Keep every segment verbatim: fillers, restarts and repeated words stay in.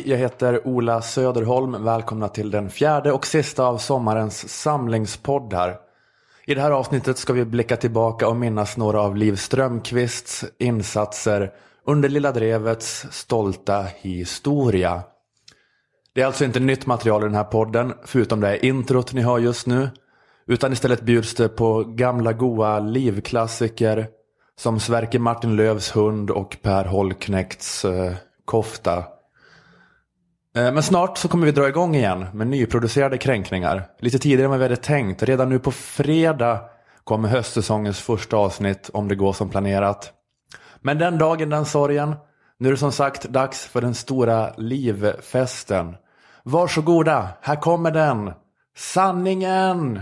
jag heter Ola Söderholm. Välkomna till den fjärde och sista av sommarens samlingspoddar. I det här avsnittet ska vi blicka tillbaka och minnas några av Liv Strömquists insatser under Lilla Drevets stolta historia. Det är alltså inte nytt material i den här podden, förutom det introt ni har just nu. Utan istället bjuds det på gamla goa Liv-klassiker som Sverker Martin Lövs hund och Per Holknekts eh, kofta. Eh, men snart så kommer vi dra igång igen med nyproducerade kränkningar. Lite tidigare än vad vi hade tänkt. Redan nu på fredag kommer höstsäsongens första avsnitt, om det går som planerat. Men den dagen, den sorgen. Nu är det som sagt dags för den stora Livfesten. Varsågoda, här kommer den. Sanningen!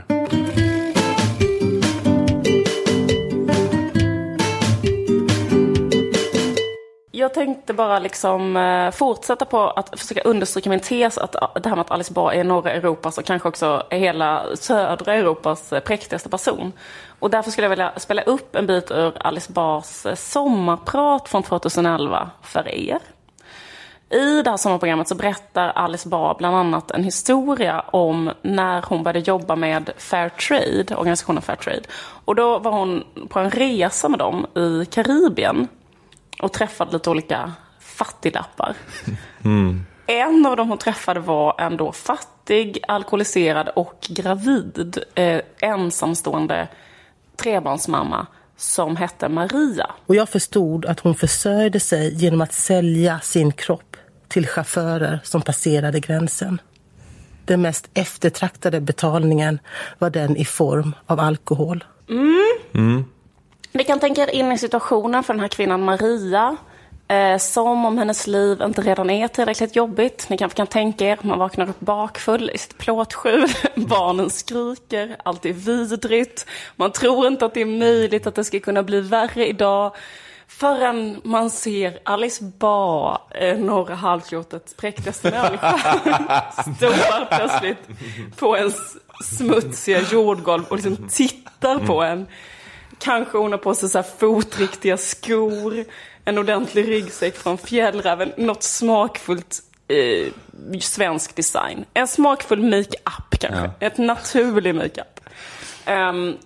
Jag tänkte bara liksom fortsätta på att försöka understryka min tes att det här med att Alice Bah är norra Europas och kanske också är hela södra Europas präktigaste person. Och därför skulle jag vilja spela upp en bit ur Alice Bahs sommarprat från tjugoelva för er. I det här sommarprogrammet så berättar Alice Bah bland annat en historia om när hon började jobba med Fair Trade, organisationen Fair Trade. Och då var hon på en resa med dem i Karibien och träffade lite olika fattiglappar. Mm. En av dem hon träffade var en då fattig, alkoholiserad och gravid eh, ensamstående trebarnsmamma som hette Maria. Och jag förstod att hon försörjde sig genom att sälja sin kropp till chaufförer som passerade gränsen. Den mest eftertraktade betalningen var den i form av alkohol. Mm. Mm. Ni kan tänka er in i situationen för den här kvinnan Maria. Eh, som om hennes liv inte redan är tillräckligt jobbigt. Ni kanske kan tänka er, man vaknar upp bakfull i sitt plåtskjul. Barnen skriker, allt är vidrigt. Man tror inte att det är möjligt att det ska kunna bli värre idag. Förrän man ser Alice Bah, eh, norra halvklotets präktigaste människa, står plötsligt på en smutsiga jordgolv och liksom tittar på en. Kanske hon har på sig så här fotriktiga skor, en ordentlig ryggsäck från Fjällräven, något smakfullt eh, svensk design. En smakfull make-up kanske, ja. Ett naturlig make-up. Um,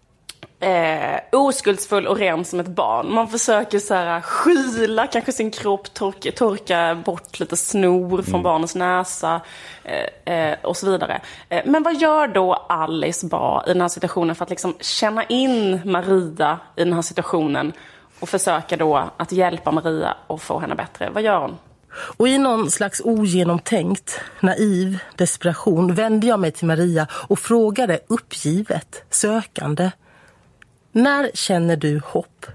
eh, oskuldsfull och ren som ett barn. Man försöker så här skyla kanske sin kropp, torka, torka bort lite snor från mm. barnens näsa eh, eh, och så vidare. Eh, men vad gör då Alice Bah i den här situationen för att liksom känna in Maria i den här situationen och försöka då att hjälpa Maria och få henne bättre? Vad gör hon? Och i någon slags ogenomtänkt, naiv desperation vände jag mig till Maria och frågade uppgivet, sökande: när känner du hopp?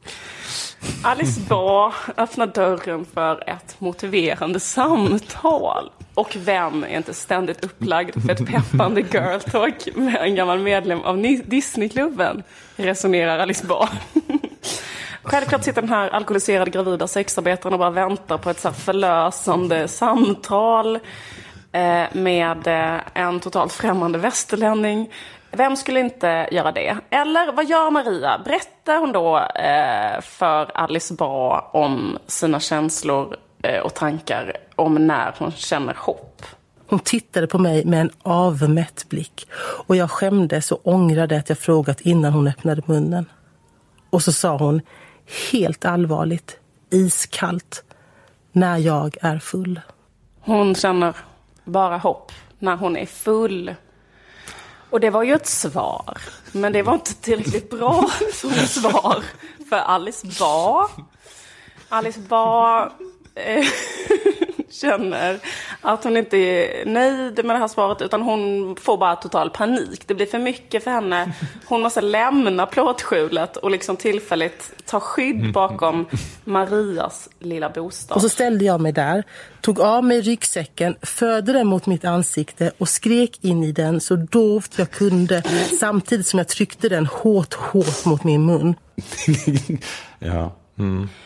Alice Bah öppnar dörren för ett motiverande samtal. Och vem är inte ständigt upplagd för ett peppande girl talk med en gammal medlem av Disneyklubben, resonerar Alice Bah. Självklart sitter den här alkoholiserade gravida sexarbetaren och bara väntar på ett så här förlösande samtal eh, med eh, en totalt främmande västerlänning. Vem skulle inte göra det? Eller vad gör Maria? Berättar hon då eh, för Alice Bah om sina känslor eh, och tankar om när hon känner hopp? Hon tittade på mig med en avmätt blick och jag skämdes och ångrade att jag frågat innan hon öppnade munnen. Och så sa hon helt allvarligt, iskallt: när jag är full. Hon känner bara hopp när hon är full. Och det var ju ett svar. Men det var inte tillräckligt bra som svar för Alice Bah. Alice Bah eh, känner att hon inte är nöjd med det här svaret, utan hon får bara total panik. Det blir för mycket för henne. Hon måste lämna plåtskjulet och liksom tillfälligt ta skydd bakom Marias lilla bostad. Och så ställde jag mig där, tog av mig ryggsäcken, förde den mot mitt ansikte och skrek in i den så dovt jag kunde, samtidigt som jag tryckte den hårt, hårt mot min mun. Ja. Mm.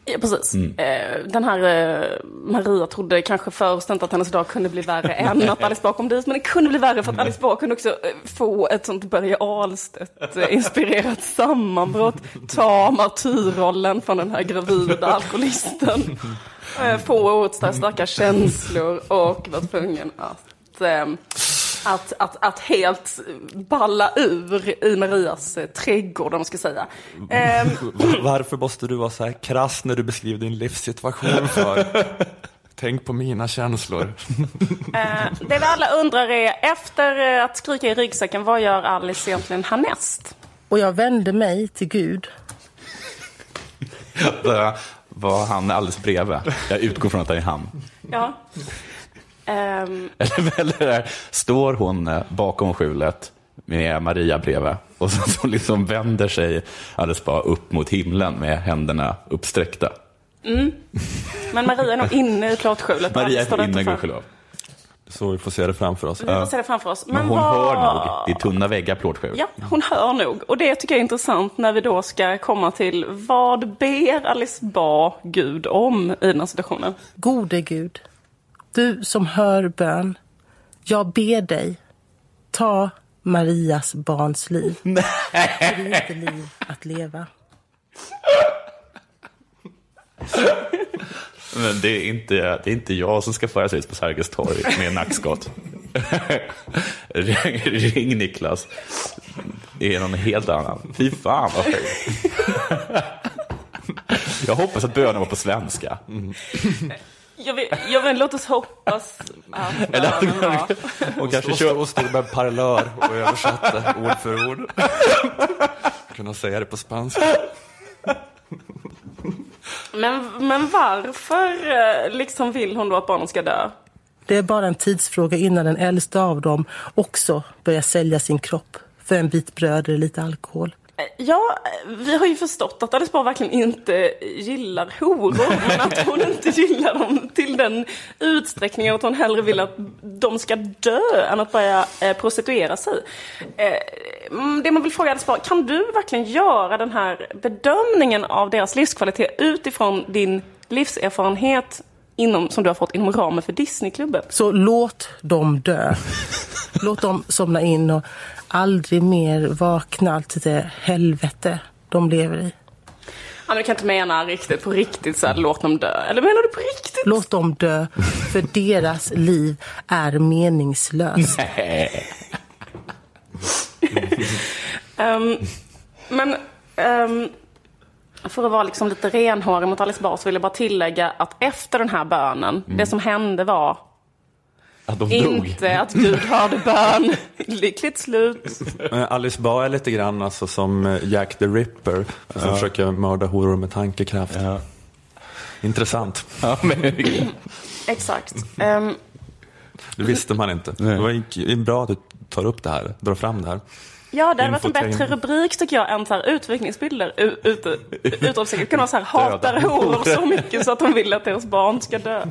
Ja, precis. Mm. Den här Maria trodde kanske först inte att hennes dag kunde bli värre än att Alice Bah kom dit. Men det kunde bli värre för att Alice Bah kunde också få ett sånt Börje Ahlstedt-inspirerat sammanbrott. Ta martyrrollen från den här gravida alkoholisten. Få åtstå starka känslor och var tvungen att... Att, att, att helt balla ur i Marias eh, trädgård, om man ska säga. Eh, Varför måste du vara så här krass när du beskriver din livssituation för? Tänk på mina känslor. eh, det vi alla undrar är, efter att skrika i ryggsäcken, vad gör Alice egentligen härnäst? Och jag vände mig till Gud. Där var han alldeles bredvid. Jag utgår från att det är han. Ja. Um, eller, eller står hon bakom skjulet med Maria bredvid och så, så liksom vänder sig alldeles bara upp mot himlen med händerna uppsträckta. Mm. Men Maria är nog inne i plåtskjulet. Maria är inne i gudskelov. Så vi får se det framför oss. Vi får se det framför oss. Men, Men hon vad... hör nog, det är tunna väggar plåtskjul. Ja, hon hör nog. Och det tycker jag är intressant när vi då ska komma till vad ber Alice Bah Gud om i den här situationen. Gode Gud, du som hör bön, jag ber dig, ta Marias barns liv. Nej. Det är inte liv att leva. Men det är inte, det är inte jag som ska föras ut på Sergels torg med nackskott. ring, ring Niklas. Det är någon helt annan. Fy fan vad högt. Jag hoppas att bönen var på svenska. Mm. Jag vill, jag vill låt oss hoppas att Eller att och kanske kör och stod med parlör och översatte ord för ord. Kunna säga det på spanska. Men, men varför liksom vill hon då att barnen ska dö? Det är bara en tidsfråga innan den äldsta av dem också börjar sälja sin kropp för en bit bröd eller lite alkohol. Ja, vi har ju förstått att Alice Bah verkligen inte gillar horor, men att hon inte gillar dem till den utsträckningen att hon hellre vill att de ska dö än att börja eh, prostituera sig. Eh, det man vill fråga Alice Bah, kan du verkligen göra den här bedömningen av deras livskvalitet utifrån din livserfarenhet inom, som du har fått inom ramen för Disneyklubben? Så låt dem dö. Låt dem somna in och aldrig mer vakna till det helvete de lever i. Ja, men du kan inte mena riktigt på riktigt så här, låt dem dö. Eller menar du på riktigt? Låt dem dö, för deras liv är meningslöst. Nej. um, men um, för att vara liksom lite renhårig mot Alice Bah så vill jag bara tillägga att efter den här bönen, mm. det som hände var att de inte dog. Att Gud hörde bön. Lyckligt slut. Alice Bah är lite grann alltså som Jack the Ripper som ja. försöker mörda horor med tankekraft. Ja. Intressant. Ja, men... Exakt. Um... Det visste man inte. Nej. Det var bra att du tar upp det här, drar fram det här. Ja, det hade varit en bättre rubrik tycker jag än så här utvikningsbilder. Utropstecken kan vara så här, hatar horor så mycket så att de vill att deras barn ska dö.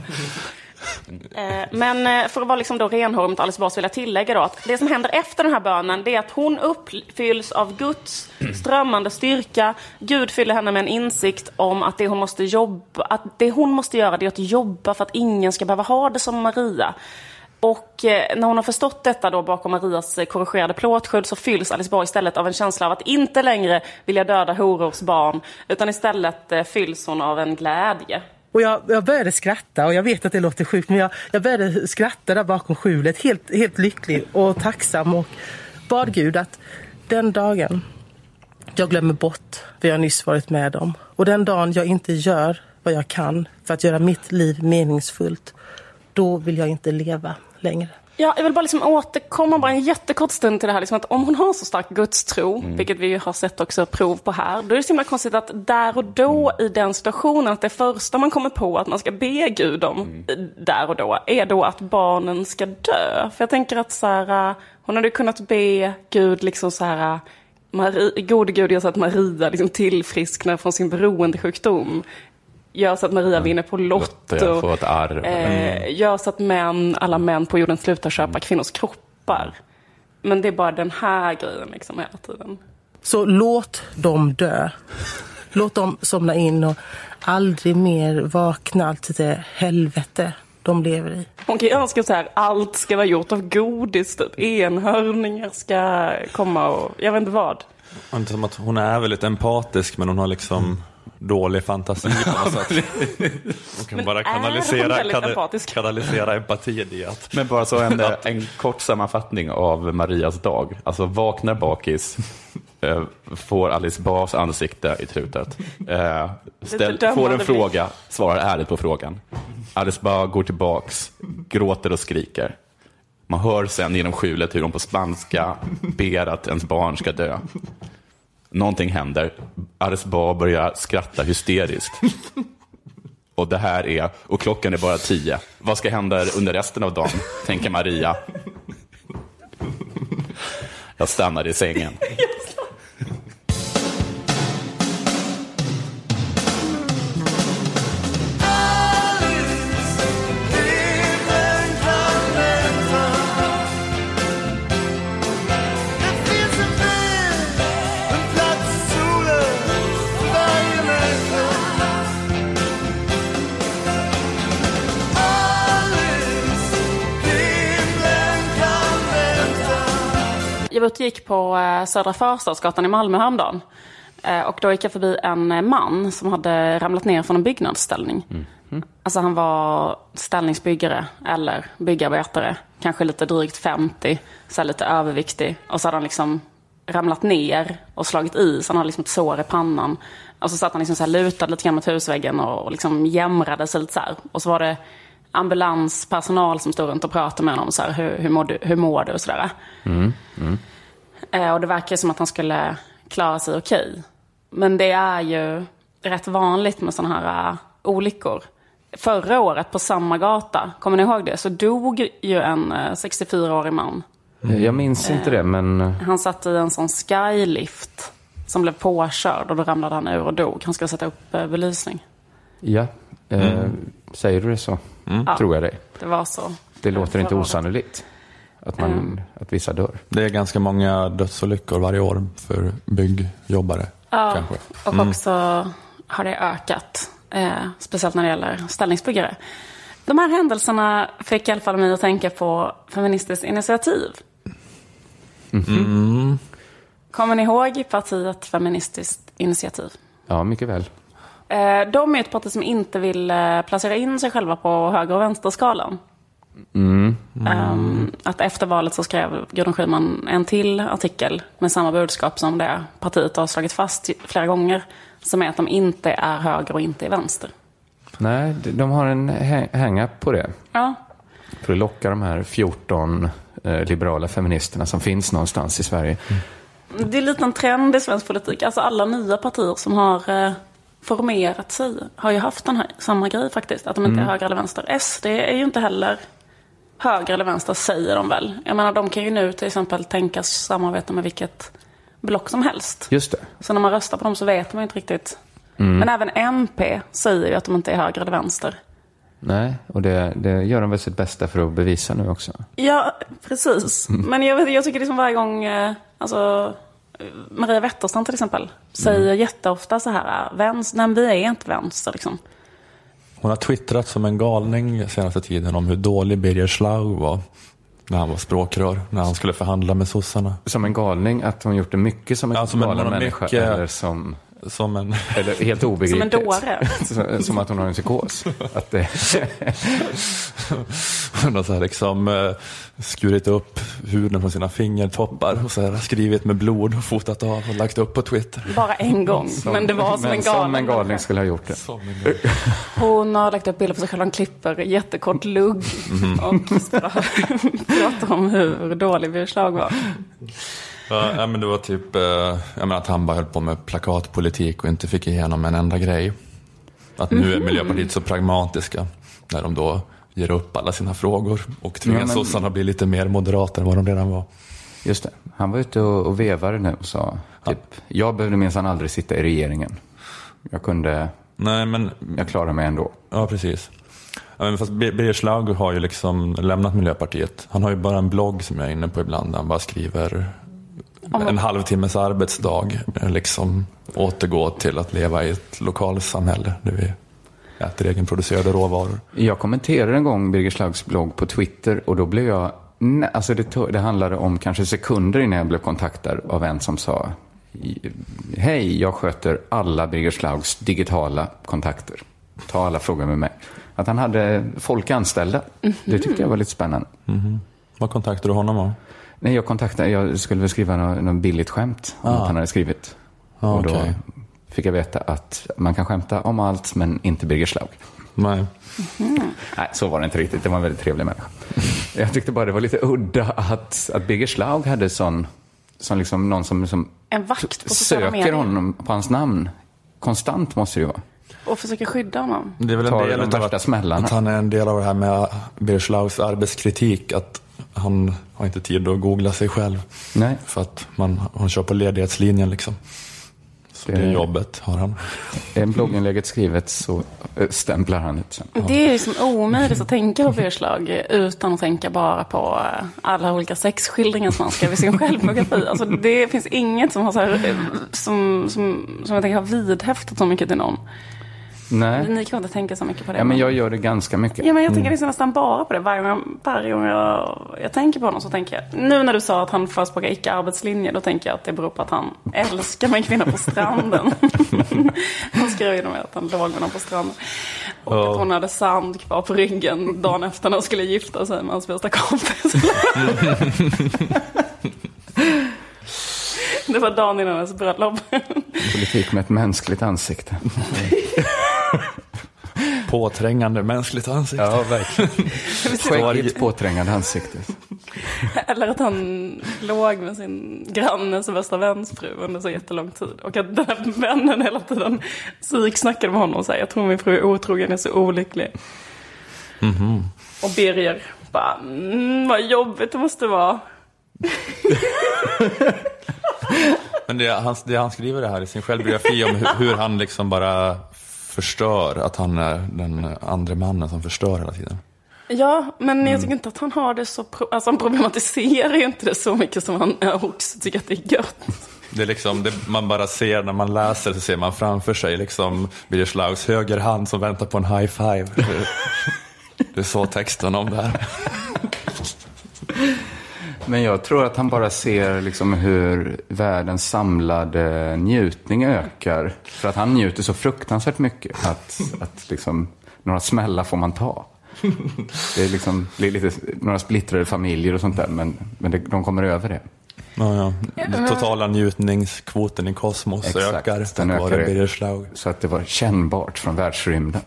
Men för att vara liksom då renhårig mot Alice Bah så vill jag tillägga då att det som händer efter den här bönen, det är att hon uppfylls av Guds strömmande styrka. Gud fyller henne med en insikt om att det hon måste jobba, att det hon måste göra det är att jobba för att ingen ska behöva ha det som Maria. Och när hon har förstått detta då bakom Marias korrigerade plåtskydd så fylls Alice Bah istället av en känsla av att inte längre vilja döda horors barn, utan istället fylls hon av en glädje. Och jag, jag började skratta, och jag vet att det låter sjukt, men jag, jag började skratta där bakom skjulet, helt, helt lycklig och tacksam, och bad Gud att den dagen jag glömmer bort vad jag nyss varit med om, och den dagen jag inte gör vad jag kan för att göra mitt liv meningsfullt, då vill jag inte leva längre. Ja, jag vill bara liksom återkomma bara en jättekort stund till det här. Liksom att om hon har så stark gudstro, mm. vilket vi har sett också prov på här, då är det så himla konstigt att där och då i den situationen, att det första man kommer på att man ska be Gud om mm. där och då, är då att barnen ska dö. För jag tänker att så här, hon hade kunnat be Gud liksom så här, Maria, gode Gud gör så att Maria liksom tillfrisknar från sin beroendesjukdom. Gör så att Maria vinner på Lotto. Få ett arv. Eh, gör så att män, alla män på jorden slutar köpa kvinnors kroppar. Men det är bara den här grejen liksom hela tiden. Så låt dem dö. Låt dem somna in och aldrig mer vakna till det helvete de lever i. Hon kan ju önska så här, allt ska vara gjort av godis, typ enhörningar ska komma och jag vet inte vad. Inte som att hon är väldigt empatisk, men hon har liksom dålig fantasi på något sätt. Hon kan Men bara är hon kanalisera, väldigt kan, empatisk? kanalisera empati i att... Men bara så en, en kort sammanfattning av Marias dag. Alltså vaknar bakis, eh, får Alice Bahs ansikte i trutet. Eh, ställ, får en fråga, svarar ärligt på frågan. Alice Bah går tillbaks, gråter och skriker. Man hör sen genom skjulet hur hon på spanska ber att ens barn ska dö. Någonting händer. Alice Bah börjar skratta hysteriskt. Och det här är, och klockan är bara tio. Vad ska hända under resten av dagen, tänker Maria. Jag stannar i sängen. Jag var ute och gick på Södra Förstadsgatan i Malmö häromdagen. Och då gick jag förbi en man som hade ramlat ner från en byggnadsställning. Mm. Mm. Alltså han var ställningsbyggare eller byggarbetare. Kanske lite drygt femtio, så lite överviktig. Och så hade han liksom ramlat ner och slagit i. Så han hade liksom ett sår i pannan. Och så satt han liksom så här lutad lite grann mot husväggen och liksom jämrade sig lite så här. Och så var det ambulanspersonal som stod runt och pratade med honom så här, hur, hur, mår du, hur mår du och sådär. Mm, mm. Eh, och det verkar som att han skulle klara sig okej. Men det är ju rätt vanligt med sådana här uh, olyckor. Förra året på samma gata, kommer ni ihåg det? Så dog ju en uh, sextiofyraårig man. Mm. Jag minns inte det, men... Eh, han satt i en sån skylift som blev påkörd och då ramlade han ur och dog. Han skulle sätta upp uh, belysning. Ja, eh, mm. säger du det så? Mm. Ja, tror jag det. Det var så. Det låter inte osannolikt att, man, mm. att vissa dör. Det är ganska många dödsolyckor varje år för byggjobbare. Ja, kanske. Och mm. också har det ökat. Eh, speciellt när det gäller ställningsbyggare. De här händelserna fick i alla fall mig att tänka på Feministiskt initiativ. Mm-hmm. Mm. Kommer ni ihåg partiet Feministiskt initiativ? Ja, mycket väl. De är ett parti som inte vill placera in sig själva på höger- och vänsterskalan. Mm. Mm. Um, att efter valet så skrev Gudrun Schyman en till artikel med samma budskap som det partiet har slagit fast flera gånger. Som är att de inte är höger och inte är vänster. Nej, de har en hänga på det. Ja. För att locka de här fjorton eh, liberala feministerna som finns någonstans i Sverige. Mm. Det är lite en trend i svensk politik. Alltså alla nya partier som har... Eh, formerat sig har ju haft den här samma grej faktiskt, att de inte mm. är höger eller vänster. S D är ju inte heller höger eller vänster, säger de väl. Jag menar, de kan ju nu till exempel tänkas samarbeta med vilket block som helst. Just det. Så när man röstar på dem så vet man ju inte riktigt. Mm. Men även M P säger ju att de inte är höger eller vänster. Nej, och det, det gör de väl sitt bästa för att bevisa nu också. Ja, precis. Mm. Men jag, vet, jag tycker liksom varje gång, eh, alltså... Maria Wetterstrand till exempel säger mm. jätteofta så här, vänster, nej, vi är inte vänster liksom. Hon har twittrat som en galning senaste tiden om hur dålig Birger Schlaug var när han var språkrör, när han skulle förhandla med sossarna. Som en galning, att hon gjort det mycket som en ja, som galen en, människa mycket, eller som... Som en... Eller helt obegripligt. Som en dåre. som, som att hon har en psykos. Att det... Hon har så här liksom uh, skurit upp huden från sina fingertoppar och så här skrivit med blod och fotat av och lagt upp på Twitter. Bara en gång, som, men det var som men en galning. Som en galning skulle ha gjort det. Hon har lagt upp bilder på sig själv, hon klipper jättekort lugg mm. och pratar om hur dålig Birger Schlaug var. Ja, men det var typ jag menar, att han bara höll på med plakatpolitik och inte fick igenom en enda grej. Att nu är Miljöpartiet så pragmatiska när de då ger upp alla sina frågor och tvingar ja, men... sossarna bli lite mer moderata än vad de redan var. Just det. Han var ute och, och vevade nu och sa typ, ja. jag behövde minsann aldrig sitta i regeringen. Jag kunde... Nej, men... Jag klarar mig ändå. Ja, precis. Ja, men fast Birger Schlaug har ju liksom lämnat Miljöpartiet. Han har ju bara en blogg som jag är inne på ibland. Han bara skriver en halvtimmes arbetsdag liksom återgå till att leva i ett lokalsamhälle där vi äter egenproducerade råvaror. Jag kommenterade en gång Birger Schlaugs blogg på Twitter och då blev jag, alltså det, det handlade om kanske sekunder innan jag blev kontaktad av en som sa: hej, jag sköter alla Birger Schlaugs digitala kontakter. Ta alla frågor med mig. Att han hade folk anställda. Mm-hmm. Det tyckte jag var lite spännande. Mm-hmm. Vad kontaktade du honom om? Nej, jag kontaktade, jag skulle väl skriva något, något billigt skämt om ah. att han hade skrivit. Ah, och då okay. fick jag veta att man kan skämta om allt men inte Birger Schlaug. Nej. Mm-hmm. Nej, så var det inte riktigt. Det var en väldigt trevlig människa. Jag tyckte bara det var lite udda att, att Birger Schlaug hade sån, sån liksom någon som, som en vakt på söker honom på hans namn. Konstant måste det ju vara. Och försöker skydda honom. Det är väl en del de av att, att han är en del av det här med Birger Schlaugs arbetskritik, att han har inte tid att googla sig själv. Nej. För att man, han kör på ledighetslinjen liksom. Så det, det jobbet har han. Är en blogginlägget skrivet så stämplar han ut sen. Det är ju som omöjligt att tänka på Birger Schlaug utan att tänka bara på alla olika sexskildringar som han skrev i sin självbiografi. Alltså det finns inget som har så här, som, som, som jag tänker har vidhäftat så mycket till någon. Nej. Ni kan inte tänka så mycket på det. Ja, men jag gör det ganska mycket. Ja, men jag tänker mm. nästan bara på det. Varje gång, varje gång jag, jag tänker på honom så tänker jag... Nu när du sa att han förespråkar icke-arbetslinje, då tänker jag att det beror på att han älskar med en kvinna på stranden. Han skrev ju med att han låg med någon på stranden. Och oh. att hon hade sand kvar på ryggen dagen efter när hon skulle gifta sig med hans bästa kompis. Det var dagen innan hennes bröllop. Politik med ett mänskligt ansikte. Påträngande mänskligt ansikte. Ja, verkligen. Skäggigt påträngande ansikte. Eller att han låg med sin grannes bästa väns fru under så jättelång tid. Och att den här vännen hela tiden psyksnackade med honom och säger: jag tror min fru är otrogen, är så olycklig. Mm-hmm. Och Birger bara, mm, vad jobbigt det måste vara. Men det han, det han skriver det här i sin självbiografi om hur, hur han liksom bara förstör, att han är den andra mannen som förstör hela tiden. Ja, men mm. jag tycker inte att han har det så pro- alltså han problematiserar ju inte det så mycket som han också tycker att det är gött. Det är liksom, det man bara ser när man läser, så ser man framför sig liksom Birger Schlaugs höger hand som väntar på en high five. Det är så texten om det här. Men jag tror att han bara ser liksom hur världens samlade njutning ökar. För att han njuter så fruktansvärt mycket att, att liksom, några smällar får man ta. Det är liksom, det är lite några splittrade familjer och sånt där, men, men det, de kommer över det. Ja, ja. Den totala njutningskvoten i kosmos Exakt, ökar. Den ökar Birger Schlaug. Så att det var kännbart från världsrymden.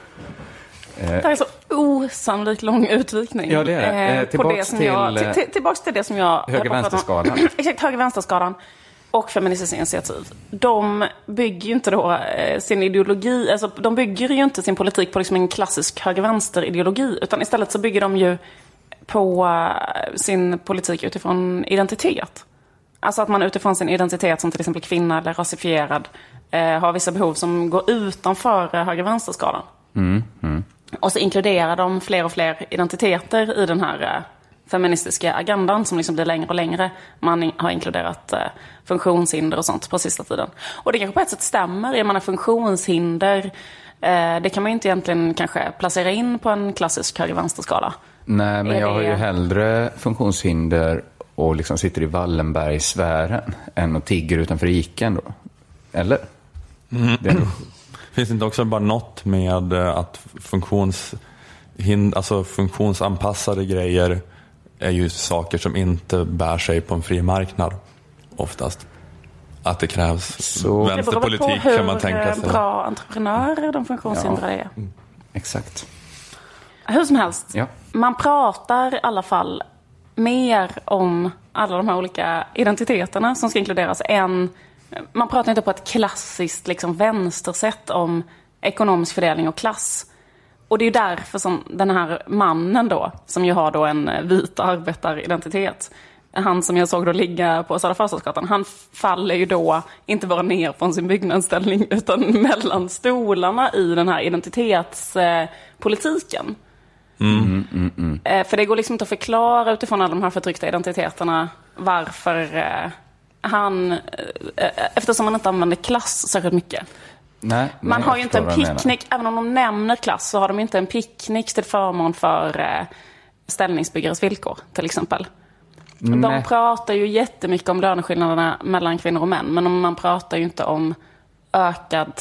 Det här är så osannolikt lång utvikning. Ja, det är det. Eh, tillbaks, det som till, jag, till, till, tillbaks till det som jag... Höger-vänsterskalan. Exakt, höger-vänsterskalan och Feministiskt initiativ. De bygger ju inte då eh, sin ideologi, alltså de bygger ju inte sin politik på liksom en klassisk höger-vänster-ideologi, utan istället så bygger de ju på eh, sin politik utifrån identitet. Alltså att man utifrån sin identitet som till exempel kvinna eller rasifierad eh, har vissa behov som går utanför eh, höger-vänsterskalan. Mm, mm. Och så inkluderar de fler och fler identiteter i den här eh, feministiska agendan som liksom blir längre och längre. Man in, har inkluderat eh, funktionshinder och sånt på sista tiden. Och det kanske på ett sätt stämmer. Jag menar funktionshinder, eh, det kan man ju inte egentligen kanske placera in på en klassisk höger-vänsterskala. Nej, men är jag det... har ju hellre funktionshinder och liksom sitter i Wallenbergsfären än och tigger utanför Iken då. Eller? Mm. Det är nog... Finns det inte också bara något med att funktions, alltså funktionsanpassade grejer är ju saker som inte bär sig på en fri marknad oftast? Att det krävs så vänsterpolitik kan man tänka sig. Hur bra entreprenörer de funktionshindrade är. Mm. Exakt. Hur som helst, ja. Man pratar i alla fall mer om alla de här olika identiteterna som ska inkluderas än... Man pratar inte på ett klassiskt liksom, vänstersätt om ekonomisk fördelning och klass. Och det är ju därför som den här mannen då, som ju har då en vit arbetaridentitet, han som jag såg då ligga på Södra Förstadsgatan, han faller ju då inte bara ner från sin byggnadsställning utan mellan stolarna i den här identitetspolitiken. Mm, mm, mm. För det går liksom inte att förklara utifrån alla de här förtryckta identiteterna varför... han, eftersom man inte använder klass särskilt mycket. Nej, man nej, har ju inte en picknick, även om de nämner klass så har de inte en picknick till förmån för eh, ställningsbyggares villkor till exempel. Nej. De pratar ju jättemycket om löneskillnaderna mellan kvinnor och män, men man pratar ju inte om ökad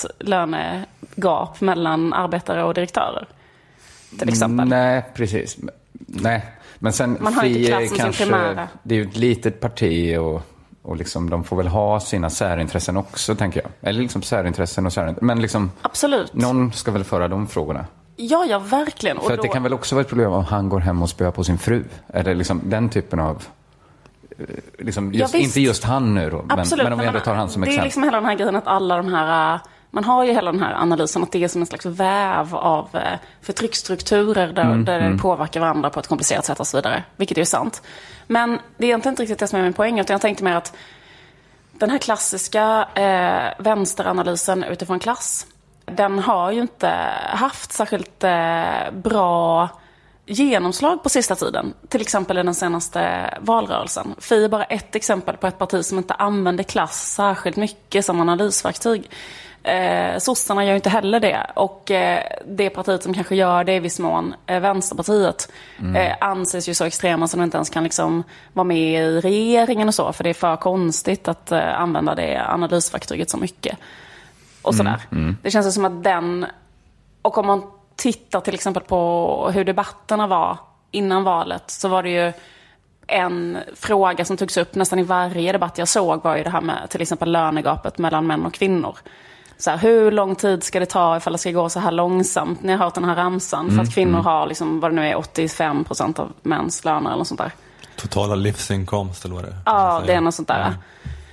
lönegap mellan arbetare och direktörer till exempel. Nej, precis. Nej, men sen man har inte klass som kanske, sin primära. Det är ju ett litet parti och Och liksom, de får väl ha sina särintressen också, tänker jag. Eller liksom särintressen och särintressen. Men liksom, absolut. Någon ska väl föra de frågorna. Ja, ja, verkligen. För och att då... det kan väl också vara ett problem om han går hem och spöar på sin fru. Eller liksom den typen av... Liksom, just, ja, inte just han nu då. Men, men om vi ändå tar han som det exempel. Det är liksom hela den här grejen att alla de här... Man har ju hela den här analysen att det är som en slags väv av förtrycksstrukturer där, mm, där mm. det påverkar varandra på ett komplicerat sätt och så vidare. Vilket är ju sant. Men det är egentligen inte riktigt det som är min poäng. Utan jag tänkte mer att den här klassiska eh, vänsteranalysen utifrån klass, den har ju inte haft särskilt eh, bra genomslag på sista tiden. Till exempel i den senaste valrörelsen. Fi är bara ett exempel på ett parti som inte använder klass särskilt mycket som analysverktyg. Eh, sossarna gör ju inte heller det. Och eh, det partiet som kanske gör det i viss mån, eh, Vänsterpartiet, mm. eh, anses ju så extrema som de inte ens kan liksom vara med i regeringen och så. För det är för konstigt att eh, använda det analysverktyget så mycket. Och sådär. Mm. Mm. Det känns ju som att den... Och om man tittar till exempel på hur debatterna var innan valet, så var det ju en fråga som togs upp nästan i varje debatt jag såg, var ju det här med till exempel lönegapet mellan män och kvinnor. Så här, hur lång tid ska det ta ifall det ska gå så här långsamt? Ni har hört den här ramsan. Mm, för att kvinnor mm. har liksom, vad det nu är, åttiofem procent av mäns löner eller sånt där. Totala livsinkomst eller vad det är. Ja, det är något sånt där. Mm.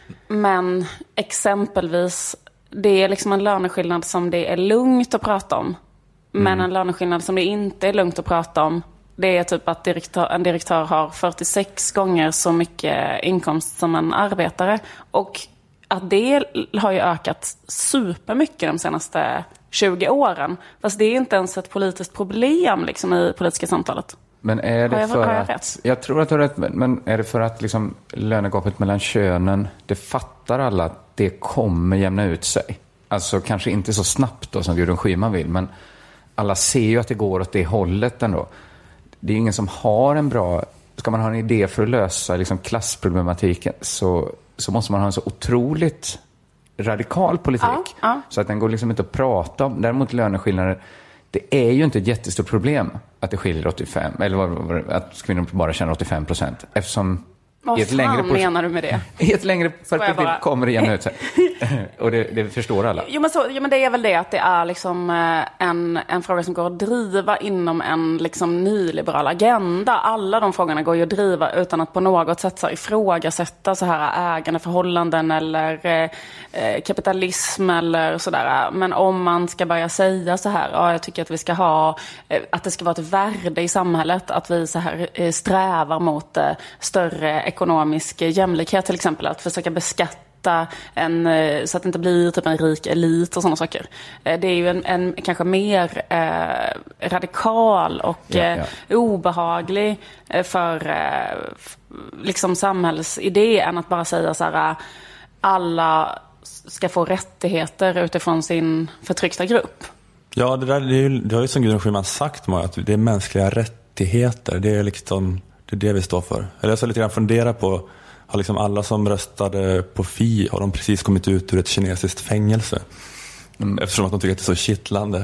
Men exempelvis, det är liksom en löneskillnad som det är lugnt att prata om. Men mm. en löneskillnad som det inte är lugnt att prata om, det är typ att direktör, en direktör har fyrtiosex gånger så mycket inkomst som en arbetare. Och att det har ju ökat supermycket de senaste tjugo åren. Fast det är inte ens ett politiskt problem liksom, i politiska samtalet. Men är det har jag, för har jag att... rätt? Jag tror att du har rätt. Men är det för att liksom, lönegapet mellan könen, det fattar alla att det kommer jämna ut sig? Alltså kanske inte så snabbt då som Gudrun Schyman vill, men alla ser ju att det går åt det hållet ändå. Det är ingen som har en bra... Ska man ha en idé för att lösa liksom, klassproblematiken, så, så måste man ha en så otroligt radikal politik. Ja, ja. Så att den går liksom inte att prata om. Däremot löneskillnader, det är ju inte ett jättestort problem att det skiljer åttiofem, eller att kvinnor bara tjänar åttiofem procent. Eftersom... Vad fan längre menar du med det? I ett längre perspektiv bara... kommer det jämna ut sig. Och det, det förstår alla. Jo men, så, jo men det är väl det att det är liksom en, en fråga som går att driva inom en liksom nyliberal agenda. Alla de frågorna går ju att driva utan att på något sätt så här ifrågasätta så här ägandeförhållanden eller eh, kapitalism eller sådär. Men om man ska börja säga så här, ja, jag tycker att vi ska ha, eh, att det ska vara ett värde i samhället, att vi så här eh, strävar mot eh, större ekonomisk jämlikhet till exempel, att försöka beskatta en, så att det inte blir typ en rik elit och sådana saker. Det är ju en, en kanske mer eh, radikal och ja, ja. Eh, obehaglig för eh, liksom samhällsidé än att bara säga så här, alla ska få rättigheter utifrån sin förtryckta grupp. Ja, det där det är ju, det har ju som Gudrun Schyman sagt många, att det är mänskliga rättigheter. Det är liksom det är det vi står för. Eller jag så lite grann fundera på, har liksom alla som röstade på Fi, har de precis kommit ut ur ett kinesiskt fängelse? Mm. Eftersom att de tycker att det är så kittlande.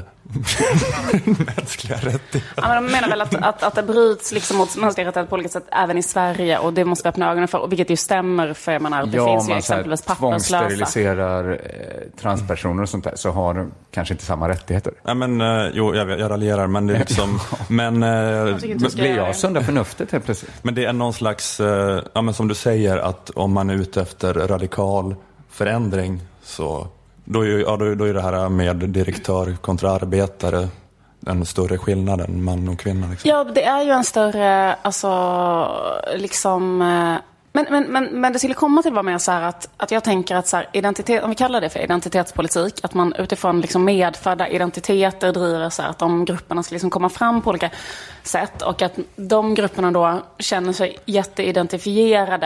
Mänskliga rättigheter. Ja, men de menar väl att, att, att det bryts liksom mot mänskliga rättigheter på olika sätt även i Sverige, och det måste vi öppna ögonen för, och vilket ju stämmer, för jag menar, det ja, finns ju exempelvis papperslösa. Ja, om man tvångssteriliserar eh, transpersoner och sånt där, så har de kanske inte samma rättigheter. Nej, men eh, jo, jag, jag raljerar, men det är liksom men eh, jag blir jag sunda förnuftet helt plötsligt. Men det är någon slags eh, ja, men som du säger, att om man är ute efter radikal förändring, så Då är, ja, då, då är det här med direktör kontra arbetare en större skillnad än man och kvinna. Liksom. Ja, det är ju en större, alltså, liksom... Men, men, men, men det skulle komma till vara mer så här att, att jag tänker att så här, identitet, om vi kallar det för identitetspolitik, att man utifrån liksom medfödda identiteter driver så här, att de grupperna ska liksom komma fram på olika sätt, och att de grupperna då känner sig jätteidentifierade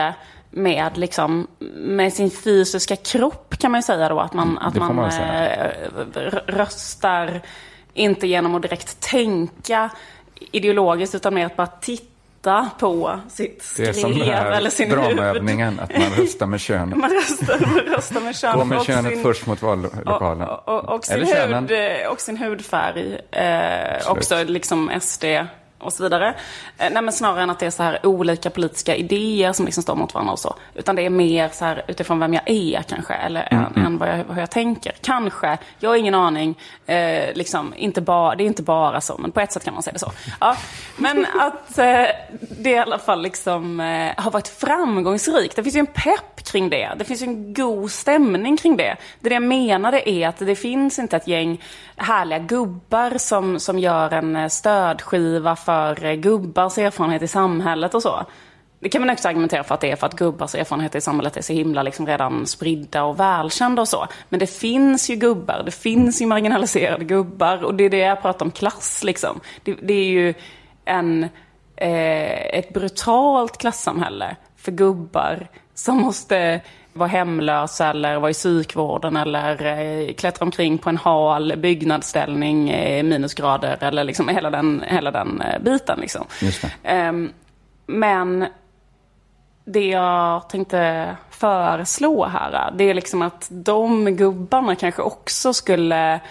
med, liksom, med sin fysiska kropp kan man ju säga då. Att man, att man, man äh, röstar inte genom att direkt tänka ideologiskt utan mer att bara titta på sitt skrev eller sin huvud. Det är som dramövningen, att man röstar med kön. Man röstar, man röstar med kön. Gå med könet sin, först mot vallokalen. Och, och, och, och, sin hud, och sin hudfärg. Eh, också liksom S D och så vidare. Eh, nej, men snarare än att det är så här olika politiska idéer som liksom står mot varandra och så. Utan det är mer så här utifrån vem jag är kanske. Eller mm. än, än vad, jag, vad jag tänker. Kanske, jag har ingen aning. Eh, liksom, inte ba, det är inte bara så. Men på ett sätt kan man säga det så. Ja, men att eh, det i alla fall liksom, eh, har varit framgångsrikt. Det finns ju en pepp kring det. Det finns ju en god stämning kring det. Det jag menade är att det finns inte ett gäng härliga gubbar som, som gör en stödskiva för gubbars erfarenhet i samhället och så. Det kan man också argumentera för att det är för att gubbars erfarenhet i samhället är så himla liksom redan spridda och välkända och så. Men det finns ju gubbar, det finns ju marginaliserade gubbar och det är det jag pratar om klass liksom. Det, det är ju en, eh, ett brutalt klassamhälle för gubbar som måste vara hemlösa eller vara i psykvården eller eh, klättra omkring på en hal byggnadsställning i minusgrader eller liksom hela den, hela den eh, biten liksom. Just det. Um, men det jag tänkte föreslå här, det är liksom att de gubbarna kanske också skulle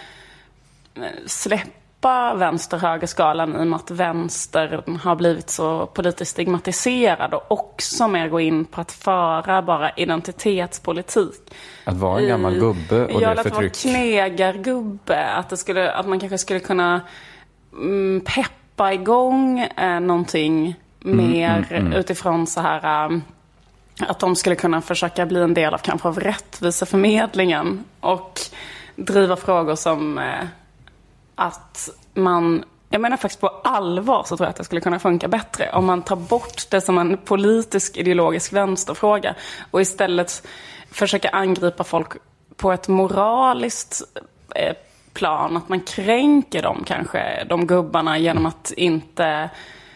släppa vänster-högerskalan i och med att vänster har blivit så politiskt stigmatiserad och också mer gå in på att föra bara identitetspolitik. Att vara en I, gammal gubbe och ja, det förtryck. Att vara knegargubbe. Att, det skulle, att man kanske skulle kunna mm, peppa igång eh, någonting mer mm, mm, mm. utifrån så här... Um, att de skulle kunna försöka bli en del av kanske av rättviseförmedlingen och driva frågor som eh, att man, jag menar faktiskt på allvar så tror jag att det skulle kunna funka bättre om man tar bort det som en politisk ideologisk vänsterfråga och istället försöka angripa folk på ett moraliskt eh, plan, att man kränker dem kanske, de gubbarna genom att inte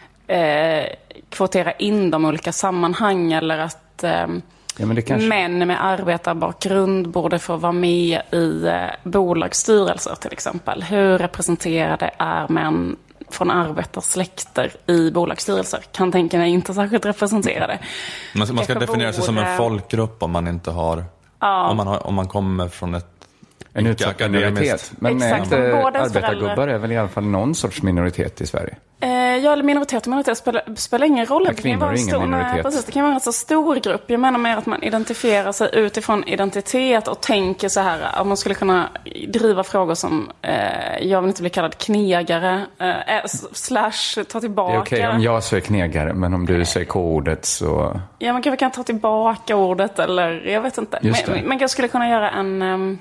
eh, kvotera in de olika sammanhang eller att Ja, men det kanske... män med arbetarbakgrund borde få vara med i eh, bolagsstyrelser till exempel. Hur representerade är män från arbetarsläkter i bolagsstyrelser? Kan tänka mig inte särskilt representerade. Man ska, man ska definiera sig borde... som en folkgrupp om man inte har, ja. om, man har om man kommer från ett en utsatt minoritet. Men exakt, inte arbetargubbar är väl i alla fall någon sorts minoritet i Sverige? Eh, ja, eller minoritet och minoritet spelar, spelar ingen roll. Ja, kvinnor är ingen stor, minoritet. Nej, precis, det kan vara en så stor grupp. Jag menar mer att man identifierar sig utifrån identitet och tänker så här att man skulle kunna driva frågor som eh, jag vill inte bli kallad knegare eh, slash ta tillbaka. Det är okej okay, om jag säger knegare, men om du säger K-ordet så... Ja, man kanske kan ta tillbaka ordet eller jag vet inte. Men, man kanske skulle kunna göra en... Um,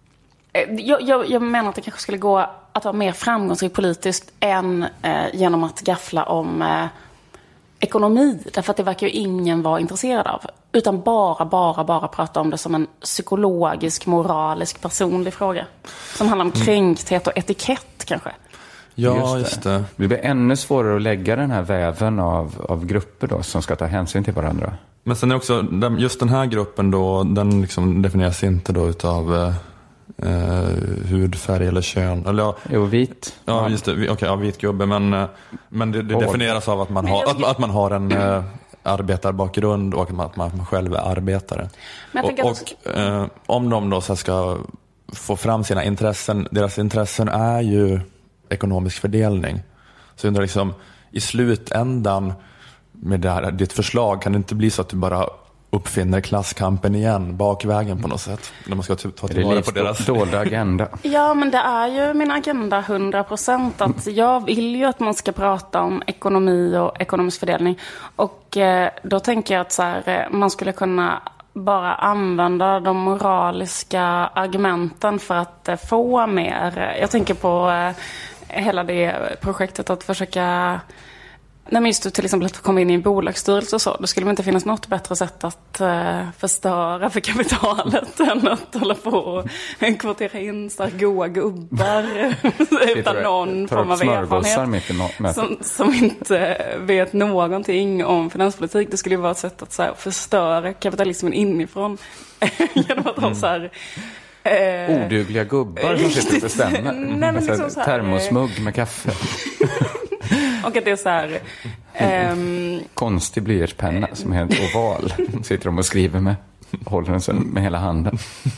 Jag, jag, jag menar att det kanske skulle gå att vara mer framgångsrik politiskt än eh, genom att gaffla om eh, ekonomi. Därför att det verkar ju ingen vara intresserad av. Utan bara, bara, bara prata om det som en psykologisk, moralisk, personlig fråga. Som handlar om kränkthet och etikett kanske. Ja, just det. Just det. Det blir ännu svårare att lägga den här väven av, av grupper då, som ska ta hänsyn till varandra. Men sen är också, just den här gruppen då, den liksom definieras inte då utav... Eh... Uh, hudfärg eller kön eller ja, jo, vit. Ja, just det. Okej, okay, ja, vit gubbe, men uh, men det, det definieras av att man har att, att man har en uh, arbetarbakgrund och att man, att man själv är arbetare. Men och, och uh, om de då så ska få fram sina intressen, deras intressen är ju ekonomisk fördelning. Så undrar liksom i slutändan med det här, ditt förslag, kan det inte bli så att du bara uppfinner klasskampen igen bakvägen på något sätt när man ska ta tillvara på deras dolda agenda. Ja, men det är ju min agenda hundra procent att jag vill ju att man ska prata om ekonomi och ekonomisk fördelning och eh, då tänker jag att så här, man skulle kunna bara använda de moraliska argumenten för att eh, få mer. Jag tänker på eh, hela det projektet att försöka Nej, men just till exempel att komma in i en bolagsstyrelse och så. Då skulle det inte finnas något bättre sätt att uh, förstöra för kapitalet än att hålla på och kvotera in så här goa gubbar utan någon form av erfarenhet. Som, som inte vet någonting om finanspolitik. Det skulle ju vara ett sätt att så här, förstöra kapitalismen inifrån genom att ha så här... Uh, Odugliga gubbar som sitter och bestämmer. Nej, men liksom så här, termosmugg med kaffe. Och att det är så här... Um... Konstig blyertspenna som är helt oval. Sitter de och skriver med. Håller den så med hela handen.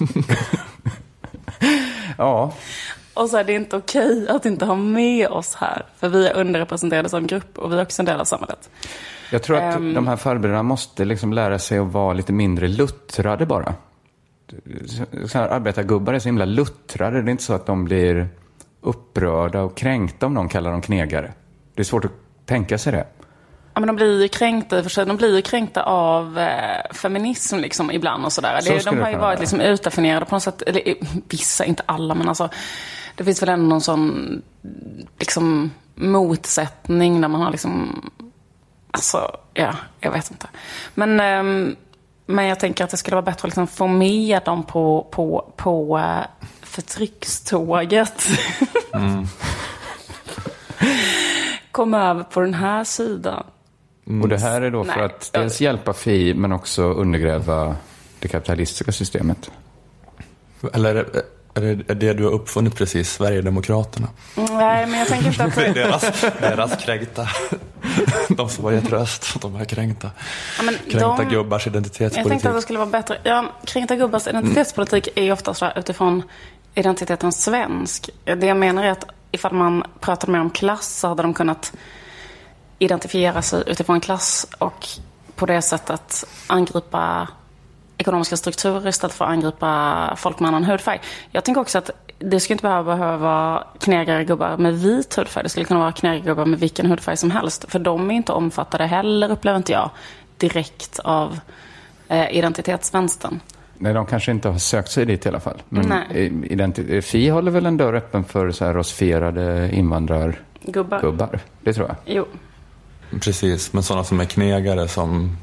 Ja. Och så är det inte okej att inte ha med oss här. För vi är underrepresenterade som grupp och vi är också en del av samhället. Jag tror att um... de här farbröderna måste liksom lära sig att vara lite mindre luttrade bara. Så här, arbetargubbar är så himla luttrade. Det är inte så att de blir upprörda och kränkta om någon kallar dem knegare. Det är svårt att tänka sig det. Ja, men de blir ju kränkta, för sig, de blir ju kränkta av eh, feminism liksom ibland och sådär. Så det, de har ju varit liksom utdefinierade på något sätt, eller vissa, inte alla, men alltså det finns väl ändå någon sån liksom motsättning där man har liksom, alltså, ja, jag vet inte. Men, eh, men jag tänker att det skulle vara bättre att liksom få med dem på, på, på eh, förtryckståget. Mm. Kom över på den här sidan. Mm. Och det här är då för Nej. att dels hjälpa F I men också undergräva det kapitalistiska systemet. Eller är det, är det du har uppfunnit precis, Sverigedemokraterna? Nej, men jag tänker inte att... det är deras, deras kränkta. De som har gett röst, de här kränkta. Ja, men kränkta de... gubbars identitetspolitik. Jag tänkte att det skulle vara bättre. Ja, kränkta gubbars identitetspolitik är ju ofta så utifrån identiteten svensk. Det jag menar är att ifall man pratade mer om klass så hade de kunnat identifiera sig utifrån klass och på det sättet angripa ekonomiska strukturer istället för att angripa folk med annan hudfärg. Jag tänker också att det skulle inte behöva, behöva vara knägare gubbar med vit hudfärg. Det skulle kunna vara knägare gubbar med vilken hudfärg som helst. För de är inte omfattade heller, upplever inte jag, direkt av eh, identitetsvänstern. Nej, de kanske inte har sökt sig dit i alla fall. Men identi- F I håller väl en dörr öppen för så här rosifierade invandrargubbar. Gubbar. Det tror jag. Jo. Precis, men sådana som är knegare som...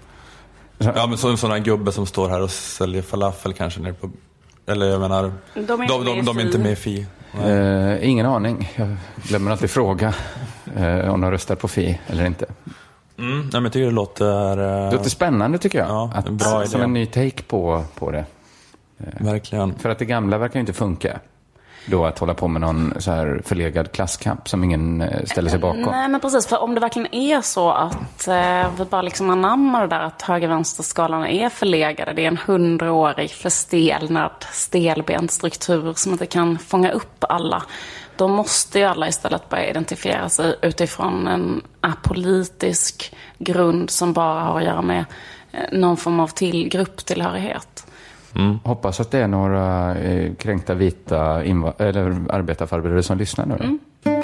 Ja, men så, sådana gubbar som står här och säljer falafel kanske nere på... Eller jag menar... De är inte, de, de, de är inte med i F I. Uh, ingen aning. Jag glömmer alltid fråga uh, om de röstar på F I eller inte. Mm, nej, men jag tycker det låter... Uh... Det låter spännande tycker jag. Ja, att, bra som en ny take på, på det. Verkligen. För att det gamla verkar ju inte funka. Då att hålla på med någon så här förlegad klasskamp som ingen ställer sig bakom. Nej, men precis. För om det verkligen är så att eh, vi bara liksom anammar det där att höger-vänster-skalan är förlegade. Det är en hundraårig förstelnad, stelbent struktur som inte kan fånga upp alla. Då måste ju alla istället börja identifiera sig utifrån en apolitisk grund som bara har att göra med någon form av till grupptillhörighet. Mm. Hoppas att det är några eh, kränkta vita inva- eller arbetarfarbröder som lyssnar nu då. Mm.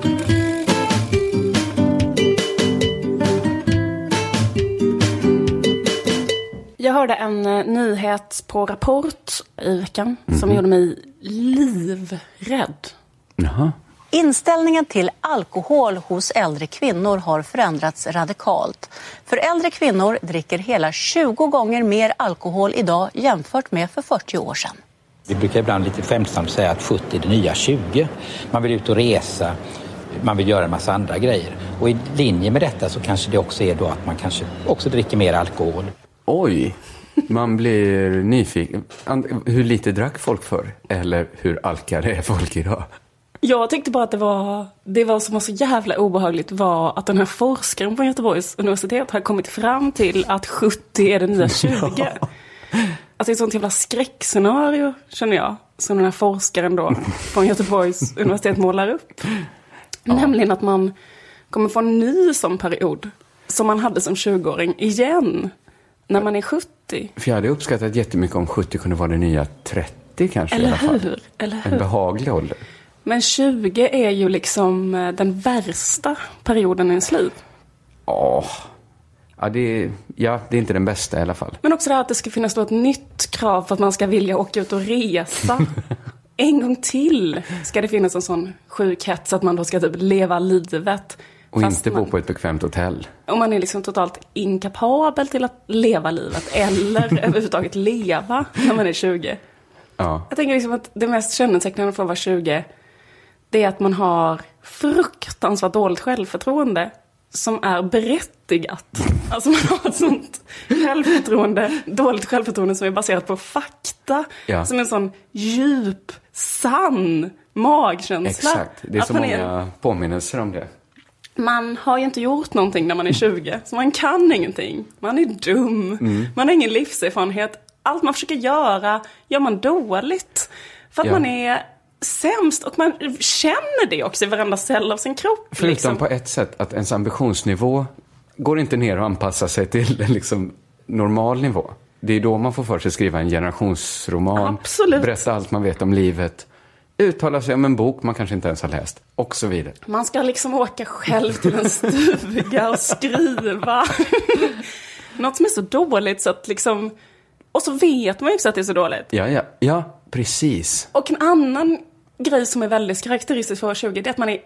Jag hörde en uh, nyhet på Rapport i veckan mm. som gjorde mig livrädd. Jaha. Inställningen till alkohol hos äldre kvinnor har förändrats radikalt. För äldre kvinnor dricker hela tjugo gånger mer alkohol idag jämfört med för fyrtio år sedan. Vi brukar ibland lite skämtsamt säga att sjuttio är det nya tjugo. Man vill ut och resa, man vill göra en massa andra grejer. Och i linje med detta så kanske det också är då att man kanske också dricker mer alkohol. Oj, man blir nyfiken. Hur lite drack folk för? Eller hur alkade är folk idag? Jag tyckte bara att det var, det var som var så jävla obehagligt var att den här forskaren på Göteborgs universitet har kommit fram till att sjuttio är det nya tjugo. Ja. Alltså det är ett sånt jävla skräckscenario, känner jag, som den här forskaren då från Göteborgs universitet målar upp. Ja. Nämligen att man kommer få en ny som period som man hade som tjugoåring igen när man är sjuttio. För jag hade uppskattat jättemycket om sjuttio kunde vara det nya trettio kanske. Eller i alla fall. Hur? Eller hur? En behaglig ålder. Men tjugo är ju liksom den värsta perioden i ens liv. Åh, ja, det är, ja, det är inte den bästa i alla fall. Men också det här att det ska finnas då ett nytt krav för att man ska vilja åka ut och resa. En gång till ska det finnas en sån sjukhets att man då ska typ leva livet Och Fast inte man, bo på ett bekvämt hotell. Och man är liksom totalt inkapabel till att leva livet eller överhuvudtaget leva när man är tjugo. Ja. Jag tänker liksom att det mest kännetecknande för att vara tjugo, det är att man har fruktansvärt dåligt självförtroende som är berättigat. Alltså man har ett sånt självförtroende, dåligt självförtroende som är baserat på fakta. Ja. Som en sån djup, sann magkänsla. Exakt, det är att så många är... påminnelser om det. Man har ju inte gjort någonting när man är tjugo, så man kan ingenting. Man är dum, mm. man har ingen livserfarenhet. Allt man försöker göra, gör man dåligt. För att ja. man är sämst, och man känner det också i varenda cell av sin kropp. Förutom liksom. På ett sätt att ens ambitionsnivå går inte ner och anpassa sig till en liksom normal nivå. Det är då man får för sig skriva en generationsroman. Absolut. Berätta allt man vet om livet. Uttala sig om en bok man kanske inte ens har läst. Och så vidare. Man ska liksom åka själv till en stuga och skriva. Något som är så dåligt så att liksom... Och så vet man ju också att det är så dåligt. Ja, ja, ja, precis. Och en annan grej som är väldigt karaktäristisk för tjugo, det är att man är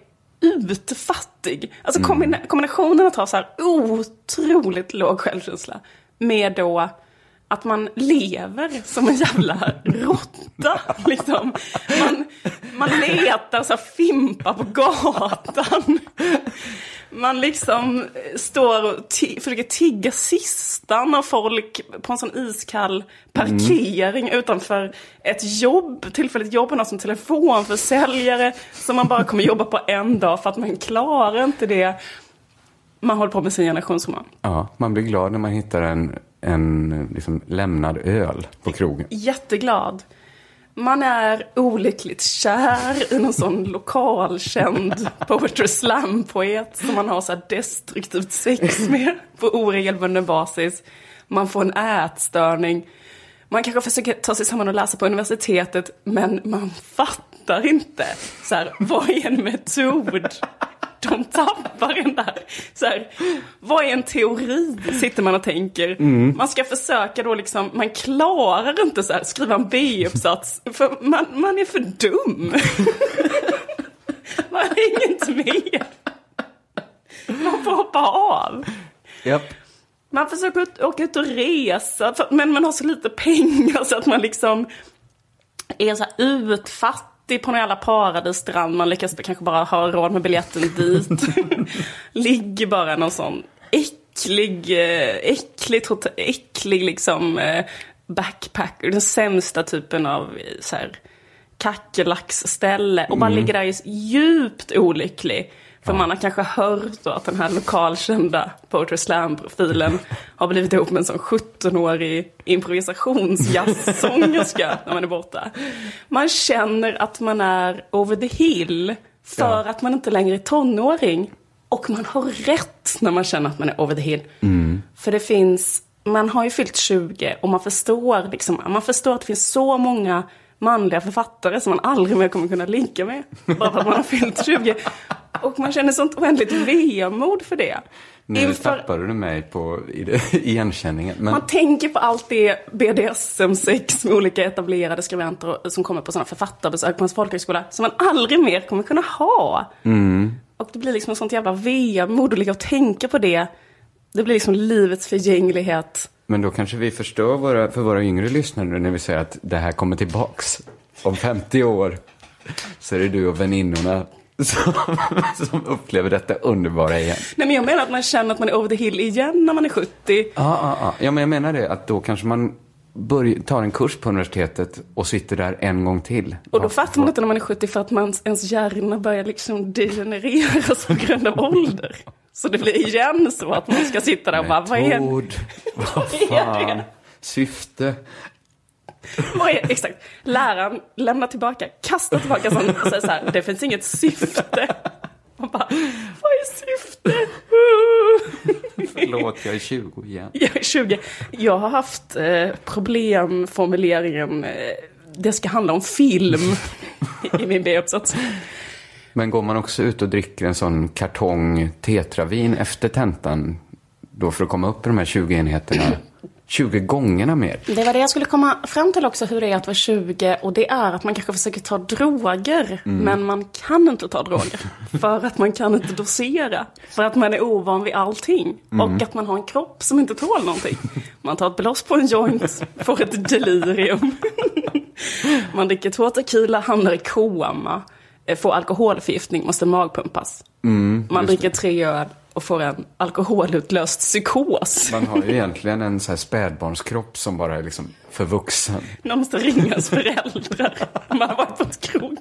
utfattig. Alltså kombina- kombinationen att ha så här otroligt låg självkänsla med då att man lever som en jävla råtta. Liksom. Man, man letar så här fimpar på gatan. Man liksom står och t- försöker tigga sistan av folk på en sån iskall parkering mm. utanför ett jobb, tillfälligt jobb, något som telefonförsäljare som man bara kommer jobba på en dag för att man klarar inte det. Man håller på med sin generationsroman. Ja, man blir glad när man hittar en, en liksom lämnad öl på krogen. Jätteglad. Man är olyckligt kär i någon sån lokalkänd poetry slam-poet som man har så här destruktivt sex med på oregelbunden basis. Man får en ätstörning. Man kanske försöker ta sig samman och läsa på universitetet, men man fattar inte så här, vad är en metod? De tappar den där. Så här, vad är en teori? Sitter man och tänker. Mm. Man ska försöka då liksom, man klarar inte så här, skriva en B-uppsats. För man, man är för dum. Man är inte med. Man får hoppa av. Yep. Man försöker ut, åka ut och resa. För, men man har så lite pengar så att man liksom är så här utfattig på någon jävla paradisstrand. Man lyckas kanske bara ha råd med biljetten dit. Ligger bara någon sån äcklig, äcklig, äcklig liksom backpacker. Den sämsta typen av så här kackerlacksställe. Och man mm. ligger där just djupt olycklig. För ja. man har kanske hört då att den här lokalkända Poetry Slam-profilen har blivit ihop med en sån sjuttonårig improvisationsjazzsångerska när man är borta. Man känner att man är over the hill för ja. att man inte längre är tonåring. Och man har rätt när man känner att man är over the hill. Mm. För det finns, man har ju fyllt tjugo och man förstår, liksom, man förstår att det finns så många manliga författare som man aldrig mer kommer kunna ligga med. Bara för att man har fyllt tjugo. Och man känner sånt oändligt vemod för det. Nu Inför... tappar du mig på igenkänningen. Men... Man tänker på allt det B D S M-sex med olika etablerade skribenter som kommer på sådana författarbesök på en folkhögskola som man aldrig mer kommer kunna ha. Mm. Och det blir liksom sånt jävla vemod att ligga och tänka på det. Det blir liksom livets förgänglighet. Men då kanske vi förstår våra, för våra yngre lyssnare när vi säger att det här kommer tillbaks. Om femtio år så är det du och väninnorna som, som upplever detta underbara igen. Nej, men jag menar att man känner att man är over the hill igen när man är sjuttio. Ja, ja, ja. Ja, men jag menar det. Att då kanske man börjar, tar en kurs på universitetet och sitter där en gång till. Och då fattar man inte när man är sjuttio för att man, ens hjärna börjar liksom degenereras på grund av ålder. Så det blir igen så att man ska sitta där och bara, vad är det? Vad fan? Syfte. Vad är, exakt. Läraren lämnar tillbaka, kastar tillbaka sånt och säger så här, det finns inget syfte. Man bara, vad är syfte? Förlåt, jag är tjugo igen. Jag är tjugo. Jag har haft eh, problemformuleringen, eh, det ska handla om film i min B-uppsats. Men går man också ut och dricker en sån kartong tetravin efter tentan då för att komma upp i de här tjugo enheterna tjugo gångerna mer. Det var det jag skulle komma fram till också, hur det är att vara tjugo. Och det är att man kanske försöker ta droger. Mm. Men man kan inte ta droger. För att man kan inte dosera. För att man är ovan vid allting. Mm. Och att man har en kropp som inte tål någonting. Man tar ett blås på en joint, får ett delirium. Man dricker två tequila, hamnar i koma. Får alkoholförgiftning, måste magpumpas. Mm, man dricker tre öl och får en alkoholutlöst psykos. Man har ju egentligen en så här spädbarnskropp som bara är liksom för vuxen. Någon måste ringas föräldrar. Man har varit på ett krog.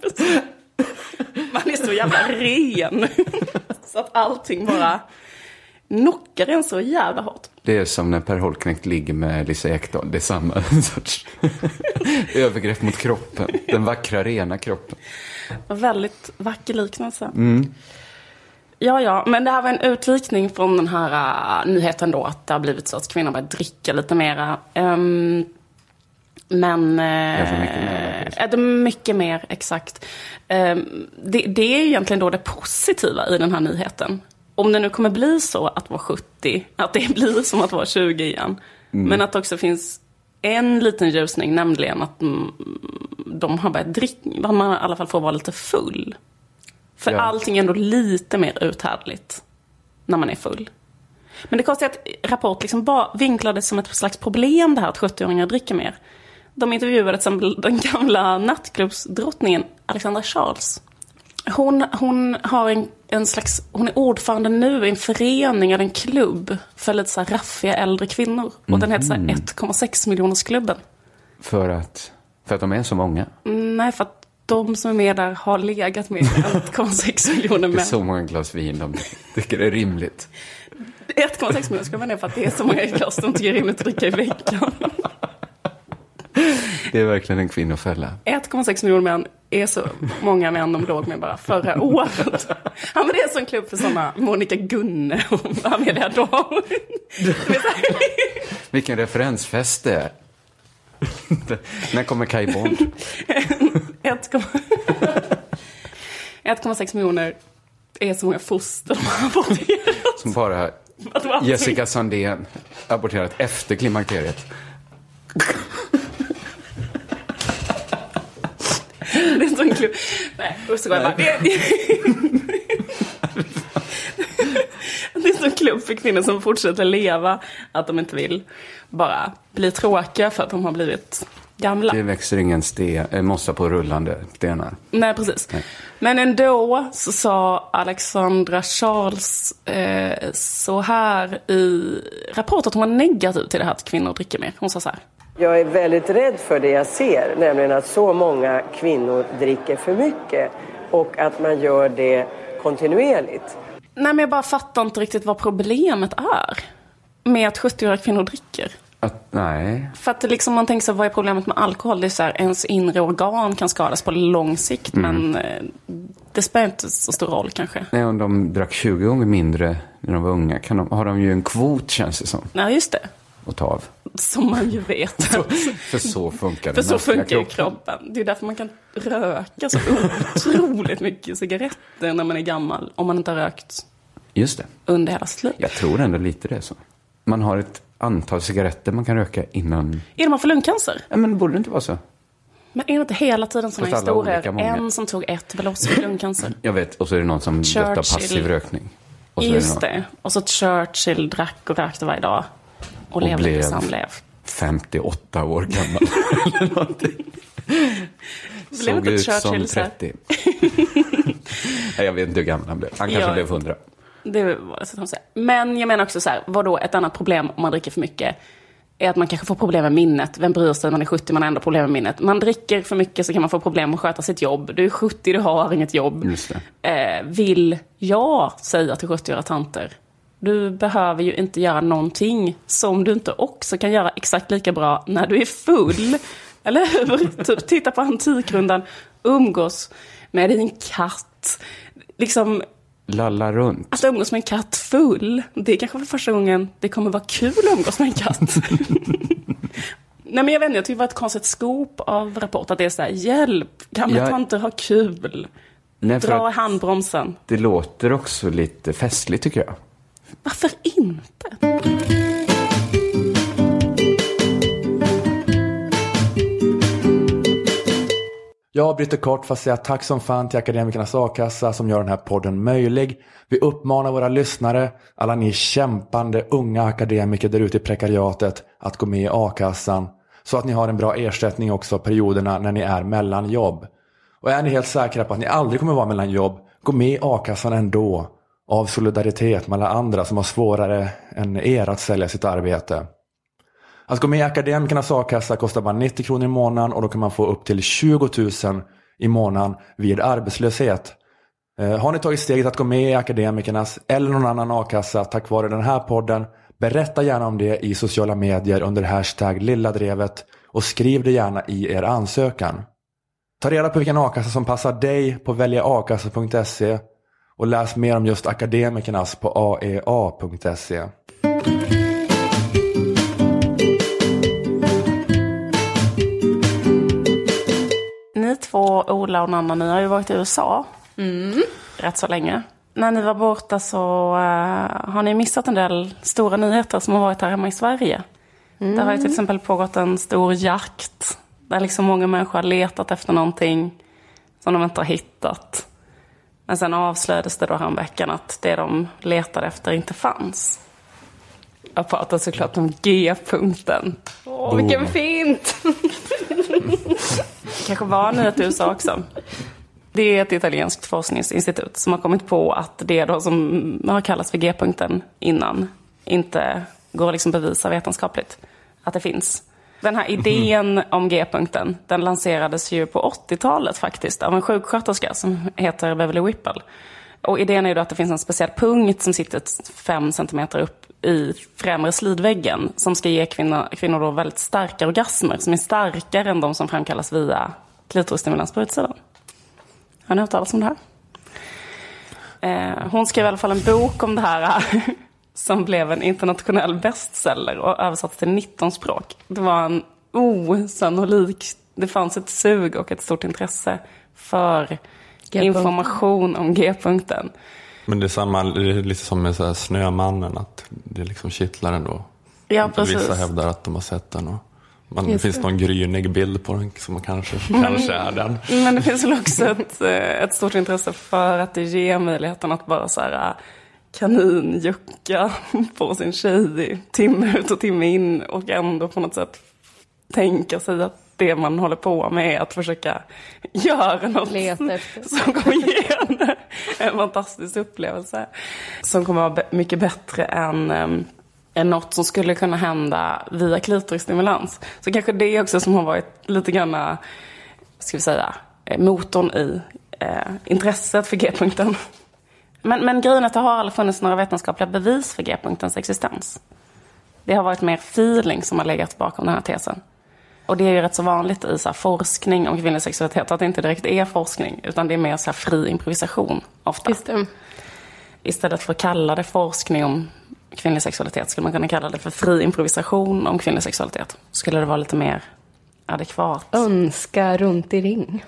Man är så jävla ren. Så att allting bara knockar en så jävla hårt. Det är som när Per Holknekt ligger med Lisa Ekdahl. Det är samma sorts övergrepp mot kroppen. Den vackra, rena kroppen. Väldigt vacker liknelse. Mm. Ja, ja, men det här var en utvikning från den här uh, nyheten då, att det har blivit så att kvinnor börjar dricka lite mera. Um, men... Uh, är mycket mer, är det mycket mer, exakt. Um, det, det är egentligen då det positiva i den här nyheten. Om det nu kommer bli så att vara sjuttio, att det blir som att vara tjugo igen. Mm. Men att det också finns en liten ljusning, nämligen att mm, de har börjat dricka, att man i alla fall får vara lite full. För ja. Allting är ändå lite mer uthärdligt när man är full. Men det konstiga är att Rapport liksom bara vinklades som ett slags problem det här att sjuttio-åringar dricker mer. De intervjuade till exempel den gamla nattklubbsdrottningen Alexandra Charles. Hon, hon har en, en slags, hon är ordförande nu i en förening eller en klubb för lite så här raffiga äldre kvinnor. Och mm. den heter så här ett komma sex miljoners klubben. För att, för att de är så många? Mm, nej, för att de som är med där har legat med ett komma sex miljoner män. Det är så många glas vin de tycker det är rimligt. ett komma sex miljoner ska man är för att det är så många glas de tycker det är rimligt att dricka i veckan. Det är verkligen en kvinnofälla. ett komma sex miljoner män är så många män de låg med bara förra året. Ja, men det är en sån klubb för såna Monica Gunne och Amelia Dahl. Vilken referensfest det är. När kommer Kai Bond? ett komma sex miljoner är så många foster de har aborterat. Som bara Jessica Sandén aborterat efter klimakteriet. Det är en sån klubb. Nej, så går jag bara. Det, det, det är en sån klubb för kvinnor som fortsätter leva, att de inte vill bara bli tråkiga för att de har blivit gamla. Det växer ingen sten, mossa på rullande stenar. Nej, precis. Nej. Men ändå så sa Alexandra Charles eh, så här i Rapport att hon var negativ till det här att kvinnor dricker mer. Hon sa så här: jag är väldigt rädd för det jag ser, nämligen att så många kvinnor dricker för mycket och att man gör det kontinuerligt. Nej, men jag bara fattar inte riktigt vad problemet är med att sjuttio-åriga kvinnor dricker. Att, nej. För att liksom man tänker så, vad är problemet med alkohol? Det är så här, ens inre organ kan skadas på lång sikt, mm. men eh, det spelar inte så stor roll kanske. Nej, om de drack tjugo gånger mindre när de var unga kan de, har de ju en kvot, känns det som. Ja, just det. Och ta av. Som man ju vet. Så, för så funkar det. För så funkar kroppen. kroppen. Det är därför man kan röka så otroligt mycket cigaretter när man är gammal. Om man inte har rökt. Just det. Under hela sitt liv. Jag tror ändå lite det är så. Man har ett antal cigaretter man kan röka innan. Är det man får lungcancer? Ja, men borde det inte vara så? Men är det inte hela tiden sådana historier? En som tog ett blås med lungcancer. Jag vet, och så är det någon som dött av passiv rökning. Och så Just det, det. Och så Churchill drack och rökte varje dag. Och, och levde blev samlev. femtioåtta år gammal. Eller någonting. Såg ut som trettio. Nej, jag vet inte hur gammal han blev. Han kanske ja, blev hundra. Det var så att säga. Men jag menar också så här, vad då ett annat problem om man dricker för mycket är att man kanske får problem med minnet. Vem bryr sig, man är sjuttio, man har ändå problem med minnet. Man dricker för mycket så kan man få problem att sköta sitt jobb. Du är sjuttio, du har inget jobb. Just det. Eh, vill jag säga till sjuttio-åriga tanter, du behöver ju inte göra någonting som du inte också kan göra exakt lika bra när du är full. Eller hur? Typ, titta på Antikrundan, umgås med din katt. Liksom lalla runt. Att umgås med en katt full, det är kanske för första gången det kommer vara kul att umgås med en katt. Nej, men jag vet inte, jag tycker det var ett konstigt skop av Rapport att det är så här, hjälp, gamla jag... tanter har kul. Nej, dra i handbromsen. Det låter också lite festligt tycker jag. Varför inte? Jag bryter kort för att säga tack som fan till Akademikernas A-kassa som gör den här podden möjlig. Vi uppmanar våra lyssnare, alla ni kämpande unga akademiker där ute i prekariatet, att gå med i A-kassan så att ni har en bra ersättning också perioderna när ni är mellan jobb. Och är ni helt säkra på att ni aldrig kommer vara mellan jobb, gå med i A-kassan ändå av solidaritet med alla andra som har svårare än er att sälja sitt arbete. Att gå med i Akademikernas A-kassa kostar bara nittio kronor i månaden och då kan man få upp till tjugo tusen i månaden vid arbetslöshet. Eh, har ni tagit steget att gå med i Akademikernas eller någon annan A-kassa tack vare den här podden, berätta gärna om det i sociala medier under hashtag Lilladrevet och skriv det gärna i er ansökan. Ta reda på vilken A-kassa som passar dig på välja a kassa punkt se och läs mer om just Akademikernas på a e a punkt se. Ni två, Ola och Nanna, ni har ju varit i U S A mm. rätt så länge. När ni var borta så uh, har ni missat en del stora nyheter som har varit här hemma i Sverige. Mm. Det har ju till exempel pågått en stor jakt där liksom många människor har letat efter någonting som de inte har hittat. Men sen avslöjades det då här veckan att det de letade efter inte fanns. Jag pratar såklart om G-punkten. Åh, vilken fint! Kanske var nyhet i U S A också. Det är ett italienskt forskningsinstitut som har kommit på att det då som har kallats för G-punkten innan inte går att liksom bevisa vetenskapligt att det finns. Den här idén om G-punkten, den lanserades ju på åttiotalet faktiskt av en sjuksköterska som heter Beverly Whipple. Och idén är ju då att det finns en speciell punkt som sitter fem centimeter upp i främre slidväggen som ska ge kvinnor, kvinnor då väldigt starka orgasmer som är starkare än de som framkallas via klitorisstimulans på utsidan. Har ni hört talas om det här? Eh, hon skrev i alla fall en bok om det här som blev en internationell bestseller och översatt till nitton språk. Det var en osannolik, det fanns ett sug och ett stort intresse för G-punkten. Information om G-punkten. Men det är, samma, det är lite som med så här Snömannen, att det liksom kittlar ändå. Ja, precis. Vissa hävdar att de har sett den och man, det finns någon grynig bild på den som kanske, men, kanske är den. Men det finns väl också ett, ett stort intresse för att det ger möjligheten att bara så här kaninjucka på sin tjej timme ut och timme in och ändå på något sätt tänka sig att det man håller på med är att försöka göra något som kommer ge en, en fantastisk upplevelse som kommer vara mycket bättre än, um, än något som skulle kunna hända via klitorisstimulans. Så kanske det också som har varit lite grann, ska vi säga, motorn i eh, intresset för G-punkten. Men, men grejen är att det har aldrig funnits några vetenskapliga bevis för G-punktens existens. Det har varit mer feeling som har legat bakom den här tesen. Och det är ju rätt så vanligt i så här forskning om kvinnlig sexualitet att det inte direkt är forskning utan det är mer så här fri improvisation ofta. Just det. Istället för att kalla det forskning om kvinnlig sexualitet skulle man kunna kalla det för fri improvisation om kvinnlig sexualitet. Skulle det vara lite mer adekvat. Önska runt i ring.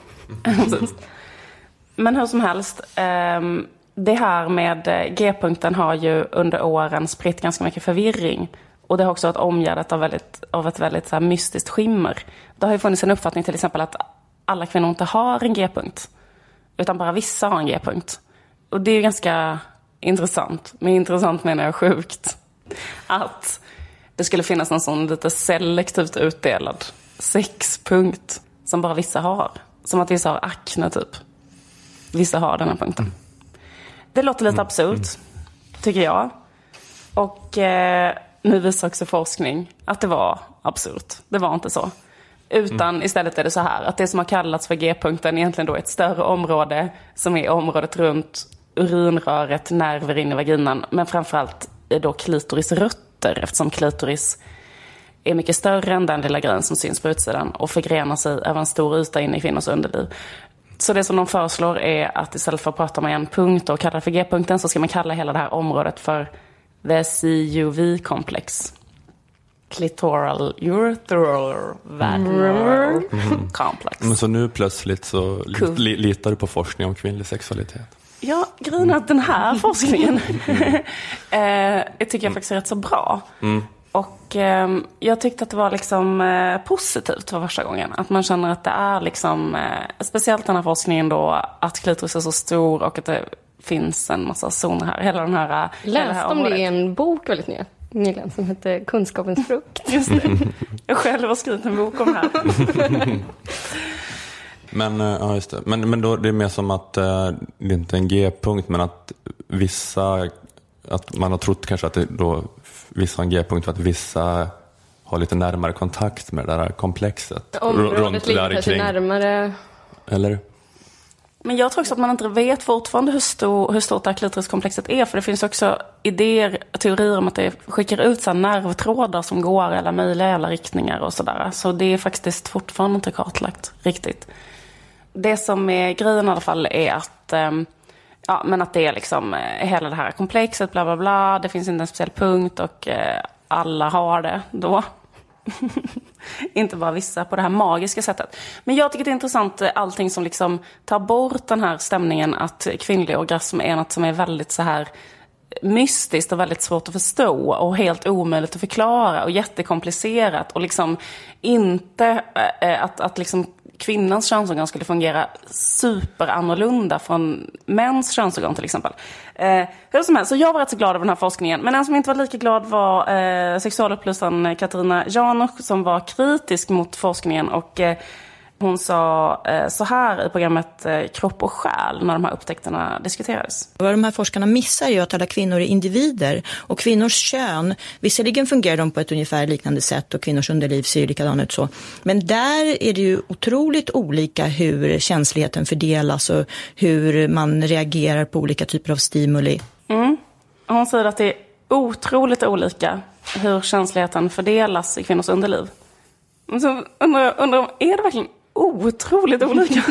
Men hur som helst, det här med G-punkten har ju under åren spritt ganska mycket förvirring. Och det har också varit omgärdat av, väldigt, av ett väldigt så här mystiskt skimmer. Det har ju funnits en uppfattning till exempel att alla kvinnor inte har en G-punkt. Utan bara vissa har en G-punkt. Och det är ju ganska intressant. Men intressant menar jag sjukt. Att det skulle finnas en sån lite selektivt utdelad sexpunkt som bara vissa har. Som att vissa har akne typ. Vissa har den här punkten. Det låter lite absurt, tycker jag. Och eh, nu visar också forskning att det var absurt. Det var inte så. Utan mm. istället är det så här att det som har kallats för G-punkten egentligen då är ett större område som är området runt urinröret, nerver in i vaginan. Men framförallt är då klitorisrötter eftersom klitoris är mycket större än den lilla grejen som syns på utsidan och förgrenar sig över en stor yta in i kvinnors underliv. Så det som de föreslår är att istället för att prata om en punkt och kalla det för G-punkten så ska man kalla hela det här området för the C U V-komplex. Clitoral ureteral vaginal mm. complex. Men så nu plötsligt så cool. li- litar du på forskning om kvinnlig sexualitet? Ja, grejen är att den här forskningen eh, jag tycker jag faktiskt är rätt så bra. Mm. Och eh, jag tyckte att det var liksom eh, positivt för första gången. Att man känner att det är liksom, eh, speciellt den här forskningen då, att klitoris är så stor och att det finns en massa zoner här. Hela den här, läste om det i en bok väldigt ny, nyligen som heter Kunskapens frukt. Just det. Jag själv har skrivit en bok om det här. Men, ja, just det. Men, men då det är mer som att eh, det är inte en G-punkt, men att vissa, att man har trott kanske att det då vissa har en G-punkt för att vissa har lite närmare kontakt med det där komplexet. Området ligger kanske närmare. Eller? Men jag tror också att man inte vet fortfarande hur, stor, hur stort det här klitoriskomplexet är. För det finns också idéer, teorier om att det skickar ut så här nervtrådar som går i alla möjliga alla riktningar och sådär. Så det är faktiskt fortfarande inte kartlagt riktigt. Det som är grejen i alla fall är att, ja, men att det är liksom hela det här komplexet, bla bla bla. Det finns inte en speciell punkt och alla har det då. Inte bara vissa på det här magiska sättet. Men jag tycker det är intressant allting som liksom tar bort den här stämningen att kvinnlig orgasm är något som är väldigt så här mystiskt och väldigt svårt att förstå och helt omöjligt att förklara och jättekomplicerat och liksom inte äh, att, att liksom kvinnans könsorgan skulle fungera superannorlunda från mäns könsorgan till exempel. Eh, hur som helst, så jag var rätt så glad över den här forskningen. Men en som inte var lika glad var eh, sexualupplysaren Katarina Janouch som var kritisk mot forskningen och eh, hon sa eh, så här i programmet eh, Kropp och själ när de här upptäckterna diskuterades. Vad de här forskarna missar är ju att alla kvinnor är individer och kvinnors kön, visserligen fungerar de på ett ungefär liknande sätt och kvinnors underliv ser ju likadant ut så. Men där är det ju otroligt olika hur känsligheten fördelas och hur man reagerar på olika typer av stimuli. Mm. Hon säger att det är otroligt olika hur känsligheten fördelas i kvinnors underliv. Så undrar, undrar är det verkligen otroligt olika?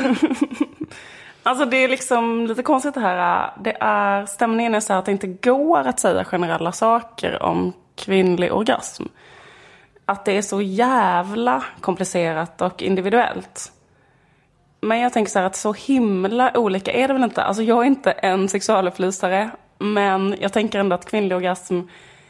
Alltså det är liksom lite konstigt det här. Det är, stämningen är så här att det inte går att säga generella saker om kvinnlig orgasm. Att det är så jävla komplicerat och individuellt. Men jag tänker så här att så himla olika är det väl inte. Alltså jag är inte en sexualupplysare, men jag tänker ändå att kvinnlig orgasm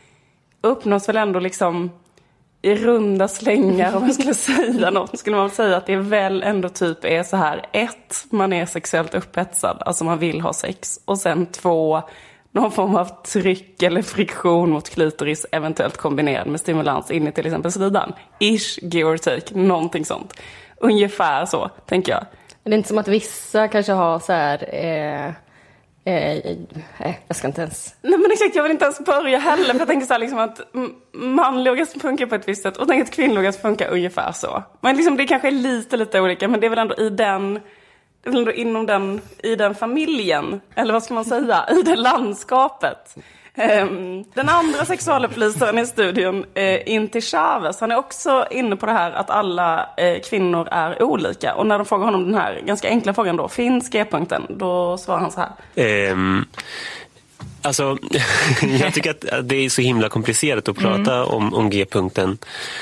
uppnås väl ändå liksom i runda slängar. Om jag skulle säga något skulle man säga att det väl ändå typ är så här: ett, man är sexuellt upphetsad, alltså man vill ha sex, och sen två, någon form av tryck eller friktion mot klitoris, eventuellt kombinerad med stimulans in i till exempel slidan. Ish, give or take, någonting sånt. Ungefär så, tänker jag. Det är inte som att vissa kanske har så här eh... Eh, nej, jag ska inte ens... Nej men exakt, jag vill inte ens börja heller. För jag tänker så här liksom att manlig orgasm funkar på ett visst sätt och tänker att kvinnlig orgasm funkar ungefär så. Men liksom det kanske är lite, lite olika. Men det är väl ändå i den... Det är väl ändå inom den... I den familjen. Eller vad ska man säga? I det landskapet. Um, den andra sexualupplysaren i studion, eh, Inti Chavez, han är också inne på det här att alla eh, kvinnor är olika. Och när de frågar honom den här ganska enkla frågan då, finns G-punkten? Då svarar han så här. Um, alltså, jag tycker att det är så himla komplicerat att prata mm. om, om G-punkten.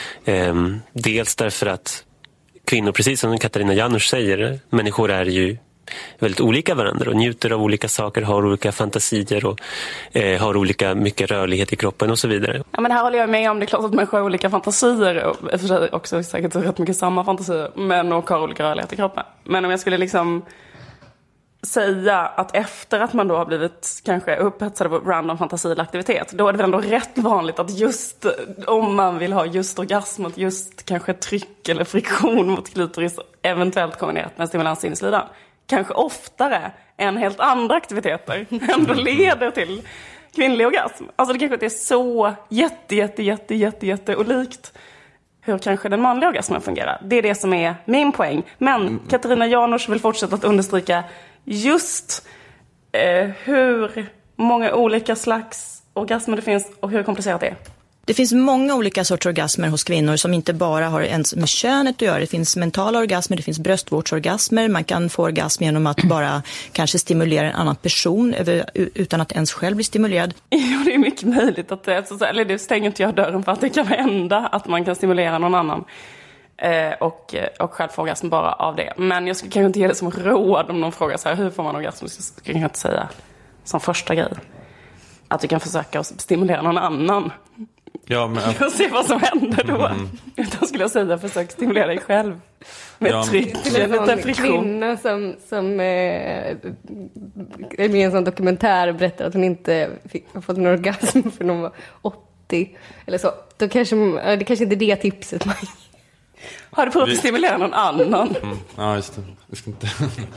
Um, dels därför att kvinnor, precis som Katarina Janouch säger, människor är ju väldigt olika varandra och njuter av olika saker, har olika fantasier och eh, har olika mycket rörlighet i kroppen och så vidare. Ja, men här håller jag med om. Det är klart att människor har olika fantasier och för sig också säkert rätt mycket samma fantasier, men och har olika rörlighet i kroppen. Men om jag skulle liksom säga att efter att man då har blivit kanske upphetsad av random fantasiell aktivitet, då är det väl ändå rätt vanligt att just om man vill ha just orgasm, att just kanske tryck eller friktion mot klitoris eventuellt kombinerat med stimulans in i slidan, kanske oftare än helt andra aktiviteter ändå leder till kvinnlig orgasm. Alltså det kanske inte är så jätte, jätte, jätte, jätte, jätte olikt hur kanske den manliga orgasmen fungerar. Det är det som är min poäng. Men mm. Katarina Janouch vill fortsätta att understryka just eh, hur många olika slags orgasmer det finns och hur komplicerat det är. Det finns många olika sorters orgasmer hos kvinnor som inte bara har ens med könet att göra. Det finns mentala orgasmer, det finns bröstvårdsorgasmer. Man kan få orgasm genom att bara kanske stimulera en annan person utan att ens själv bli stimulerad. Ja, det är mycket möjligt att det, så, eller det stänger inte jag dörren för att det kan hända att man kan stimulera någon annan. Eh, och, och själv få orgasm bara av det. Men jag skulle kanske inte ge det som råd om någon frågar så här, hur får man orgasm? Jag skulle kanske inte säga som första grej att du kan försöka stimulera någon annan. Ja, men... Jag ser vad som händer då. Mm. Utan skulle jag säga, försök stimulera dig själv. Med ja, tryck. Det är en kvinna som, som eh, är med i en sån dokumentär och berättar att hon inte fick, har fått en orgasm för hon var åttio. Eller så. Då kanske, det kanske inte är det tipset man har du provat att stimulera någon annan? Mm. Ja, just det. Vi ska inte...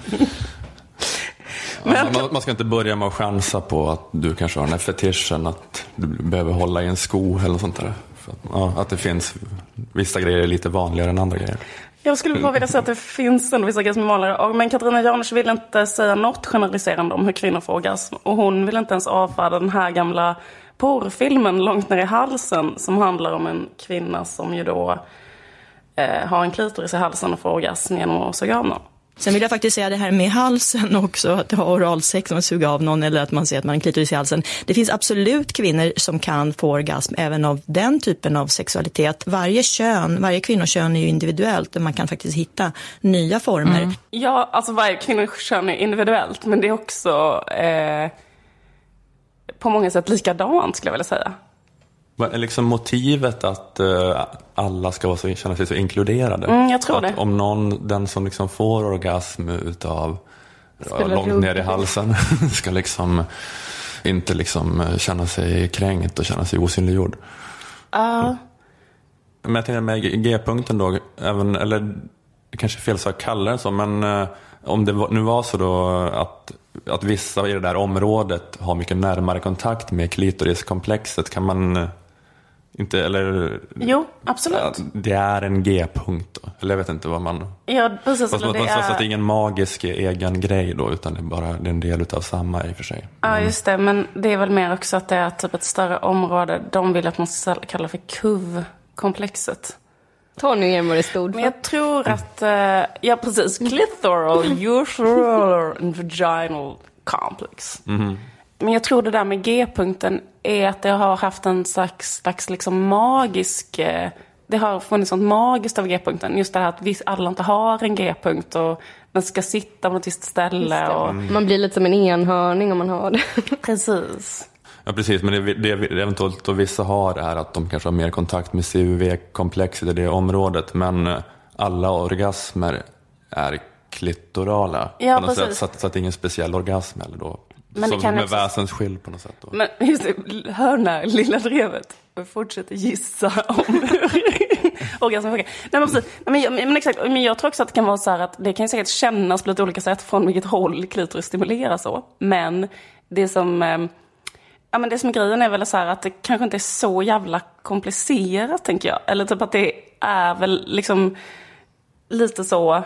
Men... Man, man ska inte börja med att chansa på att du kanske har den här fetischen att du behöver hålla i en sko eller sånt där. För att, ja, att det finns vissa grejer lite vanligare än andra grejer. Jag skulle bara vilja säga att det finns en vissa grejer som är vanligare. Men Katarina Janouch vill inte säga något generaliserande om hur kvinnor får orgasm. Och hon vill inte ens avfärda den här gamla porrfilmen Långt ner i halsen som handlar om en kvinna som ju då eh, har en klitoris i halsen och får orgasm genom att suga av någon. Sen vill jag faktiskt säga det här med halsen också, att ha oralsex om man suger av någon eller att man ser att man har en klitoris i halsen. Det finns absolut kvinnor som kan få orgasm även av den typen av sexualitet. Varje kön, varje kvinnokön är ju individuellt och man kan faktiskt hitta nya former. Mm. Ja, alltså varje kvinnokön är individuellt, men det är också eh, på många sätt likadant skulle jag vilja säga. Är liksom motivet att uh, alla ska vara så, känna sig så inkluderade? Mm, jag tror att det. Om någon, den som liksom får orgasm utav ja, långt ner i halsen ska liksom inte liksom känna sig kränkt och känna sig osynliggjord. Uh. Men jag tänker med G-punkten då, även, eller det kanske är fel så att kalla det så, men uh, om det var, nu var så då att, att vissa i det där området har mycket närmare kontakt med klitoriskomplexet, kan man inte, eller... Jo, absolut. Ja, det är en G-punkt då. Eller jag vet inte vad man... Ja, precis. Fast, det är... är... Så att det är ingen magisk egen grej då, utan det är bara det är en del av samma i och för sig. Ja, just det. Men det är väl mer också att det är typ ett större område. De vill att man ska kalla för kuv-komplexet. Ta nu igen vad det stod för. Men jag tror att... Uh, ja, precis. Clitoral, usual and vaginal complex. Mm. Men jag tror det där med G-punkten är att det har haft en slags, slags liksom magisk... Det har funnits något magiskt av G-punkten. Just det här att vi alla inte har en G-punkt och den ska sitta på ett visst ställe. Och... Mm. Man blir lite som en enhörning om man har det. Precis. Ja, precis. Men det, det eventuellt och vissa har det här att de kanske har mer kontakt med C U V-komplexet i det området. Men alla orgasmer är klitorala. Ja, på något precis. sätt, så, att, så att det är ingen speciell orgasm eller då. Men som kan med också... väsensskild på något sätt då. Men just det, hör när lilla drevet och fortsätter gissa om hur orgasmen funkar. Nej, men precis. Nej, men, men exakt, men jag tror också att det kan vara så här att det kan säkert kännas på lite olika sätt från vilket håll klitoris stimulerar så. Men det som, eh, ja, men det som är grejen är väl så här att det kanske inte är så jävla komplicerat, tänker jag. Eller typ att det är väl liksom lite så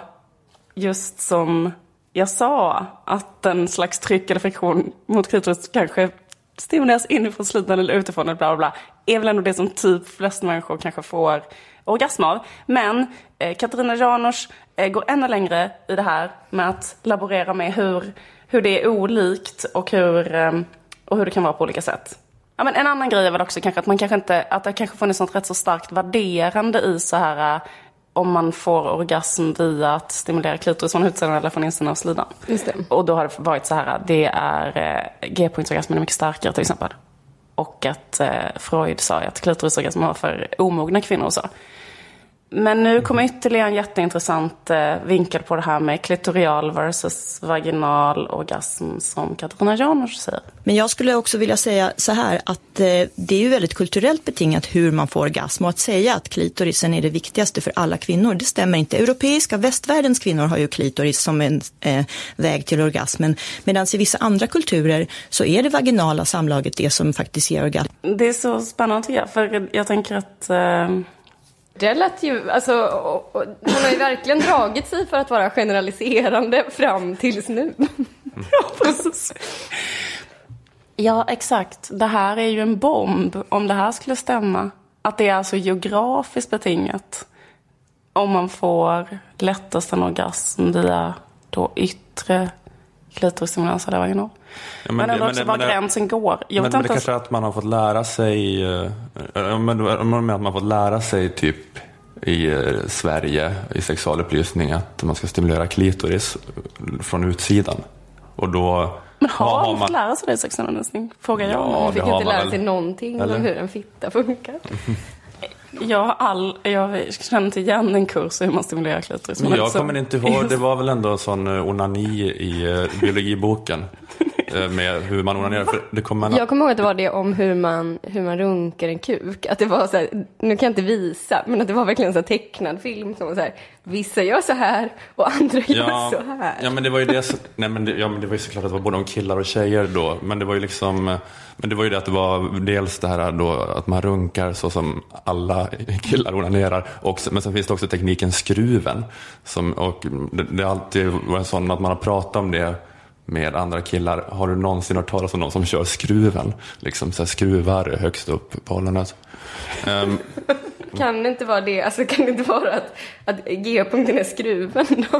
just som... Jag sa att en slags tryck eller friktion mot klitoris kanske stimuleras inifrån slutningen eller utifrån eller bla bla bla. Är väl ändå det som typ flest människor kanske får orgasm av. Men eh, Katarina Janouch eh, går ännu längre i det här med att laborera med hur, hur det är olikt och hur, eh, och hur det kan vara på olika sätt. Ja, men en annan grej är väl också kanske att man kanske inte, att det kanske funnits något rätt så starkt värderande i så här... om man får orgasm via att stimulera klitoris från utsidan eller från insidan av slidan. Just det. Och då har det varit så här, det är eh, G-punktsorgasmen är mycket starkare till exempel. Och att eh, Freud sa att klitorisorgasm var för omogna kvinnor och så. Men nu kommer ytterligare en jätteintressant eh, vinkel på det här med klitorial versus vaginal orgasm som Katarina Janouch säger. Men jag skulle också vilja säga så här att eh, det är ju väldigt kulturellt betingat hur man får orgasm, och att säga att klitorisen är det viktigaste för alla kvinnor, det stämmer inte. Europeiska västvärldens kvinnor har ju klitoris som en eh, väg till orgasmen, medan i vissa andra kulturer så är det vaginala samlaget det som faktiskt ger orgasm. Det är så spännande tycker jag, för jag tänker att... Eh... Det lät ju, alltså, och, och, hon har ju verkligen dragit sig för att vara generaliserande fram tills nu. Ja, precis. Ja, exakt. Det här är ju en bomb om det här skulle stämma. Att det är alltså geografiskt betingat. Om man får lättast en orgasm via då yttre klitorisstimulans eller vaginal. Ja, men, men det, också var gränsen går. Jag men, men det kanske att man har fått lära sig äh, men, men att man har fått lära sig typ i äh, Sverige i sexualupplysning att man ska stimulera klitoris från utsidan. Och då Men har Vad har hon fått man- lära sig det i sexualundervisning? Frågar jag. Ja, Hon det fick har inte man lära väl. sig någonting Eller? om hur en fitta funkar. Jag, har all, jag känner inte igen en kurs i hur man stimulerar klitoris. Men Men jag liksom- kommer inte ihåg, det var väl ändå en sån eh, onani i eh, biologiboken. eh, med hur man onanerar. För det kommer man... Jag kommer ihåg att det var det om hur man, hur man runkar en kuk. Att det var så här, nu kan jag inte visa, men att det var verkligen en så här tecknad film som var så här, vissa gör så här och andra gör Ja, så här. ja, men det var ju det, så, nej, men det, ja, men det var ju såklart att det var både om killar och tjejer då. Men det var ju liksom, eh, men det var ju det att det var dels det här då att man runkar så som alla killar onanerar. Och, men sen finns det också tekniken skruven. Som, och det, det har alltid varit sån att man har pratat om det med andra killar. Har du någonsin hört talas om någon som kör skruven? Liksom så här skruvar högst upp på ollonet. Um, Kan det inte vara det, alltså kan det inte vara att, att G-punkten är skruven då?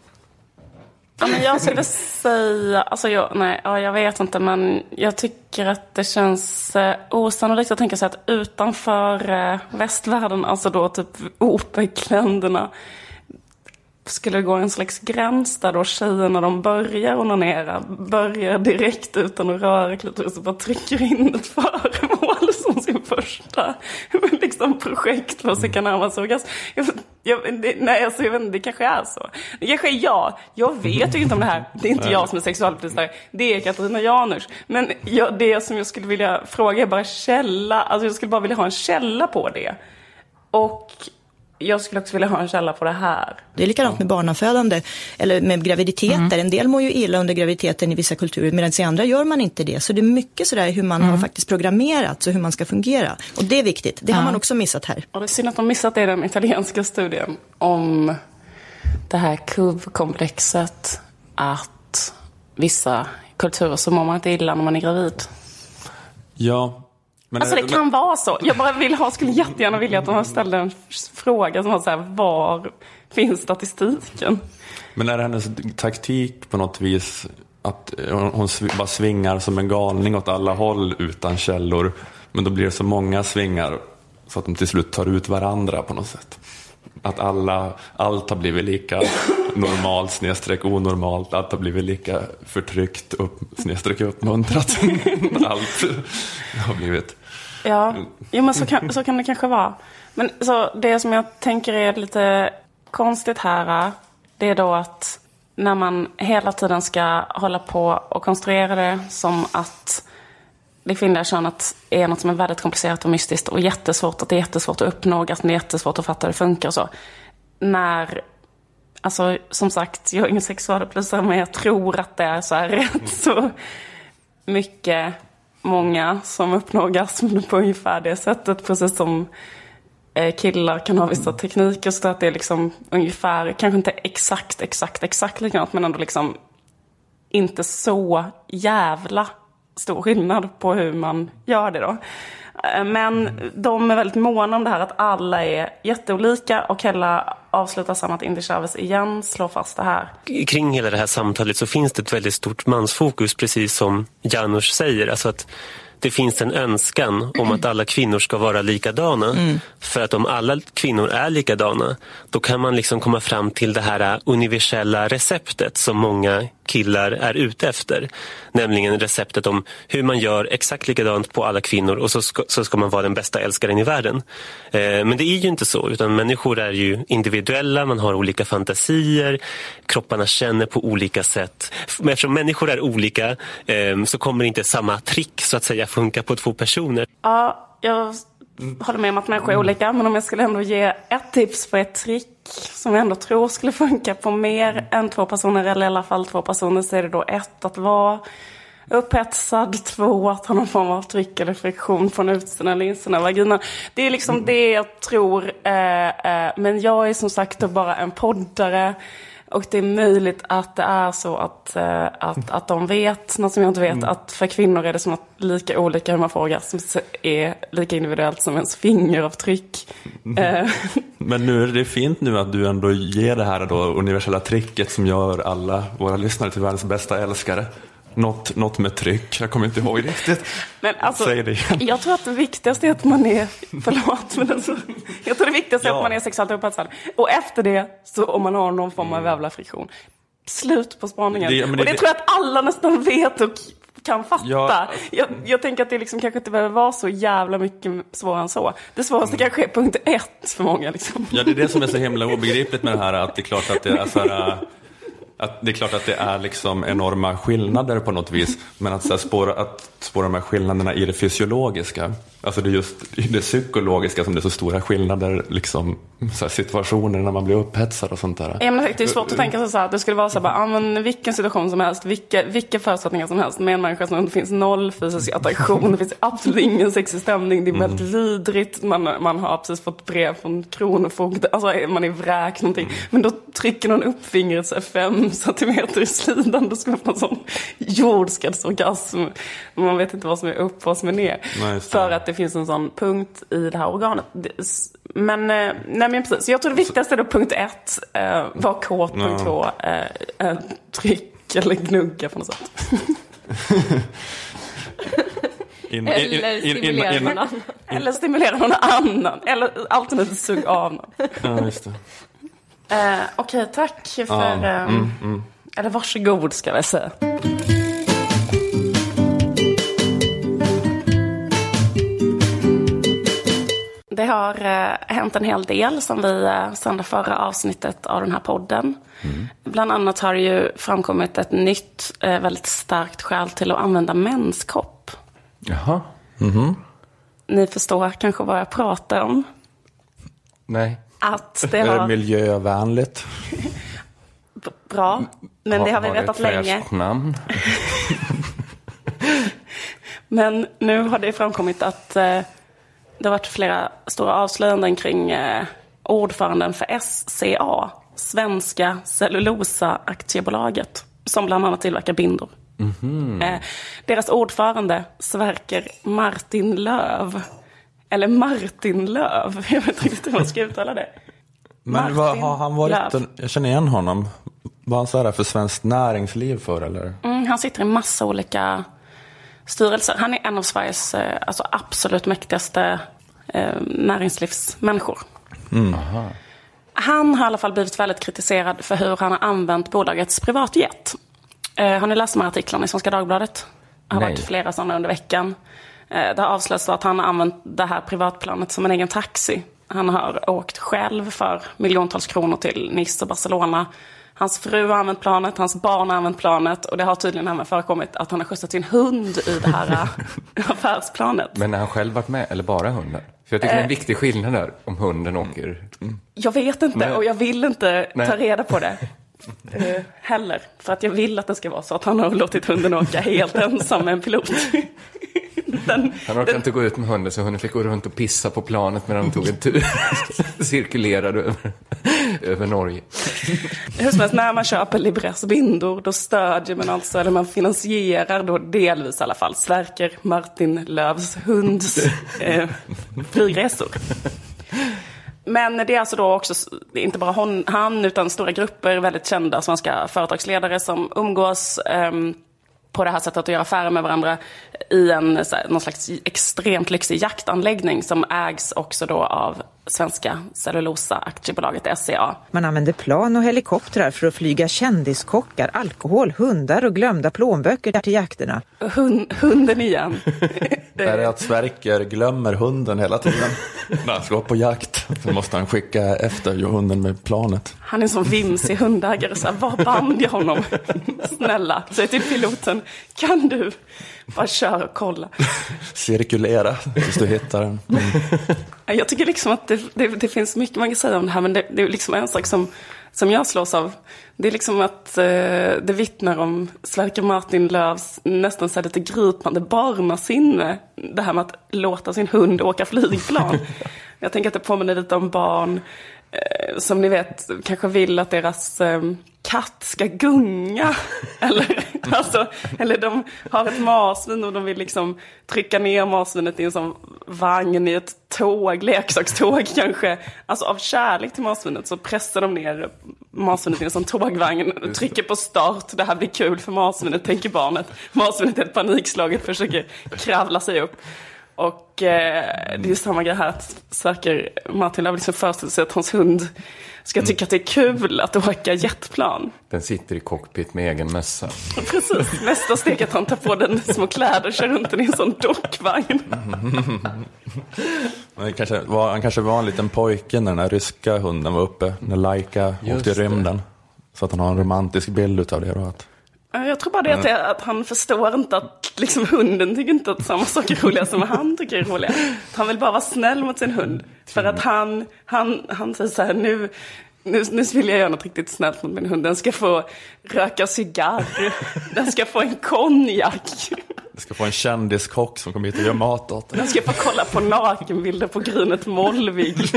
Ja, men jag skulle säga, alltså jag, nej, ja, jag vet inte, men jag tycker att det känns eh, osannolikt att tänka sig att utanför eh, västvärlden, alltså då typ OPEC-länderna, skulle det gå en slags gräns där då tjejerna de börjar onanera, börjar direkt utan att röra klitoris och bara trycker in ett föremål som sin första liksom, projekt för att söka närmast orgasm. Jag, jag, det, nej, alltså, jag vet inte, det kanske är så. Det kanske är jag. Jag vet ju inte om det här. Det är inte jag som är sexualupplysare. Det är Katarina Janouch. Men jag, det som jag skulle vilja fråga är bara källa. Alltså jag skulle bara vilja ha en källa på det. Och jag skulle också vilja ha en källa på det här. Det är likadant med barnafödande eller med graviditeter. Mm. En del mår ju illa under graviditeten i vissa kulturer, medan i andra gör man inte det. Så det är mycket sådär hur man mm. har faktiskt programmerat och hur man ska fungera. Och det är viktigt. Det har mm. man också missat här. Och det är synd att de missat det i den italienska studien om det här kuvkomplexet att vissa kulturer så mår man inte illa när man är gravid. ja. Men Alltså det kan men... vara så. Jag bara vill ha, skulle jättegärna vilja att de ställde en fråga som var så här, var finns statistiken? Men är det hennes taktik på något vis att hon bara svingar som en galning åt alla håll utan källor, men då blir det så många svingar så att de till slut tar ut varandra på något sätt? Att alla, allt har blivit lika normalt snedstreck onormalt, allt har blivit lika förtryckt upp, snedstreck uppmuntrat. Allt har blivit. Ja, jo, men så kan, så kan det kanske vara. Men så det som jag tänker är lite konstigt här, det är då att när man hela tiden ska hålla på och konstruera det som att det kvinnliga könet är något som är väldigt komplicerat och mystiskt och jättesvårt, att det är jättesvårt att uppnå, att det är jättesvårt att fatta hur det funkar och så. När, alltså som sagt, jag är ingen sexualupplysare, men jag tror att det är så här rätt så mycket många som uppnår orgasm på ungefär det sättet, precis som killar kan ha vissa tekniker, så att det är liksom ungefär, kanske inte exakt, exakt, exakt likadant, men ändå liksom inte så jävla stor skillnad på hur man gör det då. Men de är väldigt måna om det här att alla är jätteolika, och Hella avslutar samma att Indy Chavez igen slår fast det här. Kring hela det här samtalet så finns det ett väldigt stort mansfokus, precis som Janouch säger. Alltså att det finns en önskan om att alla kvinnor ska vara likadana. Mm. För att om alla kvinnor är likadana, då kan man liksom komma fram till det här universella receptet som många killar är ute efter. Nämligen receptet om hur man gör exakt likadant på alla kvinnor, och så ska, så ska man vara den bästa älskaren i världen. Eh, men det är ju inte så, utan människor är ju individuella, man har olika fantasier, kropparna känner på olika sätt. Men eftersom människor är olika eh, så kommer inte samma trick så att säga funka på två personer. Ja, jag håller med om att människor är olika, men om jag skulle ändå ge ett tips på ett trick som jag ändå tror skulle funka på mer än två personer, eller i alla fall två personer, så är det då ett, att vara upphetsad, två, att ha någon form av tryck eller friktion från utsidan eller insidan av vaginan. Det är liksom det jag tror, eh, eh, men jag är som sagt då bara en poddare. Och det är möjligt att det är så att, äh, att, att de vet, något som jag inte vet, mm. att för kvinnor är det som att lika olika hur man får orgasm är lika individuellt som ens fingeravtryck. Mm. Men nu är det fint nu att du ändå ger det här då universella tricket som gör alla våra lyssnare till världens bästa älskare. Något, något med tryck, jag kommer inte ihåg riktigt. Men alltså, säg det igen. Jag tror att det viktigaste är att man är, förlåt, men alltså, jag tror det viktigaste är ja. att man är sexuellt upphetsad. Och efter det, så om man har någon form av jävla friktion. slut på spaningen. Det, och det, det, det tror jag att alla nästan vet och kan fatta. Ja. Jag, jag tänker att det liksom kanske inte behöver vara så jävla mycket svårare än så. Det svåraste mm. kanske är punkt ett för många. Liksom. Ja, det är det som är så himla obegripligt med det här. Att det är klart att det är så här... Att det är klart att det är liksom enorma skillnader på något vis. Men att, så här, spåra, att spåra de här skillnaderna i det fysiologiska. Alltså det är just i det psykologiska som det är så stora skillnader. Liksom, så här, situationer när man blir upphetsad och sånt där. Ja, men det är svårt att tänka sig så här. Det skulle vara så här, bara, ah, men vilken situation som helst. Vilka, vilka förutsättningar som helst. Med en människa som det finns noll fysisk attraktion. Det finns absolut ingen sexig stämning. Det är väldigt mm. vidrigt. Man, man har precis fått brev från kronofogd. Alltså man är vräk någonting. Men då trycker någon upp fingret så här, fem centimeter i slidan. Då ska man få en sån jordskredsorgasm. Man vet inte vad som är upp och vad som är ner. Nej, för att det finns en sån punkt i det här organet. Men, nej men precis. Jag tror det viktigaste är då punkt ett. Eh, var kåt, punkt no. två. Eh, eh, tryck eller gnugga på något sätt. in, eller in, stimulera in, in, in, någon annan. Eller stimulera någon annan. Eller alternativt sug av någon. Ja, just det. Eh, Okej, okay, tack för... Ja, eh, mm, mm. Eller varsågod ska jag säga. Det har eh, hänt en hel del som vi eh, sände förra avsnittet av den här podden. Mm. Bland annat har det ju framkommit ett nytt eh, väldigt starkt skäl till att använda menskopp. Jaha. Mm-hmm. Ni förstår kanske vad jag pratar om. Nej. Att det har... Är det miljövänligt? Bra, men har, det har vi vetat länge. Har det ett fräscht namn? Men nu har det framkommit att... Eh, Det har varit flera stora avslöjanden kring eh, ordföranden för S C A, Svenska Cellulosa Aktiebolaget, som bland annat tillverkar bindor. Mm-hmm. Eh, deras ordförande, Sverker Martin Löv, eller Martin Löv, jag vet inte riktigt hur man ska uttala det. Men vad, har han varit, en, jag känner igen honom, var han så här för Svenskt Näringsliv för eller? Mm, han sitter i massa olika... styrelser. Han är en av Sveriges eh, alltså absolut mäktigaste eh, näringslivsmänniskor. Mm. Han har i alla fall blivit väldigt kritiserad för hur han har använt bolagets privatjet. Eh, har ni läst de här artiklarna i Svenska Dagbladet? Det har Nej. varit flera sådana under veckan. Eh, det har avslöjats att han har använt det här privatplanet som en egen taxi. Han har åkt själv för miljontals kronor till Nice och Barcelona. Hans fru har använt planet, hans barn har använt planet och det har tydligen även förekommit att han har skjutsat sin hund i det här affärsplanet. Men har han själv varit med eller bara hunden? För jag tycker eh, det är en viktig skillnad där om hunden åker. Mm. Jag vet inte Nej. och jag vill inte Nej. ta reda på det uh, heller. För att jag vill att det ska vara så att han har låtit hunden åka helt ensam med en pilot. Den, han orkade den... inte gå ut med hunden så hunden fick gå runt och pissa på planet medan de tog en tur. Cirkulerade över, över Norge. Hur som helst, när man köper Libres bindor då stödjer man alltså, eller man finansierar då delvis i alla fall Sverker Martin Lövs hunds eh, flygresor. Men det är alltså då också det är inte bara hon, han utan stora grupper väldigt kända svenska företagsledare som umgås eh, på det här sättet att göra affärer med varandra i en så här, någon slags extremt lyxig jaktanläggning som ägs också då av Svenska Cellulosa Aktiebolaget S C A. Man använder plan och helikoptrar för att flyga kändiskockar, alkohol, hundar och glömda plånböcker där till jakterna. Hund, hunden igen. Det är att Sverker glömmer hunden hela tiden. När han ska gå på jakt så måste han skicka efter hunden med planet. Han är en sån vimsig hundägare så här, var band jag honom? Snälla, säg till piloten, kan du bara köra och kolla? Cirkulera tills du hittar den. Mm. Jag tycker liksom att det, det, det finns mycket man kan säga om det här, men det, det är liksom en sak som, som jag slås av. Det är liksom att eh, det vittnar om Sverker Martin Lövs nästan så här lite gripande barnasinne. Det här med att låta sin hund åka flygplan. Jag tänker att det påminner lite om barn eh, som ni vet kanske vill att deras eh, katt ska gunga. eller, alltså, eller de har ett marsvin och de vill liksom trycka ner marsvinet i en sån vagn i ett tåg, leksakståg kanske. Alltså av kärlek till marsvinet så pressar de ner marsvinet i en sån tågvagn och trycker på start. Det här blir kul för marsvinet, tänker barnet. Marsvinet är ett panikslaget, försöker kravla sig upp. Och eh, det är samma grej här att Sverker Martin har liksom föreställt sig att hans hund ska tycka att det är kul att åka jetplan. Den sitter i cockpit med egen mössa. Precis, nästa steg att han tar på den små kläder och kör runt den i en sån dockvagn. Han kanske var, han kanske var en liten pojke när den här ryska hunden var uppe, när Laika åkte i rymden. Så att han har en romantisk bild av det då. Att... Jag tror bara det att, det, att han förstår inte att liksom, hunden tycker inte att samma saker är roliga som han tycker är roliga. Han vill bara vara snäll mot sin hund. För att han, han, han säger så här, nu, nu, nu vill jag göra något riktigt snällt mot min hund. Den ska få röka cigarr. Den ska få en konjak. Den ska få en kändiskock som kommer hit och gör mat åt den. Den ska få kolla på nakenbilder på Grynet Mollvig.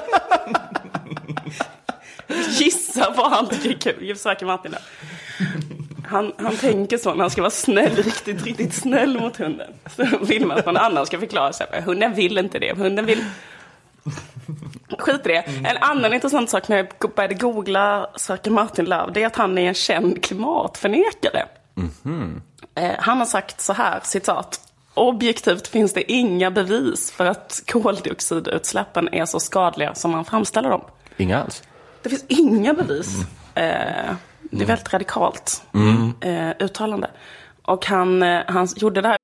Gissa vad han tycker är kul. Söker Martin där. Han, han tänker så när han ska vara snäll, riktigt, riktigt snäll mot hunden. Så vill man att någon annan ska förklara sig. Hunden vill inte det. Hunden vill... Skit i det. En annan intressant sak när jag började googla söker Martin Löv, det är att han är en känd klimatförnekare. Mm-hmm. Eh, han har sagt så här, citat: objektivt finns det inga bevis för att koldioxidutsläppen är så skadliga som man framställer dem. Inga alls? Det finns inga bevis. Eh, det är väldigt radikalt mm. eh, uttalande. Och han, eh, han gjorde det här.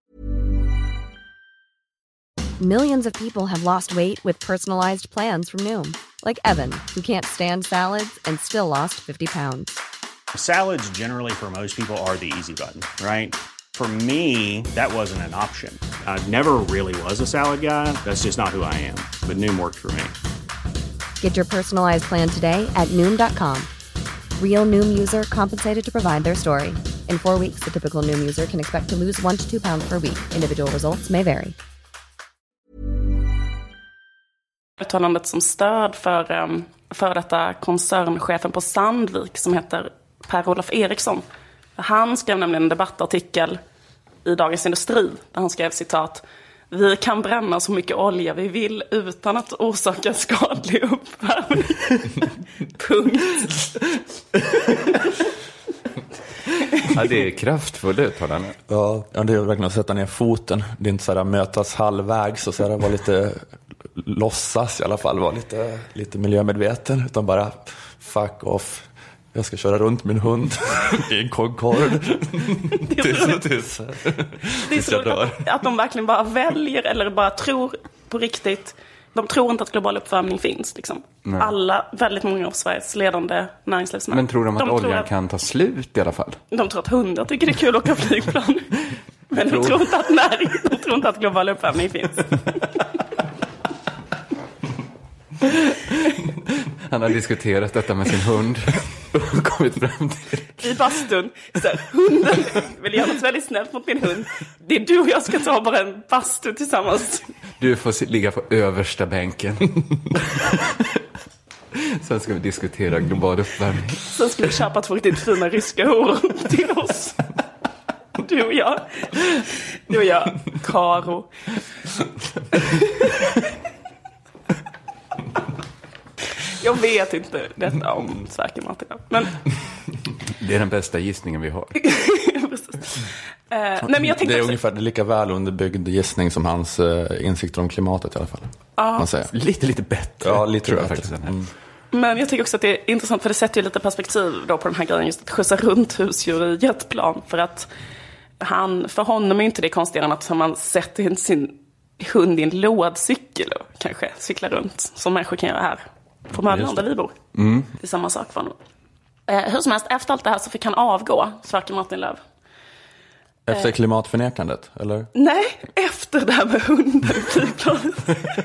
Millions of people have lost weight with personalized plans from Noom. Like Evan, who can't stand salads and still lost fifty pounds. Salads generally for most people are the easy button, right? For me, that wasn't an option. I never really was a salad guy. That's just not who I am. But Noom worked for me. Get your personalized plan today at Noom dot com. Real Noom user compensated to provide their story. In four weeks, the typical Noom user can expect to lose one to two pounds per week. Individual results may vary. Uttalandet som stöd för, för detta koncernchefen på Sandvik som heter Per-Olof Eriksson. Han skrev nämligen en debattartikel i Dagens Industri där han skrev citat: vi kan bränna så mycket olja vi vill utan att orsaka skadlig uppvärmning. Punkt. Ja, det är kraftfullt uttalande. Ja, det är verkligen att sätta ner foten. Det är inte så här mötas halvvägs och så här, var lite låtsas i alla fall, var lite, lite miljömedveten, utan bara fuck off. Jag ska köra runt min hund i en Concorde. Det är så, tills, det är så att, att de verkligen bara väljer eller bara tror på riktigt. De tror inte att global uppvärmning finns. Liksom. Alla, väldigt många av Sveriges ledande näringslivsmän. Men tror de att de oljan att, kan ta slut i alla fall? De tror att hundar tycker det är kul att åka flygplan. Men tror... de, tror inte att, nej, de tror inte att global uppvärmning finns. Han har diskuterat detta med sin hund och kommit fram till... I bastun. Så här, hunden vill göra något väldigt snällt mot min hund. Det är du och jag ska ta bara en bastu tillsammans. Du får ligga på översta bänken. Sen ska vi diskutera global uppvärmning. Sen ska vi köpa två riktigt fina ryska horor till oss. Du och jag. Du och jag. Karo. Jag vet inte detta om Sverker Martin. Men... det är den bästa gissningen vi har. Precis. Uh, nej, men jag det är också... ungefär lika väl underbyggd gissning som hans uh, insikter om klimatet i alla fall. Uh, man säger. Lite, lite bättre. Ja, lite tror jag bättre. Faktiskt. Mm. Men jag tycker också att det är intressant, för det sätter ju lite perspektiv då på den här grejen, just att skjutsa runt husdjur i jetplan. För att han, för honom är inte det konstigare än att man sätter sin hund i en lådcykel och kanske cyklar runt, som människor kan göra här på Möllan där vi bor. Mm. Det är samma sak för honom. Eh, hur som helst, efter allt det här så fick han avgå, Sverker Martin Löv. Efter klimatförnekandet, eller? Nej, efter det här med hunden flygplanet.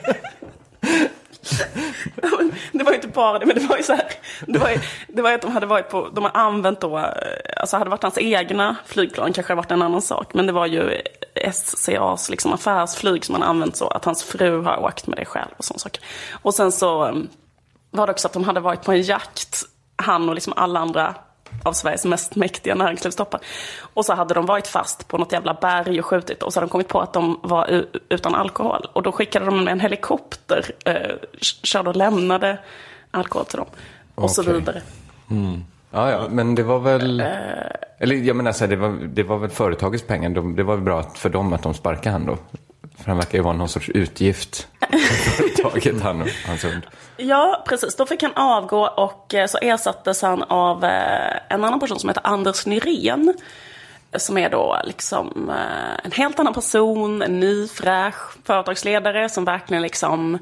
Det var ju inte bara det, men det var ju så här. Det var ju, det var ju att de hade varit på, de har använt då, alltså hade varit hans egna flygplan, kanske hade varit en annan sak, men det var ju S C A:s liksom affärsflyg som man använt så, att hans fru har åkt med det själv och sån saker. Och sen så var det också att de hade varit på en jakt, han och liksom alla andra av Sveriges mest mäktiga näringslivstoppar. Och så hade de varit fast på något jävla berg och skjutit, och så hade de kommit på att de var utan alkohol. Och då skickade de med en helikopter, eh, körde och lämnade alkohol till dem. Och okay. så vidare. Mm. Ja, ja, men det var väl... Uh, eller jag menar så här, det var, det var väl företagets pengar. De, det var väl bra för dem att de sparkade han då. För han verkar ju vara någon sorts utgift företaget, han och hans hund. Ja, precis. Då fick han avgå och så ersattes han av en annan person som heter Anders Nyrén. Som är då liksom en helt annan person, en ny fräsch företagsledare som verkligen liksom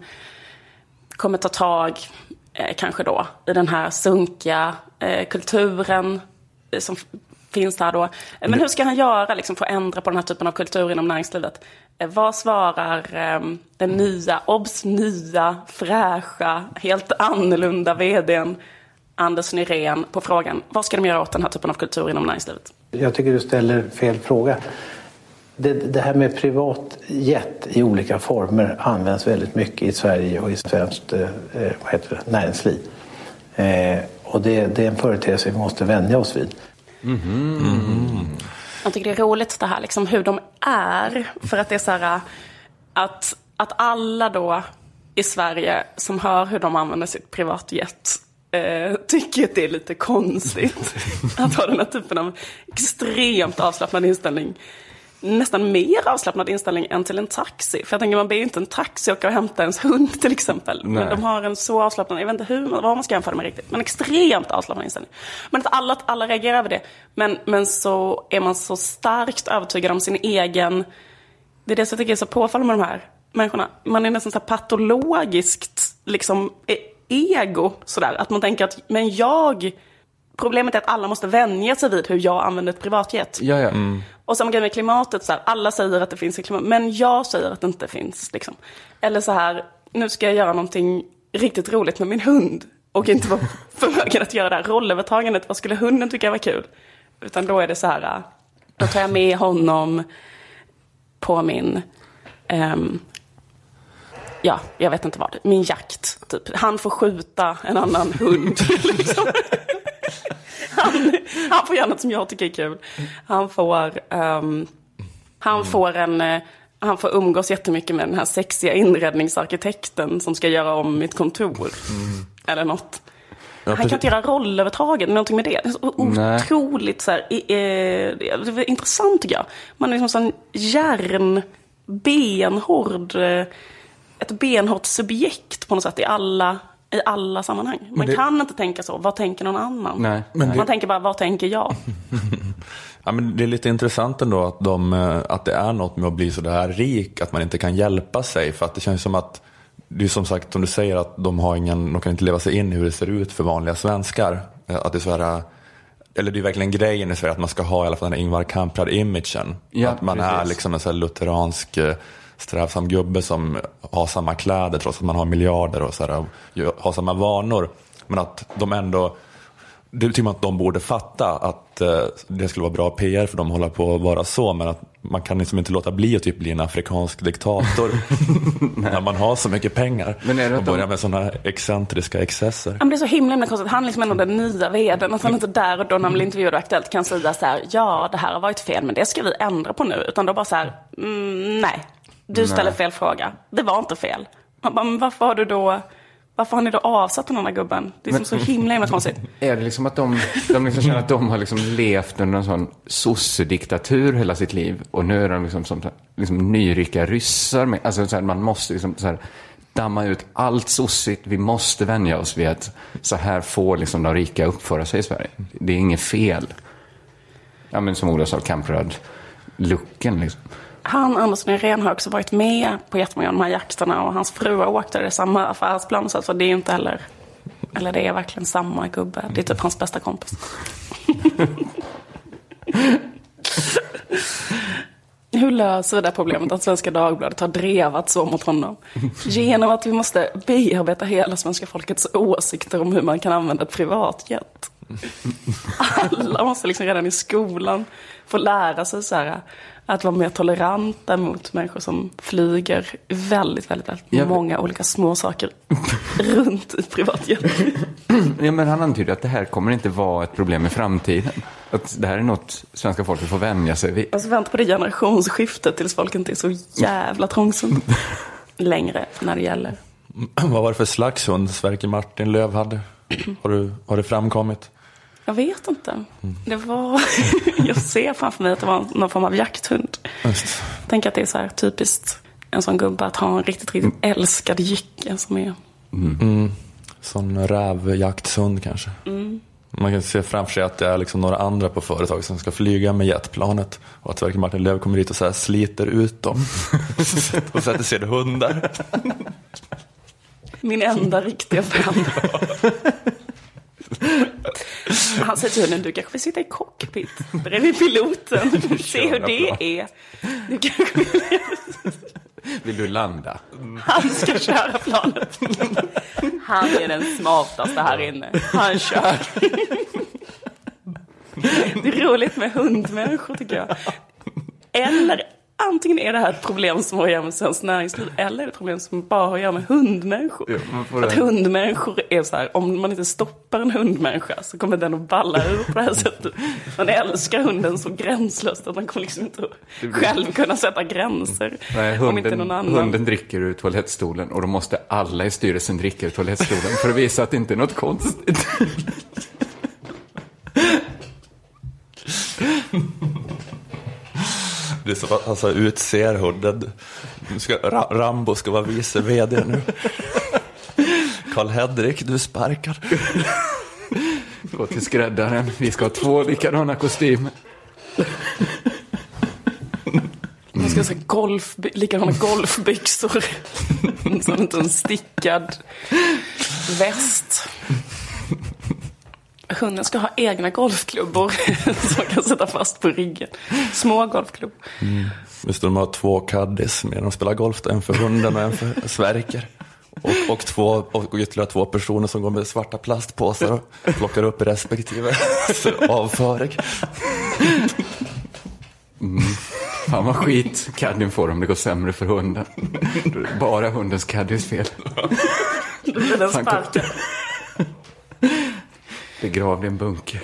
kommer ta tag kanske då i den här sunkiga kulturen som finns där då. Men hur ska han göra liksom, för att ändra på den här typen av kultur inom näringslivet? Vad svarar um, den nya, obs nya, fräscha, helt annorlunda vdn Anders Nyrén på frågan, vad ska de göra åt den här typen av kultur inom näringslivet? Jag tycker du ställer fel fråga. Det, det här med privat jet i olika former används väldigt mycket i Sverige och i svenskt eh, vad heter det, näringsliv. Eh, och det, det är en företeelse vi måste vänja oss vid. Mm-hmm. Mm. Jag tycker det är roligt det här liksom, hur de är, för att det är så här att, att alla då i Sverige som hör hur de använder sitt privatjet eh, tycker att det är lite konstigt att ha den här typen av extremt avslappnad inställning, nästan mer avslappnad inställning än till en taxi. För jag tänker, man ber ju inte en taxi och hämta ens hund till exempel. Nej. Men de har en så avslappnad, jag vet inte hur, vad man ska jämföra med riktigt, men extremt avslappnad inställning. Men att alla, alla reagerar över det. Men, men så är man så starkt övertygad om sin egen, det är det som jag tycker är så påfallande med de här människorna. Man är nästan så här patologiskt liksom ego sådär. Att man tänker att, men jag... Problemet är att alla måste vänja sig vid hur jag använder ett privatjet. Ja, ja. Mm. Och samma grej med klimatet. Så här, alla säger att det finns i klimat, men jag säger att det inte finns. Liksom. Eller så här, nu ska jag göra någonting riktigt roligt med min hund. Och inte vara förmögen att göra det här rollövertagandet. Vad skulle hunden tycka var kul? Utan då är det så här, då tar jag med honom på min... Um, ja, jag vet inte vad. Min jakt, typ. Han får skjuta en annan hund. Liksom. Han, han får göra något som jag tycker är kul. Han får, um, han får en, han får umgås jättemycket med den här sexiga inredningsarkitekten som ska göra om mitt kontor. Mm. Eller något. Ja, han kan inte göra rollövertaget, någonting med det. Det är så otroligt så här, eh, det är intressant tycker jag. Man är liksom sån järn, benhård, ett benhårt subjekt på något sätt i alla... i alla sammanhang. Man det... kan inte tänka så. Vad tänker någon annan? Nej, man det... tänker bara, vad tänker jag? Ja, men det är lite intressant ändå att, de, att det är något med att bli så där rik, att man inte kan hjälpa sig. För att det känns som att, det är som sagt som du säger, att de, har ingen, de kan inte leva sig in i hur det ser ut för vanliga svenskar. Att det är så här, eller det är verkligen grejen i Sverige att man ska ha i alla fall den Ingvar Kamprad-imagen. Ja, att man precis. Är liksom en så här lutheransk... strävsam gubbe som har samma kläder trots att man har miljarder och så här, har samma vanor, men att de ändå, det tycker man att de borde fatta att eh, det skulle vara bra P R för dem att hålla på att vara så, men att man kan liksom inte låta bli att typ bli en afrikansk diktator när man har så mycket pengar. Men är det och börja de... med sådana excentriska excesser. Men det är så himla himla konstigt. Han liksom ändå den nya vdn, att han inte där och då när man blir intervjuad och Aktuellt kan säga så här, ja det här har varit fel men det ska vi ändra på nu, utan då bara så här, mm, nej. Du ställer Nej. fel fråga. Det var inte fel. Man bara, men varför har du då... Varför har ni då avsatt den här gubben? Det är men, så himla himla konstigt. Är det liksom att de, de liksom känner att de har liksom levt under en sån sossediktatur hela sitt liv. Och nu är de liksom som liksom nyrika ryssar. Med, alltså så här, man måste liksom så här, damma ut allt sossigt. Vi måste vänja oss vid att så här får liksom de rika uppföra sig i Sverige. Det är inget fel. Ja, men som Olof sa, Kamprad-looken liksom. Han, Anders Nyrén, har också varit med på jättemånga av de här jakterna och hans fru åkte i samma affärsplan, så det är inte heller, eller det är verkligen samma gubbe. Det är typ hans bästa kompis. Hur löser vi det problemet att Svenska Dagbladet har drevat så mot honom? Genom att vi måste bearbeta hela svenska folkets åsikter om hur man kan använda ett privatjet. Alla måste liksom redan i skolan få lära sig så här, att vara mer toleranta mot människor som flyger väldigt, väldigt, väldigt ja, många olika små saker runt i privatjet. Ja, men han antyder att det här kommer inte vara ett problem i framtiden. Att det här är något svenska folket får vänja sig vid. Alltså vänta på det generationsskiftet tills folk inte är så jävla trångsynt längre när det gäller. Vad var det för slags hund Sverker Martin Löv hade? Har, du, har det framkommit? Jag vet inte. Mm. Det var... jag ser framför mig att det var någon form av jakthund. Just. Tänk att det är så här typiskt en sån gubbe att ha en riktigt, riktigt älskad jycke som är... Mm. Mm. Sån rävjakthund kanske. Mm. Man kan se framför sig att det är liksom några andra på företag som ska flyga med jetplanet. Och att verkligen Martin Löv kommer dit och så här sliter ut dem. Och sätter sig hundar. Min enda riktiga vän. Han säger till hunden, du kanske vill sitta i cockpit bredvid piloten. Se hur det är. Du kanske vill... Vill du landa? Han ska köra planet. Han är den smartaste här inne. Han kör. Det är roligt med hundmänniskor tycker jag. Eller antingen är det här ett problem som har att göra med svenskt näringsliv, eller är det ett problem som bara har att göra med hundmänniskor. Ja, att hundmänniskor är så här, om man inte stoppar en hundmänniska så kommer den att balla ur på det här sättet. Man älskar hunden så gränslöst att man kommer liksom inte att själv kunna sätta gränser. Nej, hunden, om inte någon annan. Hunden dricker ur toalettstolen och då måste alla i styrelsen dricka ur toalettstolen för att visa att det inte är något konstigt. Det är så att alltså, utser hunden. Ska, Ra- Rambo ska vara vice vd nu. Karl-Hedrik, du sparkar. Gå till skräddaren. Vi ska ha två likadana kostymer. Man ska ha golf, likadana golfbyxor. Så inte en stickad väst. Hunden ska ha egna golfklubbor som kan sätta fast på ryggen. Små golfklubbor. Mm. Just de har två caddies med. De spelar golf, en för hunden och en för Sverker. Och, och, två, och ytterligare två personer som går med svarta plastpåsar och plockar upp respektive avföring. Mm. Fan vad skit caddien får om det går sämre för hunden. Bara hundens caddies fel. Då blir den sparken. Begravd i en bunker.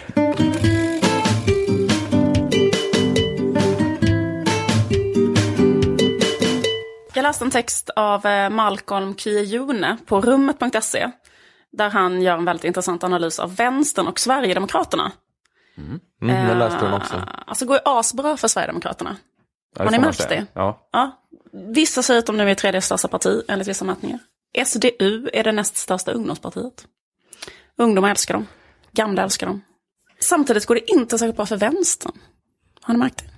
Jag läste en text av Malcolm Kyejune på rummet punkt se där han gör en väldigt intressant analys av vänstern och Sverigedemokraterna. Mm. Mm, jag läste den också. Alltså går ju asbra för Sverigedemokraterna. Ja, har ni märkt det? Ja. Ja. Vissa säger att de nu är tredje största parti enligt vissa mätningar. S D U är det näst största ungdomspartiet. Ungdomar älskar dem. Gamla älskar dem. Samtidigt går det inte särskilt bra för vänstern. Har ni märkt det?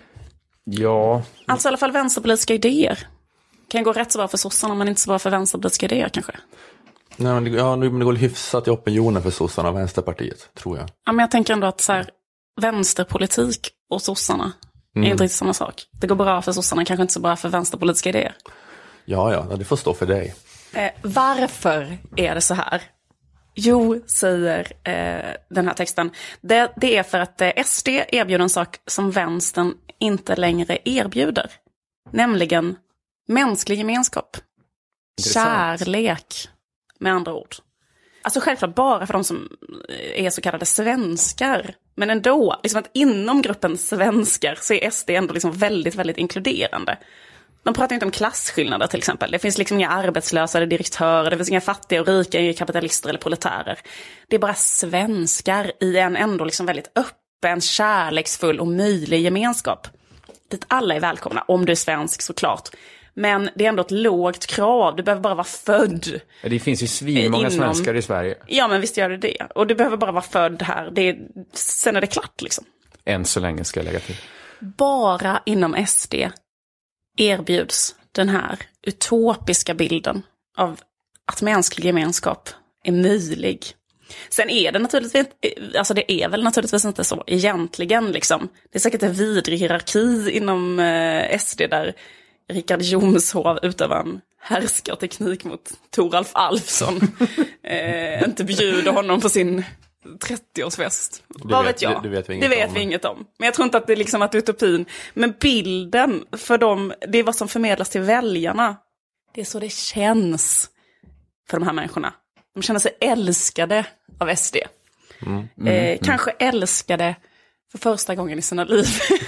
Ja. Alltså i alla fall vänsterpolitiska idéer. Kan gå rätt så bra för sossarna men inte så bra för vänsterpolitiska idéer kanske. Nej, men det, ja, det går hyfsat i opinionen för sossarna och Vänsterpartiet, tror jag. Ja, men jag tänker ändå att så här, vänsterpolitik och sossarna mm. är inte riktigt samma sak. Det går bra för sossarna, kanske inte så bra för vänsterpolitiska idéer. Ja, ja, det får stå för dig. Eh, varför är det så här? Jo, säger eh, den här texten. Det, det är för att eh, S D erbjuder en sak som vänstern inte längre erbjuder. Nämligen mänsklig gemenskap. Intressant. Kärlek, med andra ord. Alltså självklart bara för de som är så kallade svenskar. Men ändå, liksom att inom gruppen svenskar så är S D ändå liksom väldigt, väldigt inkluderande. De pratar inte om klasskillnader till exempel. Det finns liksom inga arbetslösa eller direktörer. Det finns inga fattiga och rika, inga kapitalister eller proletärer. Det är bara svenskar i en ändå liksom väldigt öppen, kärleksfull och möjlig gemenskap. Dit alla är välkomna, om du är svensk såklart. Men det är ändå ett lågt krav. Du behöver bara vara född. Det finns ju svinmånga inom... svenskar i Sverige. Ja, men visst gör det det. Och du behöver bara vara född här. Det är... Sen är det klart liksom. Än så länge ska jag lägga till. Bara inom S D erbjuds den här utopiska bilden av att mänsklig gemenskap är möjlig. Sen är det naturligtvis, alltså det är väl naturligtvis inte så egentligen liksom. Det är säkert en vidrig hierarki inom eh, S D där Richard Jomshov utövar en härskarteknik mot Toralf Alfsson. eh, inte bjuder honom på sin trettioårsfest. Vad vet jag? Det, det vet vi inget, det vet om. Vi inget om. Men jag tror inte att det är liksom att utopin. Men bilden för dem, det är vad som förmedlas till väljarna. Det är så det känns för de här människorna. De känner sig älskade av S D. Mm. Mm. Eh, Mm. kanske älskade för första gången i sina liv.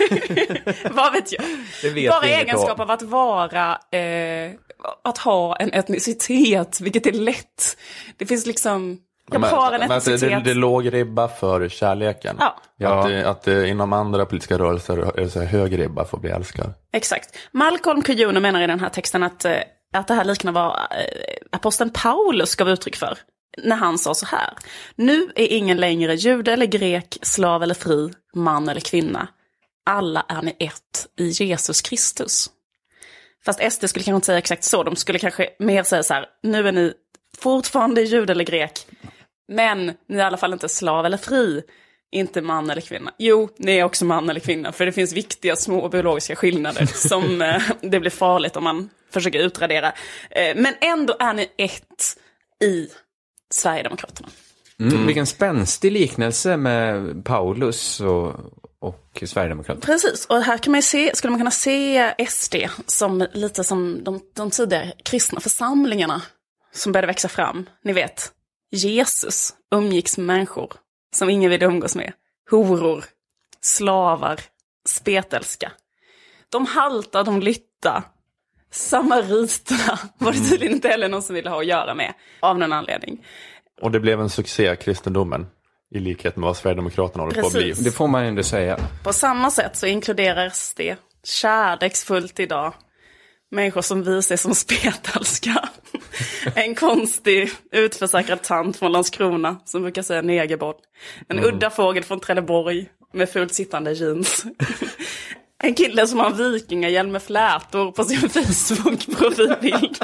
Vad vet jag? Det vet Bara vi inget egenskap om. av att vara, eh, att ha en etnicitet, vilket är lätt. Det finns liksom... Jag har en etnicitet. Det, det, det är låg ribba för kärleken. Ja. Att, det, att det, inom andra politiska rörelser är det så här hög ribba för att bli älskad. Exakt. Malcolm Kujuno menar i den här texten att, att det här liknar vad aposteln Paulus gav uttryck för. När han sa så här: nu är ingen längre jude eller grek, slav eller fri, man eller kvinna. Alla är ni ett i Jesus Kristus. Fast S D skulle kanske inte säga exakt så. De skulle kanske mer säga så här: nu är ni fortfarande jude eller grek, men ni är i alla fall inte slav eller fri, inte man eller kvinna. Jo, ni är också man eller kvinna, för det finns viktiga små biologiska skillnader som eh, det blir farligt om man försöker utradera. Eh, men ändå är ni ett i Sverigedemokraterna. Mm. Mm. Vilken spänstig liknelse med Paulus och, och Sverigedemokraterna. Precis, och här kan man se, skulle man kunna se S D som lite som de, de tidigare kristna församlingarna som började växa fram. Ni vet, Jesus umgicks med människor som ingen vill umgås med. Horor, slavar, spetälska. De halta, de lytta. Samariterna var det tydligen inte heller någon som ville ha att göra med, av någon anledning. Och det blev en succé, kristendomen, i likhet med vad Sverigedemokraterna håller på att bli. Det får man ändå säga. På samma sätt så inkluderas det kärleksfullt idag människor som vi ser som spetälska. En konstig utförsäkrad tant från Landskrona som brukar säga negerboll. En mm. udda fågel från Trelleborg med fullt sittande jeans. En kille som har vikingahjälm med flätor på sin Facebook-profilbild.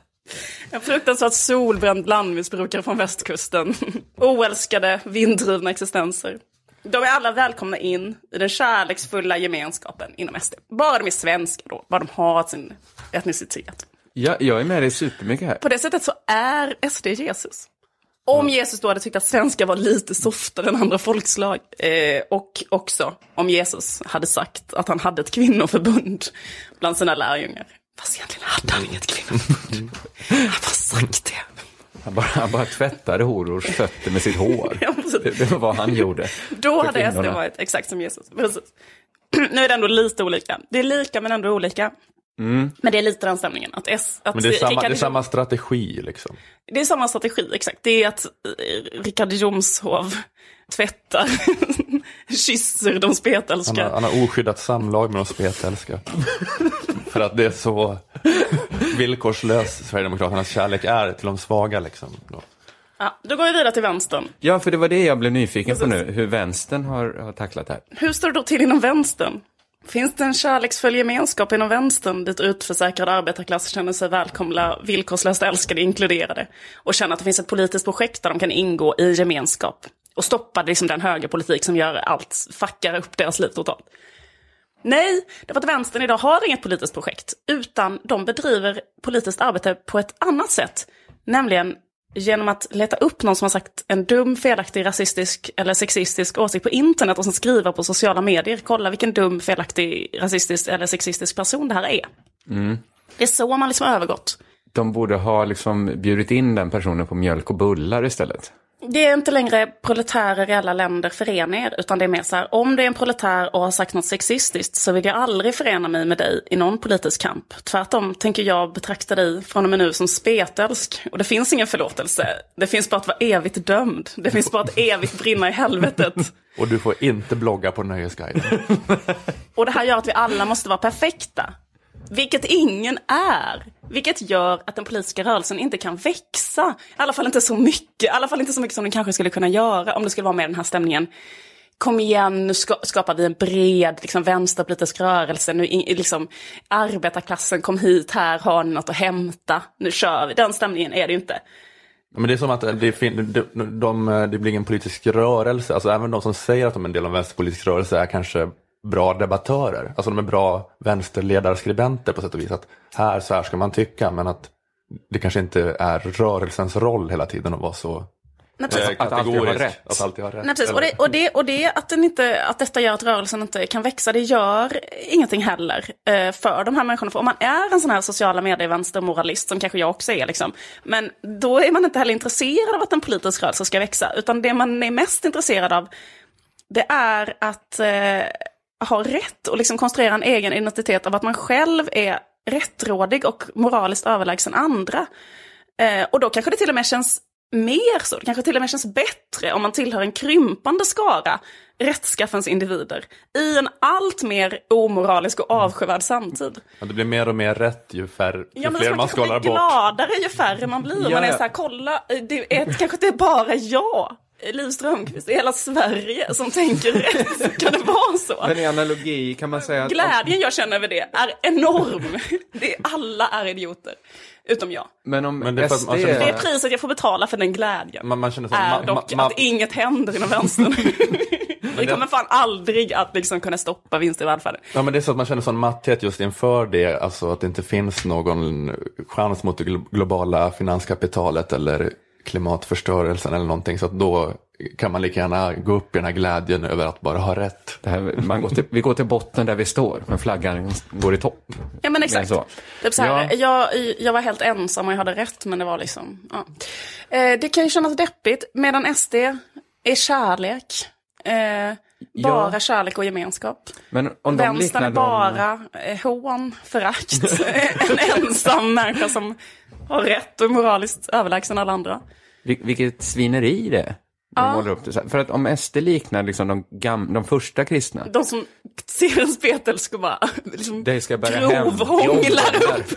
En fruktansvärt solbränd landmissbrukare från västkusten. Oälskade, vinddrivna existenser. De är alla välkomna in i den kärleksfulla gemenskapen inom S D. Bara de är svenska då, bara de har sin etnicitet. Ja, jag är med dig supermycket här. På det sättet så är S D Jesus. Om Jesus då hade tyckt att svenska var lite softare än andra folkslag. Eh, och också om Jesus hade sagt att han hade ett kvinnoförbund bland sina lärjungar. Fast egentligen hade han inget kvinnoförbund. Han har bara sagt det. Han bara, han bara tvättade horors fötter med sitt hår. det, det var vad han gjorde. Då hade S D varit exakt som Jesus. Precis. Nu är det ändå lite olika. Det är lika men ändå olika. Mm. Men det är lite den stämningen. Att S, att men det är, samma, Richard, det är samma strategi liksom. Det är samma strategi, exakt. Det är att Richard Jomshov tvättar, kysser de spetälska. Han har, han har oskyddat samlag med de spetälska. För att det är så villkorslös Sverigedemokraternas kärlek är till de svaga liksom. Då. Ja, då går vi vidare till vänstern. Ja, för det var det jag blev nyfiken på nu. Hur vänstern har, har tacklat här. Hur står det då till inom vänstern? Finns det en kärleksfull gemenskap inom vänstern dit utförsäkrad arbetarklass känner sig välkomna, villkorslöst älskade, inkluderade och känner att det finns ett politiskt projekt där de kan ingå i gemenskap och stoppa liksom den högerpolitik som gör allt, fuckar upp deras liv totalt? Nej, det var att vänstern idag har inget politiskt projekt utan de bedriver politiskt arbete på ett annat sätt, nämligen genom att leta upp någon som har sagt en dum, felaktig, rasistisk eller sexistisk åsikt på internet och sen skriva på sociala medier. Kolla vilken dum, felaktig, rasistisk eller sexistisk person det här är. Mm. Det är så man liksom har övergått. De borde ha liksom bjudit in den personen på mjölk och bullar istället. Det är inte längre proletärer i alla länder förena er, utan det är mer så här: om det är en proletär och har sagt något sexistiskt så vill jag aldrig förena mig med dig i någon politisk kamp. Tvärtom tänker jag betrakta dig från och med nu som spetälsk. Och det finns ingen förlåtelse. Det finns bara att vara evigt dömd. Det finns bara att evigt brinna i helvetet. Och du får inte blogga på Nöjesguiden. Och det här gör att vi alla måste vara perfekta. Vilket ingen är. Vilket gör att den politiska rörelsen inte kan växa. I alla fall inte så mycket. I alla fall inte så mycket som den kanske skulle kunna göra om det skulle vara med den här stämningen. Kom igen, nu ska, skapar vi en bred liksom, vänsterpolitisk rörelse. Nu liksom, arbetarklassen, kom hit, här har ni något att hämta. Nu kör vi. Den stämningen är det ju inte. Men det är som att det, fin- de, de, de, det blir en politisk rörelse. Alltså även de som säger att de är en del av en vänsterpolitisk rörelse är kanske bra debattörer. Alltså de är bra vänsterledarskribenter på sätt och vis. Att här så här ska man tycka, men att det kanske inte är rörelsens roll hela tiden att vara så Nej, eh, kategorisk. Att alltid ha rätt. Nej, precis. Och, det, och, det, och det att, den inte, att detta gör att rörelsen inte kan växa, det gör ingenting heller eh, för de här människorna. För om man är en sån här sociala medier-vänstermoralist, som kanske jag också är, liksom, men då är man inte heller intresserad av att en politisk rörelse ska växa. Utan det man är mest intresserad av, det är att eh, ha rätt och liksom konstruera en egen identitet av att man själv är rättrådig och moraliskt överlägsen andra. Eh, och då kanske det till och med känns mer så, det kanske till och med känns bättre om man tillhör en krympande skara rättskaffens individer i en allt mer omoralisk och avskyvärd samtid. Ja, det blir mer och mer rätt ju, färre, ju ja, fler man, man skalar bort. Gladare ju färre man blir. Ja, man är ja. så här, kolla, det är, kanske det är bara jag, Liv Strömquist, i hela Sverige som tänker rätt. Kan det vara så? Men i analogi kan man säga att... Glädjen jag känner över det är enorm. Det är, alla är idioter. Utom jag. Men om Men det, är för att man Det känner, är priset jag får betala för den glädjen. man, man känner så, är ma, dock ma, att inget händer inom vänstern. Vi kommer fan aldrig att liksom kunna stoppa vinst i välfärden. Ja, men det är så att man känner sån matthet just inför det, alltså att det inte finns någon chans mot det globala finanskapitalet eller klimatförstörelsen eller någonting, så att då kan man lika gärna gå upp i den här glädjen över att bara ha rätt. Det här, man går till, vi går till botten där vi står, men flaggan går i topp. Ja, men exakt. Så. Typ så här, Ja. jag, jag var helt ensam och jag hade rätt, men det var liksom... Ja. Eh, det kan ju kännas deppigt, medan S D är kärlek. Eh, bara Ja. kärlek och gemenskap. Men om de Vänstern är liknar bara eh, hån, förakt. En ensam människa som har rätt och är moraliskt överlägsen alla andra. Vil- vilket svineri det är. Ja. De målar upp det så här. För att om S D liknar liksom de, gam- de första kristna. De som ser en spetälsk och bara liksom Det ska bära hem. grovhånglar upp.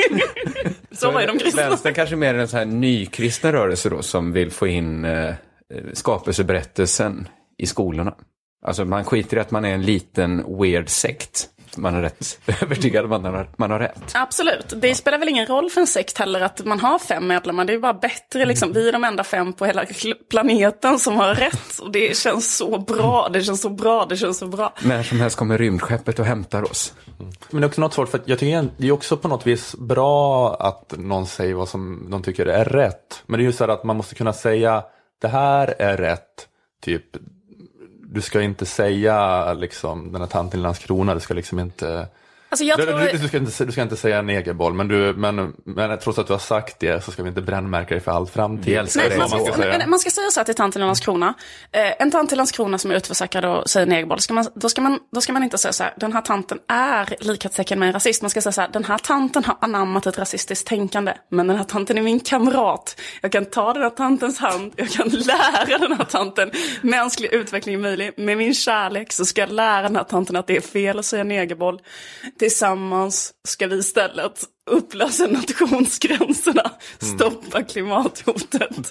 Så var ju de kristna. Vänstern kanske mer en så här nykristna rörelse då, som vill få in eh, skapelseberättelsen i skolorna. Alltså man skiter i att man är en liten weird sekt. Man är rätt övertygad om att man har, man har rätt. Absolut. Det spelar väl ingen roll för en sekt heller att man har fem medlemmar. Det är bara bättre. Liksom. Vi är de enda fem på hela planeten som har rätt. Och det känns så bra. Det känns så bra. Det känns så bra. När som helst kommer rymdskeppet och hämtar oss. Mm. Men det är också något svårt, för att jag tycker det är också på något vis bra att någon säger vad som de tycker är rätt. Men det är ju så här att man måste kunna säga det här är rätt. Typ, du ska inte säga liksom den här tanten i Landskrona, du ska liksom inte... Alltså jag tror... du, du, ska inte du ska inte säga negerboll, men, du, men, men trots att du har sagt det så ska vi inte brännmärka dig för allt framtid. Nej, man, ska säga. man ska säga så här till tanten i Landskrona. Eh, en tant i Landskrona som är utförsäkrad och säger negerboll, ska man, då, ska man, då ska man inte säga så här, den här tanten är likhetstecken med en rasist. Man ska säga så här, den här tanten har anammat ett rasistiskt tänkande, men den här tanten är min kamrat. Jag kan ta den här tantens hand, jag kan lära den här tanten mänsklig utveckling är möjlig. Med min kärlek så ska jag lära den här tanten att det är fel att säga negerboll. Tillsammans ska vi istället upplösa nationsgränserna, stoppa klimathotet,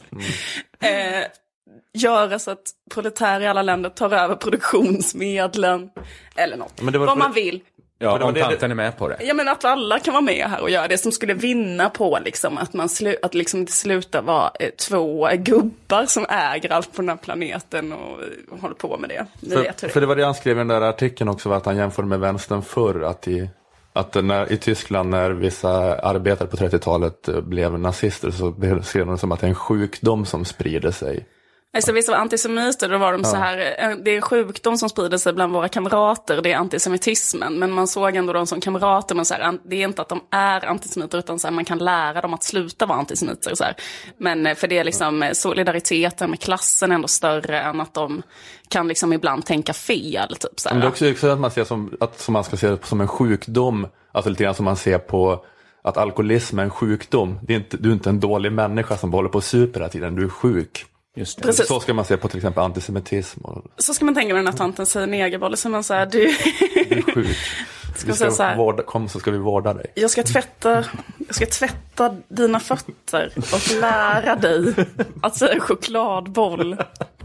mm. eh, göra så att proletärer i alla länder tar över produktionsmedlen eller något. Men det var vad för... man vill. Ja, om det, tanten är med på det. Ja, men att alla kan vara med här och göra det som skulle vinna på liksom, att man slu- att liksom det slutar vara eh, två gubbar som äger allt på den här planeten och, och håller på med det. Ni För, vet hur det. för det var det han skrev i den där artikeln också, var att han jämförde med vänstern förr, att i, att när, i Tyskland när vissa arbetare på trettiotalet blev nazister så skrev de som att det är en sjukdom som sprider sig. Alltså, vissa var antisemiter, då var de Ja. så här, det är en sjukdom som sprider sig bland våra kamrater, det är antisemitismen, men man såg ändå dem som kamrater, men så här, det är inte att de är antisemiter, utan så här, man kan lära dem att sluta vara antisemiter, så här. Men för det är liksom solidariteten med klassen ändå större än att de kan liksom ibland tänka fel, typ så här. Men det är också, också att man ser som, att som man ska se det som en sjukdom, alltså lite grann som man ser på att alkoholism är en sjukdom. Det är inte, du är inte en dålig människa som håller på och super hela tiden, du är sjuk. Just det. Så ska man se på till exempel antisemitism. Och... Så ska man tänka med den här tanten säger negerboll, så man säger du... du är sjuk. Ska vi ska så här, vårda, kom så ska vi vårda dig. Jag ska tvätta, jag ska tvätta dina fötter och lära dig att säga chokladboll.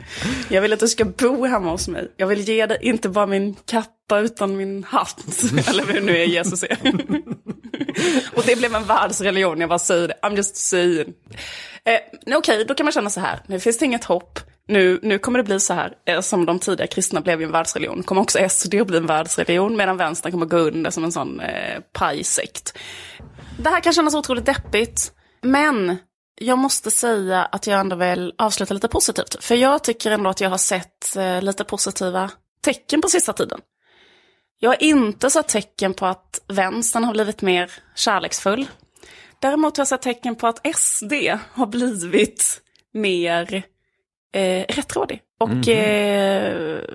Jag vill att du ska bo hemma hos mig. Jag vill ge dig inte bara min kappa utan min hatt. Eller vad det nu är Jesus är. Och det blev en världsreligion, jag bara säger det. I'm just saying. Eh, Okej, okay, då kan man känna så här. Nu finns det inget hopp. Nu, nu kommer det bli så här, eh, som de tidiga kristna blev en världsreligion. Kommer också S D att bli en världsreligion, medan vänstern kommer gå under som en sån eh, pajsekt. Det här kan kännas otroligt deppigt, men jag måste säga att jag ändå vill avsluta lite positivt. För jag tycker ändå att jag har sett eh, lite positiva tecken på sista tiden. Jag har inte sett tecken på att vänstern har blivit mer kärleksfull. Däremot har jag sett tecken på att S D har blivit mer eh, rättrådig och mm-hmm. eh,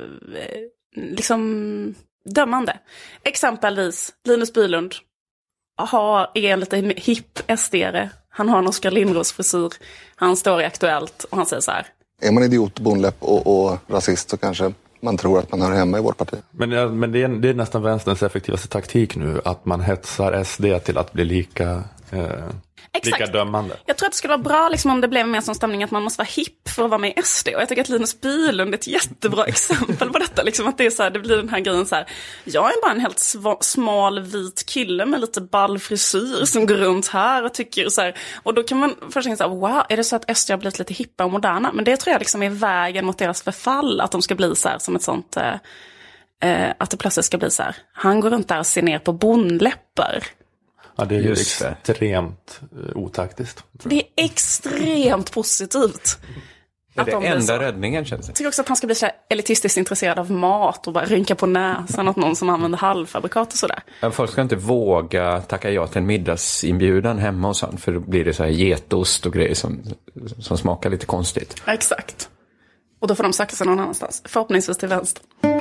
liksom dömande. Exempelvis Linus Bylund har, är en lite hipp S D-are. Han har en Oskar Lindros-frisyr. Han står i Aktuellt och han säger så här. Är man idiot, bonläpp och, och rasist så kanske man tror att man hör hemma i vårt parti. Men, ja, men det, är, det är nästan vänsterns effektivaste taktik nu. Att man hetsar S D till att bli lika... Eh... Exakt. Lika dömande. Jag tror att det skulle vara bra liksom, om det blev mer som stämning att man måste vara hipp för att vara med i S D. Och jag tycker att Linus Bylund är ett jättebra exempel på detta. Liksom, att det, är så här, det blir den här grejen så här. Jag är bara en helt sv- smal vit kille med lite ballfrisyr som går runt här och tycker så här. Och då kan man först tänka så här, wow, är det så att S D har blivit lite hippa och moderna? Men det tror jag liksom är vägen mot deras förfall. Att de ska bli så här som ett sånt... Eh, eh, att det plötsligt ska bli så här. Han går runt där och ser ner på bondläppar. Ja, det är ju extremt uh, otaktiskt. Det är extremt positivt. Det är det enda räddningen, känns det. Jag tycker också att han ska bli så här elitistiskt intresserad av mat och bara rynka på näsan åt någon som använder halvfabrikat och sådär. Ja, folk ska inte våga tacka ja till en middagsinbjudan hemma och sånt, för då blir det så här getost och grejer som, som smakar lite konstigt. Ja, exakt. Och då får de söka sig någon annanstans. Förhoppningsvis till vänster.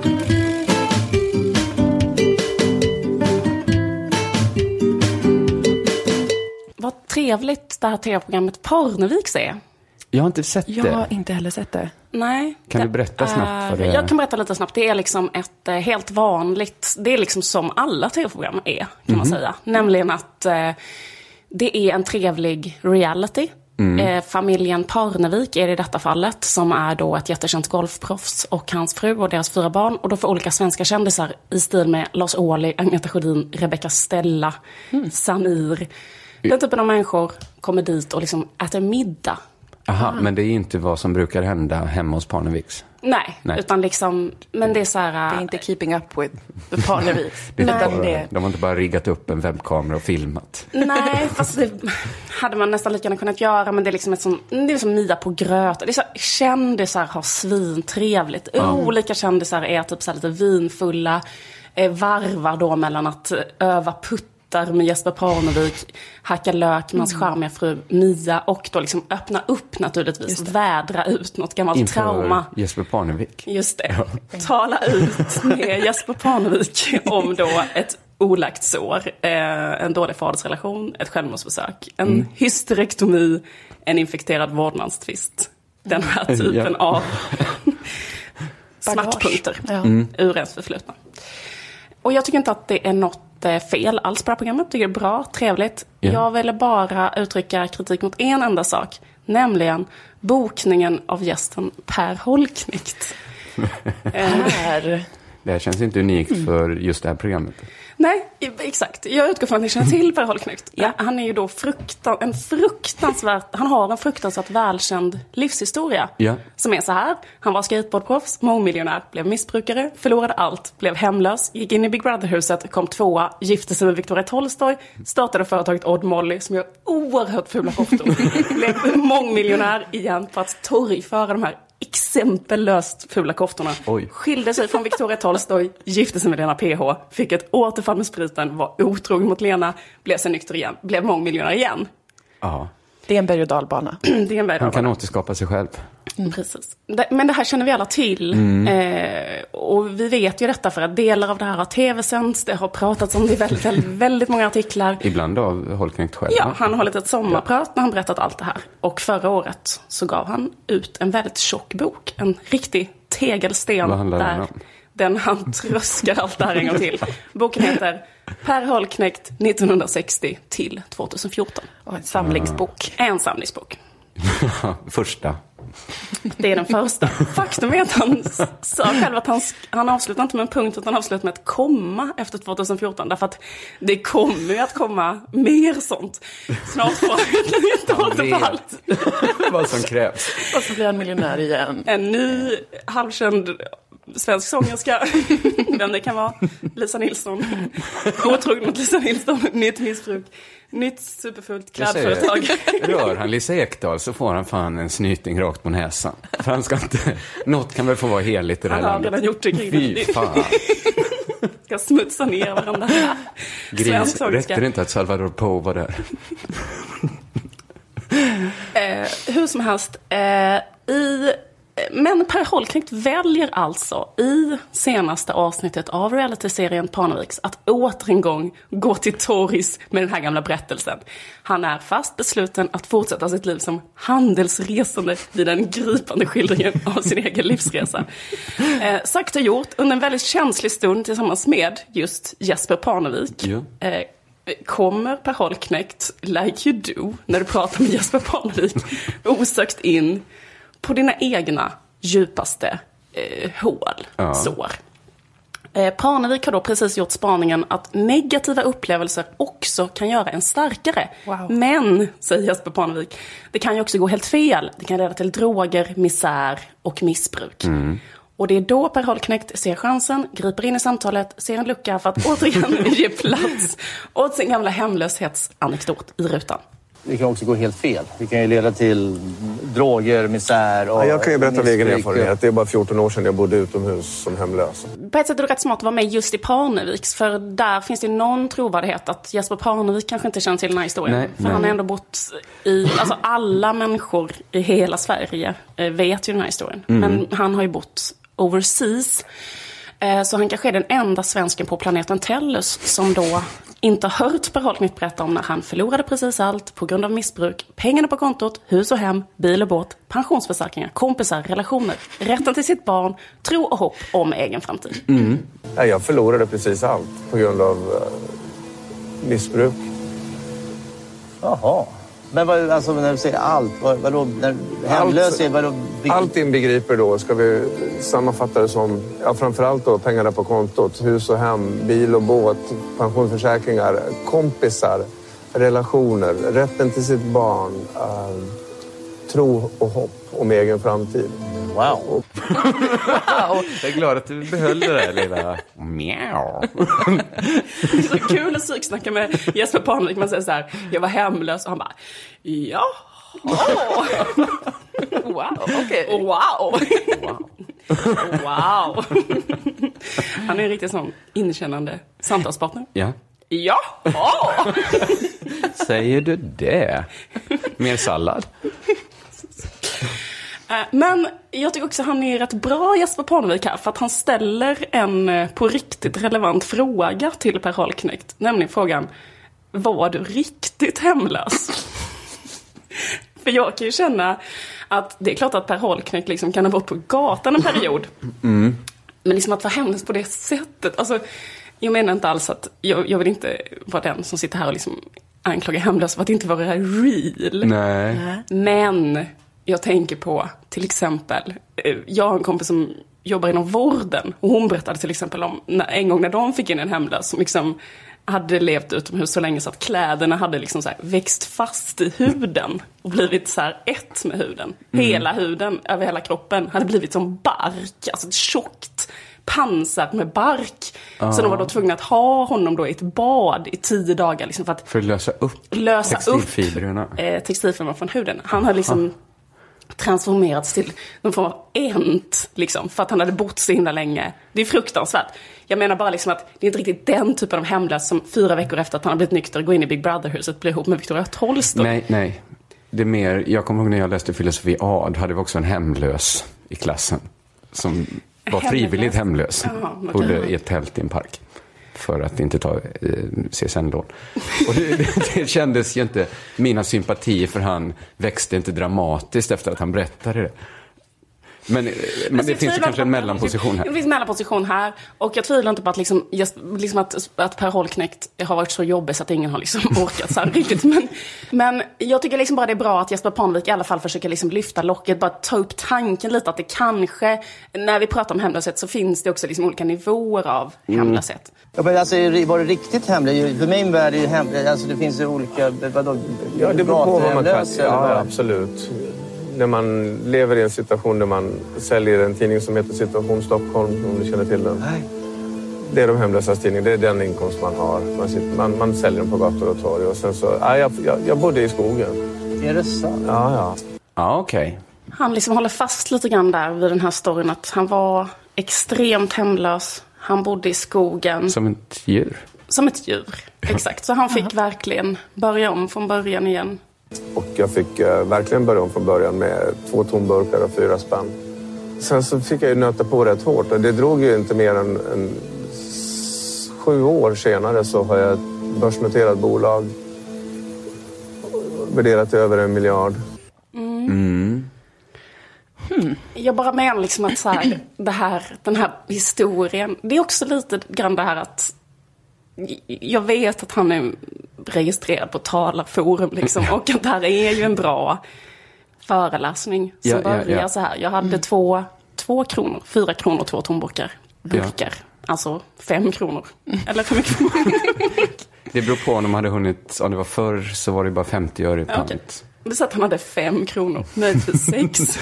Vad trevligt det här tv-programmet Parneviks är. Jag har inte sett det. Jag har inte heller sett det. Nej. Kan du berätta snabbt vad det är? Jag kan berätta lite snabbt. Det är liksom ett eh, helt vanligt... Det är liksom som alla tv-program är, kan mm. man säga. Nämligen att eh, det är en trevlig reality. Mm. Eh, familjen Parnevik är det i detta fallet, som är då ett jättekänt golfproffs och hans fru och deras fyra barn. Och då får olika svenska kändisar i stil med Lars Ohly, Agneta Sjödin, Rebecca Stella, mm. Samir. Den typen av människor kommer dit och liksom äter middag. Aha, mm. men det är inte vad som brukar hända hemma hos Parneviks. Nej, Nej, utan liksom, men det är så här... Det är inte keeping up with the Parneviks. det är bara, det... De har inte bara riggat upp en webbkamera och filmat. Nej, fast det hade man nästan lika gärna kunnat göra, men det är liksom ett sånt, det är som Mia på gröt. Det är så här, kändisar har svintrevligt. Mm. Olika kändisar är typ så här lite vinfulla, eh, varvar då mellan att öva putt med Jesper Parnevik, hacka lök med hans mm. charmiga fru Mia och då liksom öppna upp naturligtvis, vädra ut något gammalt inför trauma. Jesper Parnevik. Just det. Ja. Tala ut med Jesper Parnevik om då ett olagt sår, eh, en dålig fadersrelation, ett självmordsförsök, en mm. hysterektomi, en infekterad vårdnadstvist. Den här typen ja. av smärtpunkter ja. mm. ur ens förflutna. Och jag tycker inte att det är något fel alls på det här programmet. Jag tycker det är bra, trevligt. Yeah. Jag ville bara uttrycka kritik mot en enda sak. Nämligen bokningen av gästen Per Holknekt. Här. Det här känns inte unikt för just det här programmet. Nej, exakt. Jag utgår från att ni känner till Per Holknekt. Ja. Han är ju då fruktan, en fruktansvärt, han har en fruktansvärt välkänd livshistoria. Ja. Som är så här. Han var skateboardproffs, mångmiljonär, blev missbrukare, förlorade allt, blev hemlös, gick in i Big Brother-huset, kom tvåa, gifte sig med Victoria Tolstoy, startade företaget Odd Molly som gör oerhört fula koftor. Blev mångmiljonär igen på att torgföra de här exempellöst fula koftorna. Oj. Skilde sig från Victoria Tolstoy, gifte sig med Lena P H, fick ett återfall med spriten, var otrogen mot Lena, blev sen nykter igen, blev mångmiljonär igen. Ja. Det är en berg- och dalbana. Det är en berg- och dalbana. Han kan återskapa sig själv. Mm. Precis. Men det här känner vi alla till. Mm. Eh, och vi vet ju detta för att delar av det här har tv-sänds. Det har pratats om det i väldigt, väldigt, väldigt många artiklar. Ibland av Holknekt själv. Ja, han har hållit ett sommarprat när han berättat allt det här. Och förra året så gav han ut en väldigt tjock bok. En riktig tegelsten. Vad handlar där den om? Den han tröskar allt det här en gång till. Boken heter Per Holknekt nittonhundrasextio till tjugohundrafjorton. Och en samlingsbok. En samlingsbok. Första. Det är den första. Faktum är att han sa själv att han, han avslutar inte med en punkt utan han avslutar med ett komma efter tjugohundrafjorton. Därför att det kommer ju att komma mer sånt. Snart får ett återfall. Vad som krävs. Och så blir han miljonär igen. En ny halvkänd svensk sångerska. Vem det kan vara. Lisa Nilsson. Otrogen mot Lisa Nilsson. Nytt missbruk. Nytt superfullt klädföretag. Rör han Lisa Ekdahl så får han fan en snyting rakt på näsan. För han ska inte... Något kan väl få vara heligt i det här landet. Han har redan gjort det kring Fy fan. Ska smutsa ner varandra. Gris, räckte det inte att Salvador Poe var där? eh, hur som helst. Eh, I Men Per Holknekt väljer alltså i senaste avsnittet av realityserien Parneviks att åter en gång gå till torgs med den här gamla berättelsen. Han är fast besluten att fortsätta sitt liv som handelsresande vid den gripande skildringen av sin egen livsresa. Eh, sagt och gjort under en väldigt känslig stund tillsammans med just Jesper Parnevik. Ja. Eh, kommer Per Holknekt, like you do, när du pratar med Jesper Parnevik, osökt in på dina egna djupaste eh, hål, ja. sår. Eh, Parnevik har då precis gjort spaningen att negativa upplevelser också kan göra en starkare. Wow. Men, säger Jesper Parnevik, det kan ju också gå helt fel. Det kan leda till droger, misär och missbruk. Mm. Och det är då Per Holknekt ser chansen, griper in i samtalet, ser en lucka för att återigen ge plats åt sin gamla hemlöshetsanekdot i rutan. Det kan också gå helt fel. Det kan ju leda till droger, misär och... Ja, jag kan ju berätta av egen erfarenhet. Det är bara fjorton år sedan jag bodde utomhus som hemlös. På ett sätt är det rätt smart att vara med just i Parneviks. För där finns det någon trovärdighet att Jesper Parnevik kanske inte känner till den här historien. Nej, för nej. Han har ändå bott i... Alltså alla människor i hela Sverige vet ju den här historien. Mm. Men han har ju bott overseas. Så han kanske är den enda svensken på planeten Tellus som då inte har hört Per Holknekt berätta om när han förlorade precis allt på grund av missbruk, pengarna på kontot, hus och hem, bil och båt, pensionsförsäkringar, kompisar, relationer, rätten till sitt barn, tro och hopp om egen framtid. Mm. Jag förlorade precis allt på grund av uh, missbruk. Jaha. Men vad, alltså, när du säger allt, vad, vadå, när hemlös är, vadå? Allt inbegriper då, ska vi sammanfatta det som, ja, framförallt då pengarna på kontot, hus och hem, bil och båt, pensionsförsäkringar, kompisar, relationer, rätten till sitt barn, uh, tro och hopp om egen framtid. Wow. Wow. Jag är glad att du behöll det där lilla mjau. Det är så kul att psyksnacka med Jesper Parnevik. Man säger så här, jag var hemlös och han bara, ja. Oh. Wow, okej. Okay. Wow. Wow. Wow. Han är en riktigt sån inkännande samtalspartner. Ja. Ja. Oh. Säger du det? Mer sallad? Men jag tycker också att han är rätt bra, Jesper Parnevik här, för att han ställer en på riktigt relevant fråga till Per Holknekt. Nämligen frågan, var du riktigt hemlös? För jag kan ju känna att det är klart att Per Holknekt liksom kan ha varit på gatan en period. Mm. Men liksom att vara hemlös på det sättet, alltså jag menar inte alls att, jag, jag vill inte vara den som sitter här och liksom anklagar hemlös för att inte vara real. Nej. Men jag tänker på till exempel, jag har en kompis som jobbar inom vården och hon berättade till exempel om när, en gång när de fick in en hemlös som liksom hade levt utomhus så länge så att kläderna hade liksom så här växt fast i huden och blivit så här ett med huden. Mm. Hela huden över hela kroppen hade blivit som bark, alltså ett tjockt pansar med bark. Ah. Så de var då tvungna att ha honom då i ett bad i tio dagar liksom för att, för att lösa upp lösa textilfibrerna. Upp, eh, textilfibrerna från huden. Han hade liksom ah. transformerats till någon form av ent liksom, för att han hade bott så himla länge. Det är fruktansvärt. Jag menar bara liksom att det är inte riktigt den typen av hemlös som fyra veckor efter att han har blivit nykter går in i Big Brother-huset blir ihop med Victoria Tolstoy. Nej, nej. Det är mer, jag kommer ihåg när jag läste filosofi A, då hade vi också en hemlös i klassen som var frivilligt hemlös. Aha, bodde i ett tält i en park för att inte ta eh, C S N-lån. Och det, det, det kändes ju inte, mina sympatier för han växte inte dramatiskt efter att han berättade det. Men, men det finns ju kanske en mellanposition här. Det finns en mellanposition här. Och jag tvivlar inte på att, liksom, just, liksom att, att Per Holknekt har varit så jobbig så att ingen har liksom orkat så här riktigt. Men, men jag tycker liksom bara det är bra att Jesper Parnevik i alla fall försöker liksom lyfta locket. Bara ta upp tanken lite att det kanske, när vi pratar om hemlöshet så finns det också liksom olika nivåer av hemlöshet. Mm. Ja, men alltså, var det riktigt hemlös? För min värld är ju hemlös. Alltså det finns ju olika, vadå? Ja, det beror på vad man kan. Ja, absolut. När man lever i en situation där man säljer en tidning som heter Situation Stockholm, om du känner till den. Nej. Det är de hemlösas tidning, det är den inkomst man har. Man, sitter, man, man säljer den på gator och torg. Och sen så, ja, jag, jag, jag bodde i skogen. Är det sant? Ja, ja. Ja, okej. Okay. Han liksom håller fast lite grann där vid den här storyn att han var extremt hemlös. Han bodde i skogen. Som ett djur. Som ett djur, exakt. Så han fick verkligen börja om från början igen. Och jag fick uh, verkligen börja om från början med två tomburkar och fyra spänn. sen så fick jag ju nöta på rätt hårt och det drog ju inte mer än, än sju år senare så har jag ett börsnoterat bolag värderat till över en miljard. Mm. Mm. Hmm. Jag bara menar liksom att så här, det här, den här historien, det är också lite grann det här att jag vet att han är registrerad på Talarforum liksom, och att det här är ju en bra föreläsning som ja, börjar ja, ja. så här. Jag hade mm. två, två kronor, fyra kronor, två tomburkar. Burkar. Ja. Alltså fem kronor. Eller hur mycket? Det beror på om de hade hunnit, om det var förr så var det bara femtio öre i pant. Okay. Det så att han hade fem kronor, möjligtvis sex.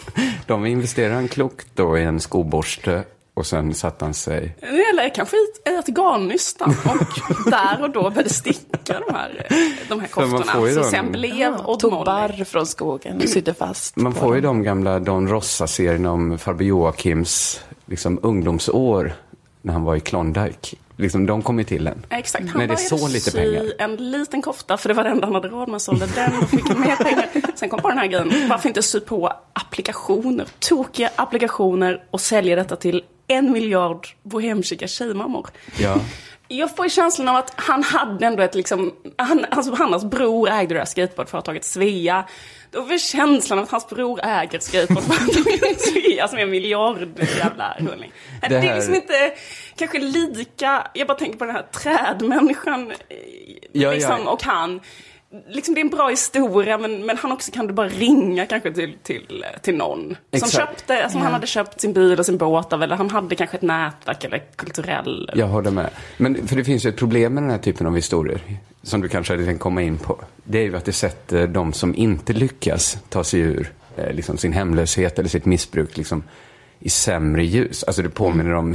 De investerade han klokt då i en skoborste och sen satte han sig... Eller kanske i ett garnnystan och där och då började sticka de här, de här koftorna. Så de... sen blev ja, och tog barr från skogen och sydde fast. Man får dem. ju de gamla Don Rossa-serien om farbror Joakims liksom, ungdomsår när han var i Klondike. Liksom, de kom ju till en. Exakt, han när det är så lite pengar. En liten kofta, för det var det enda han hade råd med, sålde den och fick mer pengar. Sen kom på den här grejen, varför inte sy på applikationer, tokiga applikationer och sälja detta till en miljard bohemska tjejmammor. Ja. Jag får känslan av att han hade ändå ett liksom, han, alltså hans bror ägde det här skateboardföretaget Svea. Då var känslan av att hans bror äger skateboardföretaget Svea som är en miljard jävla rullning. Det, det är liksom inte kanske lika, jag bara tänker på den här trädmänniskan ja, liksom, ja. och han. Liksom det är en bra historia, men, men han också kan du bara ringa kanske till, till, till någon Exakt. som köpte, som ja. han hade köpt sin bil och sin båt av, eller han hade kanske ett nätverk eller kulturell. Jag håller med. Men för det finns ju ett problem med den här typen av historier som du kanske hade tänkt komma in på. Det är ju att det sätter de som inte lyckas ta sig ur eh, liksom sin hemlöshet eller sitt missbruk liksom, i sämre ljus. Alltså det påminner om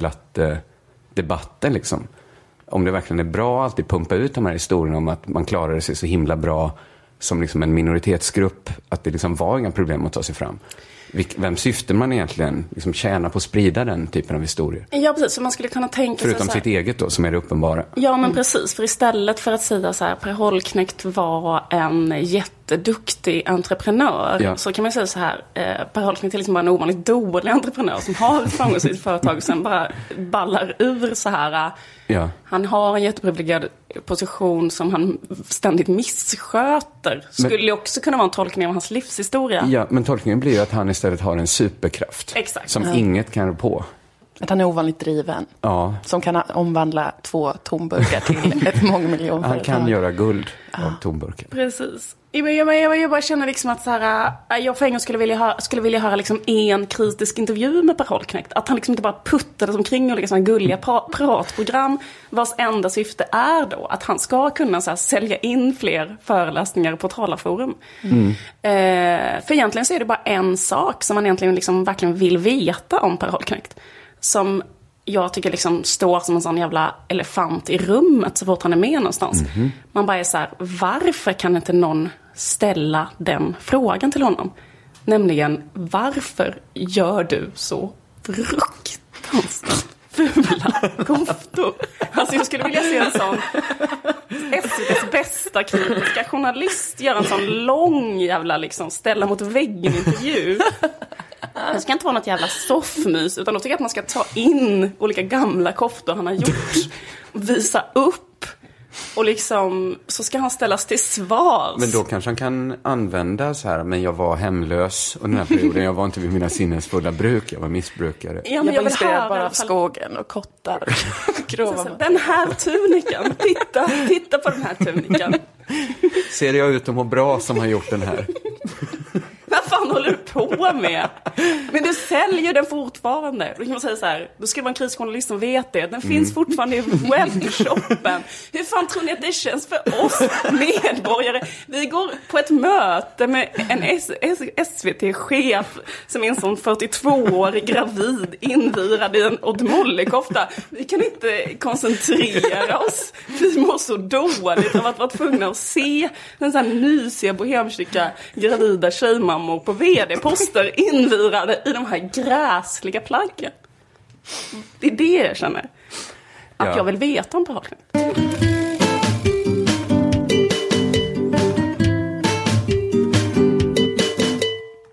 husblatt-debatten liksom. Om det verkligen är bra att alltid pumpa ut de här historierna om att man klarade sig så himla bra som liksom en minoritetsgrupp, att det liksom var inga problem att ta sig fram. Vem syftar man egentligen liksom tjäna på att sprida den typen av historier? Ja, precis. Så man skulle kunna tänka sig förutom så här, sitt eget då, som är det uppenbara. Ja, men precis. För istället för att säga så här, Per Holknekt var en jätteduktig entreprenör, ja. så kan man säga så här, eh, Per Holknekt är liksom bara en ovanligt dålig entreprenör som har ett framgångsrikt företag och sen bara ballar ur så här. Ja. Han har en jätteprivilegierad position som han ständigt missköter. Skulle men, också kunna vara en tolkning av hans livshistoria. Ja, men tolkningen blir ju att han istället har en superkraft. Exakt. Som ja. inget kan rå på. Att han är ovanligt driven. Ja. Som kan omvandla två tomburkar till ett mångmiljonföretag. Han kan göra guld ja. av tomburkar. Precis. Jag, jag, jag, jag bara känner liksom att så här, jag för en gång skulle vilja höra, skulle vilja höra liksom en kritisk intervju med Per Holknekt. Att han liksom inte bara puttade omkring och liksom gulliga pra- pratprogram vars enda syfte är då att han ska kunna så här, sälja in fler föreläsningar på Talarforum. Mm. Eh, för egentligen så är det bara en sak som man egentligen liksom verkligen vill veta om Per Holknekt. Som jag tycker liksom står som en sån jävla elefant i rummet så fort han är med någonstans. Mm-hmm. Man bara är så här, varför kan inte någon ställa den frågan till honom? Nämligen, varför gör du så fruktansvärt fula koftor? Alltså jag skulle vilja se en sån S V T:s bästa kritiska journalist göra en sån lång jävla liksom ställa mot väggen intervju. Det ska inte vara något jävla soffmys, utan jag tycker att man ska ta in olika gamla koftor han har gjort och visa upp. Och liksom, så ska han ställas till svars. Men då kanske han kan använda så här, men jag var hemlös och den här perioden, jag var inte vid mina sinnesfulla bruk, jag var missbrukare. Ja, men jag, jag vill höra bara av skogen och kottar. så, den här tunikan, titta, titta på den här tunikan. Ser jag ut att må bra som har gjort den här? Vad fan håller du på med? Men du säljer den fortfarande. Då kan man säga så här, då ska det vara en krisjournalist som vet det. Den mm. finns fortfarande i webbshoppen. Hur fan tror ni att det känns för oss medborgare? Vi går på ett möte med en S- S- S V T-chef som är en sån fyrtiotvåårig gravid invirad i en Odd Molly-kofta. Vi kan inte koncentrera oss. Vi mår så dåligt av att vara tvungna att se den så här mysiga bohemska gravida tjejmamma på V D-poster invirade i de här gräsliga plaggen. Det är det jag känner. Att ja. jag vill veta om Per Holknekt.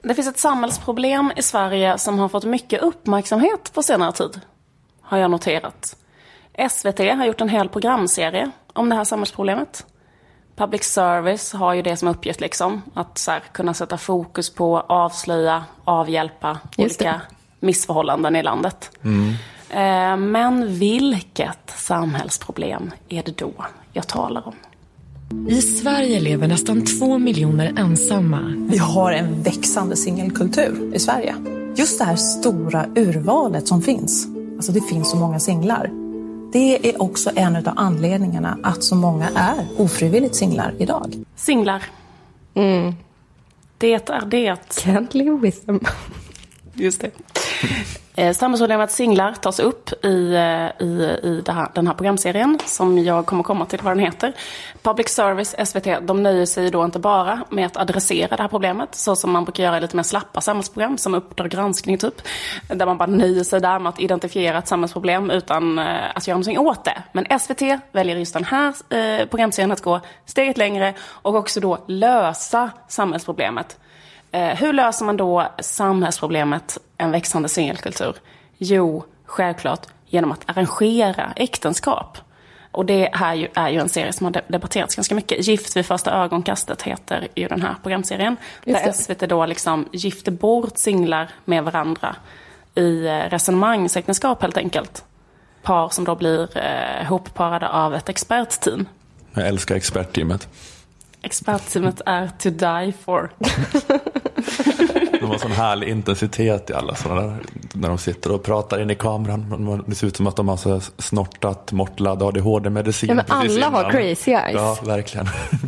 Det finns ett samhällsproblem i Sverige som har fått mycket uppmärksamhet på senare tid, har jag noterat. S V T har gjort en hel programserie om det här samhällsproblemet. Public service har ju det som uppgift liksom, att så här, kunna sätta fokus på, avslöja, avhjälpa olika missförhållanden i landet. Mm. Eh, men vilket samhällsproblem är det då jag talar om? I Sverige lever nästan två miljoner ensamma. Vi har en växande singelkultur i Sverige. Just det här stora urvalet som finns. Alltså det finns så många singlar. Det är också en av anledningarna att så många är ofrivilligt singlar idag. Singlar. Mm. Det är det. Can't live with them. Just det. Eh, samhällsproblemet singlar tas upp i, i, i det här, den här programserien som jag kommer komma till vad den heter. Public Service, S V T, de nöjer sig då inte bara med att adressera det här problemet så som man brukar göra i lite mer slappa samhällsprogram som Uppdrag granskning typ. Där man bara nöjer sig där med att identifiera ett samhällsproblem utan eh, att göra någonting åt det. Men S V T väljer just den här eh, programserien att gå steget längre och också då lösa samhällsproblemet. Eh, hur löser man då samhällsproblemet en växande singelkultur? Jo, självklart genom att arrangera äktenskap. Och det här ju, är ju en serie som har debatterats ganska mycket. Gift vid första ögonkastet heter ju den här programserien. Där S V T då liksom gifter bort singlar med varandra i resonemangsäktenskap helt enkelt. Par som då blir eh, hopparade av ett expertteam. Jag älskar expertteamet. Expertteamet är to die for. De har sån härlig intensitet i alla sådana där, när de sitter och pratar in i kameran. Det ser ut som att de har så snortat mortlad A D H D-medicin. Ja, men alla har crazy eyes. Ja, verkligen.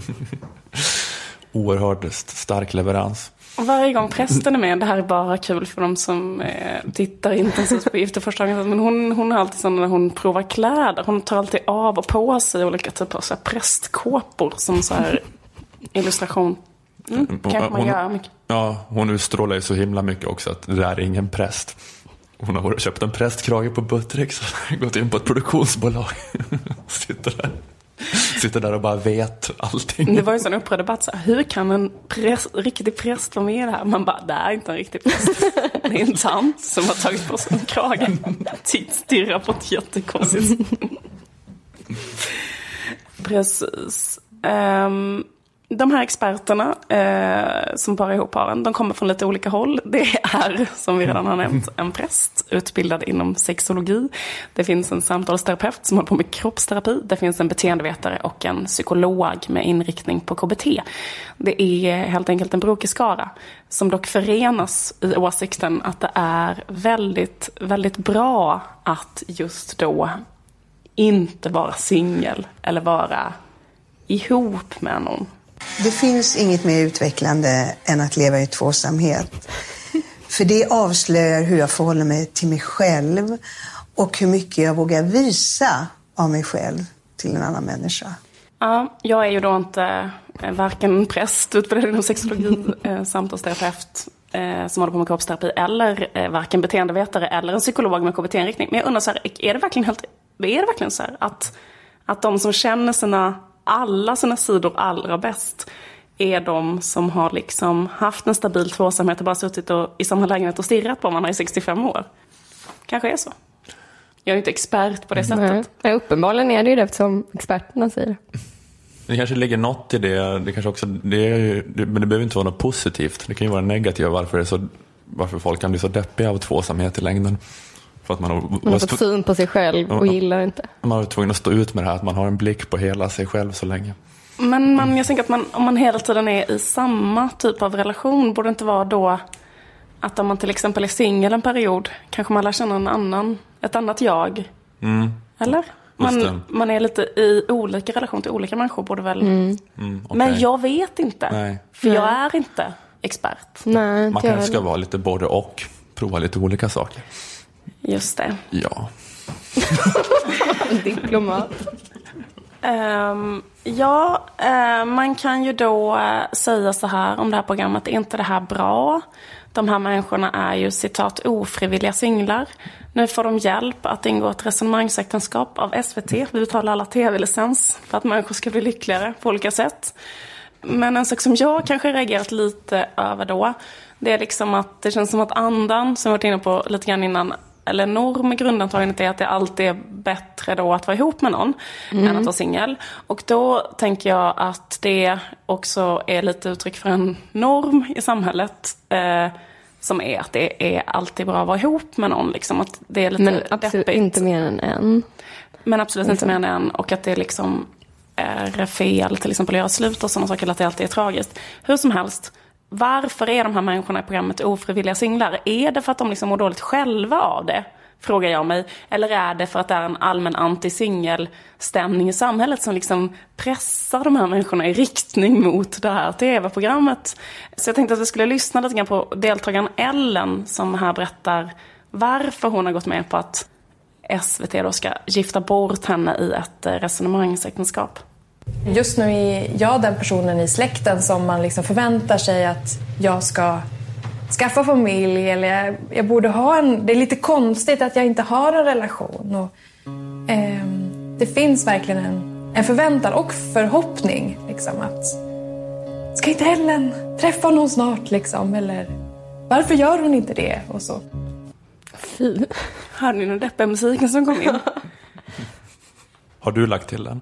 Oerhört stark leverans. Varje gång prästen är med, det här är bara kul för de som eh, tittar intensivt på Gift i första gången, men hon, hon har alltid sån när hon provar kläder, hon tar alltid av och på sig olika typer av så här prästkåpor som så här illustration. Mm, kanske man hon, gör mycket. Ja, hon utstrålar ju så himla mycket också att det där är ingen präst. Hon har köpt en prästkrage på Buttricks och gått in på ett produktionsbolag. Sitter där. Sitter där och bara vet allting. Det var ju en sån upprörd debatt. Så här, hur kan en präst, riktig präst vara med i det här? Man bara, det är inte en riktig präst. Det är en tant som har tagit på sig en krage. Stirrar på ett jättekonstigt. Precis. Um, de här experterna eh, som parar ihop paren, de kommer från lite olika håll. Det är, som vi redan har nämnt, en präst utbildad inom sexologi. Det finns en samtalsterapeut som håller på med kroppsterapi. Det finns en beteendevetare och en psykolog med inriktning på K B T. Det är helt enkelt en brokig skara som dock förenas i åsikten att det är väldigt, väldigt bra att just då inte vara singel eller vara ihop med någon. Det finns inget mer utvecklande än att leva i tvåsamhet. För det avslöjar hur jag förhåller mig till mig själv och hur mycket jag vågar visa av mig själv till en annan människa. Ja, jag är ju då inte eh, varken präst, utbildad inom sexologi, eh, samtalsterapeut eh, som håller på med kroppsterapi eller eh, varken beteendevetare eller en psykolog med K B T-inriktning. Men jag undrar så här, är det verkligen helt, är det verkligen så här att, att de som känner sina alla sina sidor allra bäst är de som har liksom haft en stabil tvåsamhet och bara suttit och, i samma lägenhet och stirrat på man i sextiofem år. Kanske är så. Jag är inte expert på det sättet. Nej, uppenbarligen är det ju det eftersom experterna säger det. Det kanske ligger något i det. Det kanske också, det är ju, det, men det behöver inte vara något positivt. Det kan ju vara negativt varför, det är så, varför folk kan bli så deppiga av tvåsamhet i längden. För att man har, man har fått syn på sig själv och gillar inte. Man har tvungen att stå ut med det här, att man har en blick på hela sig själv så länge. Men man, jag tänker att man, om man hela tiden är i samma typ av relation, borde det inte vara då att om man till exempel är singel en period, kanske man lär känna en annan, ett annat jag. Mm. Eller? Man, man är lite i olika relation till olika människor, borde väl. Mm. Mm, okay. Men jag vet inte. Nej. För jag är inte expert. Nej, man kanske ska vara lite både och. Prova lite olika saker. Just det. Ja. Diplomat. Um, ja, uh, man kan ju då uh, säga så här om det här programmet. Är inte det här bra? De här människorna är ju citat ofrivilliga singlar. Nu får de hjälp att ingå ett resonemangsäktenskap av S V T. Vi betalar alla tv-licens för att människor ska bli lyckligare på olika sätt. Men en sak som jag kanske reagerat lite över då, Det är liksom att det känns som att andan, som jag varit inne på lite grann innan, eller norm, grundantagandet är att det alltid är bättre då att vara ihop med någon mm. än att vara singel. Och då tänker jag att det också är lite uttryck för en norm i samhället eh, som är att det är alltid bra att vara ihop med någon. Liksom, att det är lite Men absolut deppigt. Inte mer än en. Men absolut liksom. Inte mer än en. Och att det liksom är fel till exempel att göra slut och sådana saker, att det alltid är tragiskt. Hur som helst, varför är de här människorna i programmet ofrivilliga singlar? Är det för att de liksom mår dåligt själva av det? Frågar jag mig. Eller är det för att det är en allmän anti-singelstämning i samhället som liksom pressar de här människorna i riktning mot det här tv-programmet? Så jag tänkte att vi skulle lyssna lite grann på deltagaren Ellen som här berättar varför hon har gått med på att S V T då ska gifta bort henne i ett resonemangsäktenskap. Just nu är jag den personen i släkten som man liksom förväntar sig att jag ska skaffa familj, eller jag, jag borde ha en... Det är lite konstigt att jag inte har en relation. Och, eh, det finns verkligen en, en förväntan och förhoppning liksom, att ska inte Ellen träffa någon snart liksom, eller varför gör hon inte det och så. Fy. Hörde ni någon deppiga musiken som kom in? Har du lagt till den?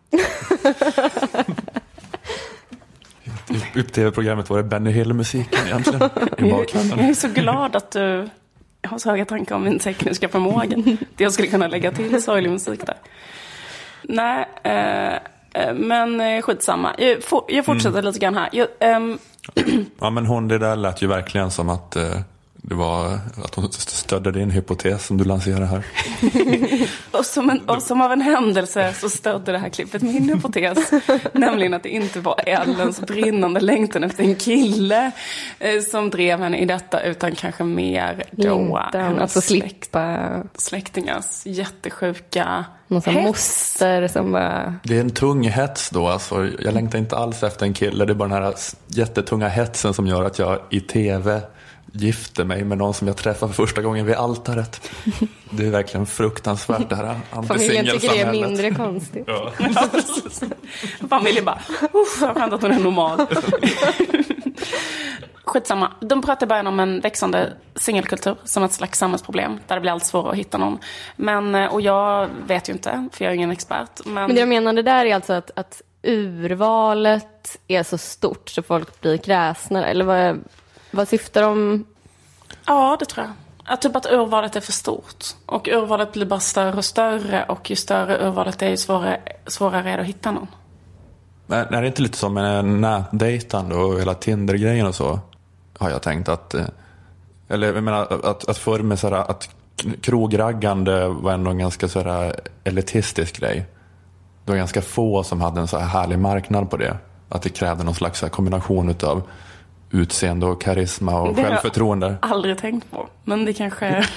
I tv-programmet var det Benny Hill-musiken egentligen i bakgrunden. Jag är så glad att du har så höga tankar om min tekniska förmåga. Det jag skulle kunna lägga till sorglig musik där. Nej, eh, men skitsamma. Jag, for, jag fortsätter mm. lite grann här. Jag, ehm... Ja, men hon, det där lät ju verkligen som att eh, det var att hon stödde din hypotes som du lanserade här. och, som en, och som av en händelse så stödde det här klippet min hypotes. Nämligen att det inte var Ellens brinnande längtan efter en kille eh, som drev henne i detta, utan kanske mer då hennes alltså slippa släktingars jättesjuka någon moster som bara... Det är en tung hets då. Alltså, jag längtar inte alls efter en kille. Det är bara den här jättetunga hetsen som gör att jag i tv gifter mig med någon som jag träffar för första gången vid altaret. Det är verkligen fruktansvärt det här familjen tycker det är mindre konstigt. Ja. Ja, familjen bara, uff, jag har att hon är normal. Skitsamma. De pratar bara om en växande singelkultur som ett slags samhällsproblem där det blir allt svårare att hitta någon. Men, och jag vet ju inte, för jag är ingen expert. Men, men det jag menar det där är alltså att, att urvalet är så stort så folk blir kräsnare. Eller vad, vad syftar de? Ja, det tror jag. Att typ att urvalet är för stort. Och urvalet blir bara större och större. Och ju större urvalet är, ju svårare, svårare är det att hitta någon. Men är det inte lite som en nätdejtande och hela Tinder-grejen och så? Har jag tänkt att... Eller jag menar att, att förr med sådär, att krokraggande var ändå en ganska sådär elitistisk grej. Det var ganska få som hade en så här härlig marknad på det. Att det krävde någon slags kombination utav utseende och karisma och det självförtroende. Det har jag aldrig tänkt på. Men det kanske...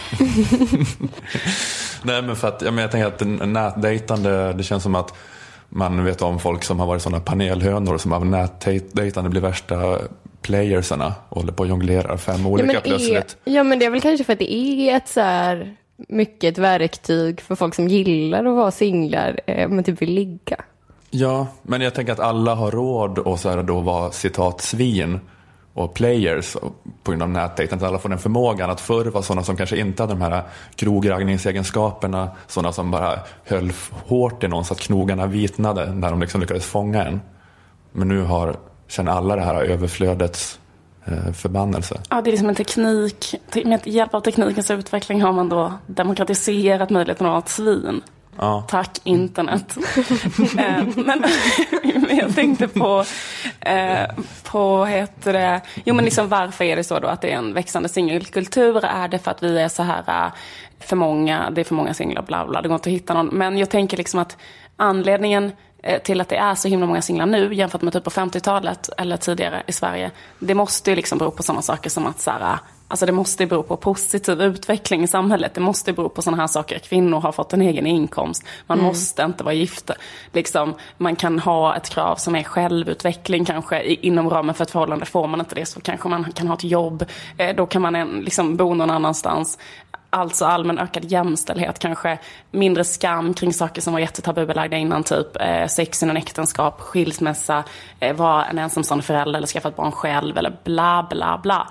Nej, men för att jag, men jag tänker att nätdejtande, det känns som att man vet om folk som har varit sådana panelhönor som av nätdejtande blir värsta playersarna och håller på att jonglera fem olika ja, plötsligt. Är, ja, men det är väl kanske för att det är ett så här mycket ett verktyg för folk som gillar att vara singlar men typ vill ligga. Ja, men jag tänker att alla har råd att så här då vara citat svin och players på grund av nätdejten. Att alla får den förmågan att förr var sådana som kanske inte hade de här krogragningsegenskaperna, sådana som bara höll hårt i någon så att knogarna vitnade när de liksom lyckades fånga en. Men nu har, känner alla det här överflödets eh, förbannelse. Ja, det är liksom en teknik. Med hjälp av teknikens utveckling har man då demokratiserat möjligheten att vara ett svin. Ja. Tack internet. eh, men, men jag tänkte på eh, på heter det jo men liksom varför är det så då att det är en växande singelkultur? Är det för att vi är så här för många, det är för många singlar bla bla, det går inte att hitta någon. Men jag tänker liksom att anledningen eh, till att det är så himla många singlar nu jämfört med typ på femtiotalet eller tidigare i Sverige, det måste ju liksom bero på sådana saker som att så här, alltså det måste bero på positiv utveckling i samhället. Det måste bero på sådana här saker. Kvinnor har fått en egen inkomst. Man mm. måste inte vara gifta. Liksom, man kan ha ett krav som är självutveckling kanske. Inom ramen för ett förhållande får man inte det, så kanske man kan ha ett jobb. Eh, då kan man en, liksom bo någon annanstans. Alltså allmän ökad jämställdhet kanske. Mindre skam kring saker som var jättetabubelagda innan. Typ eh, sex innan äktenskap, skilsmässa, eh, vara en ensamstående förälder eller skaffa ett barn själv eller bla bla bla.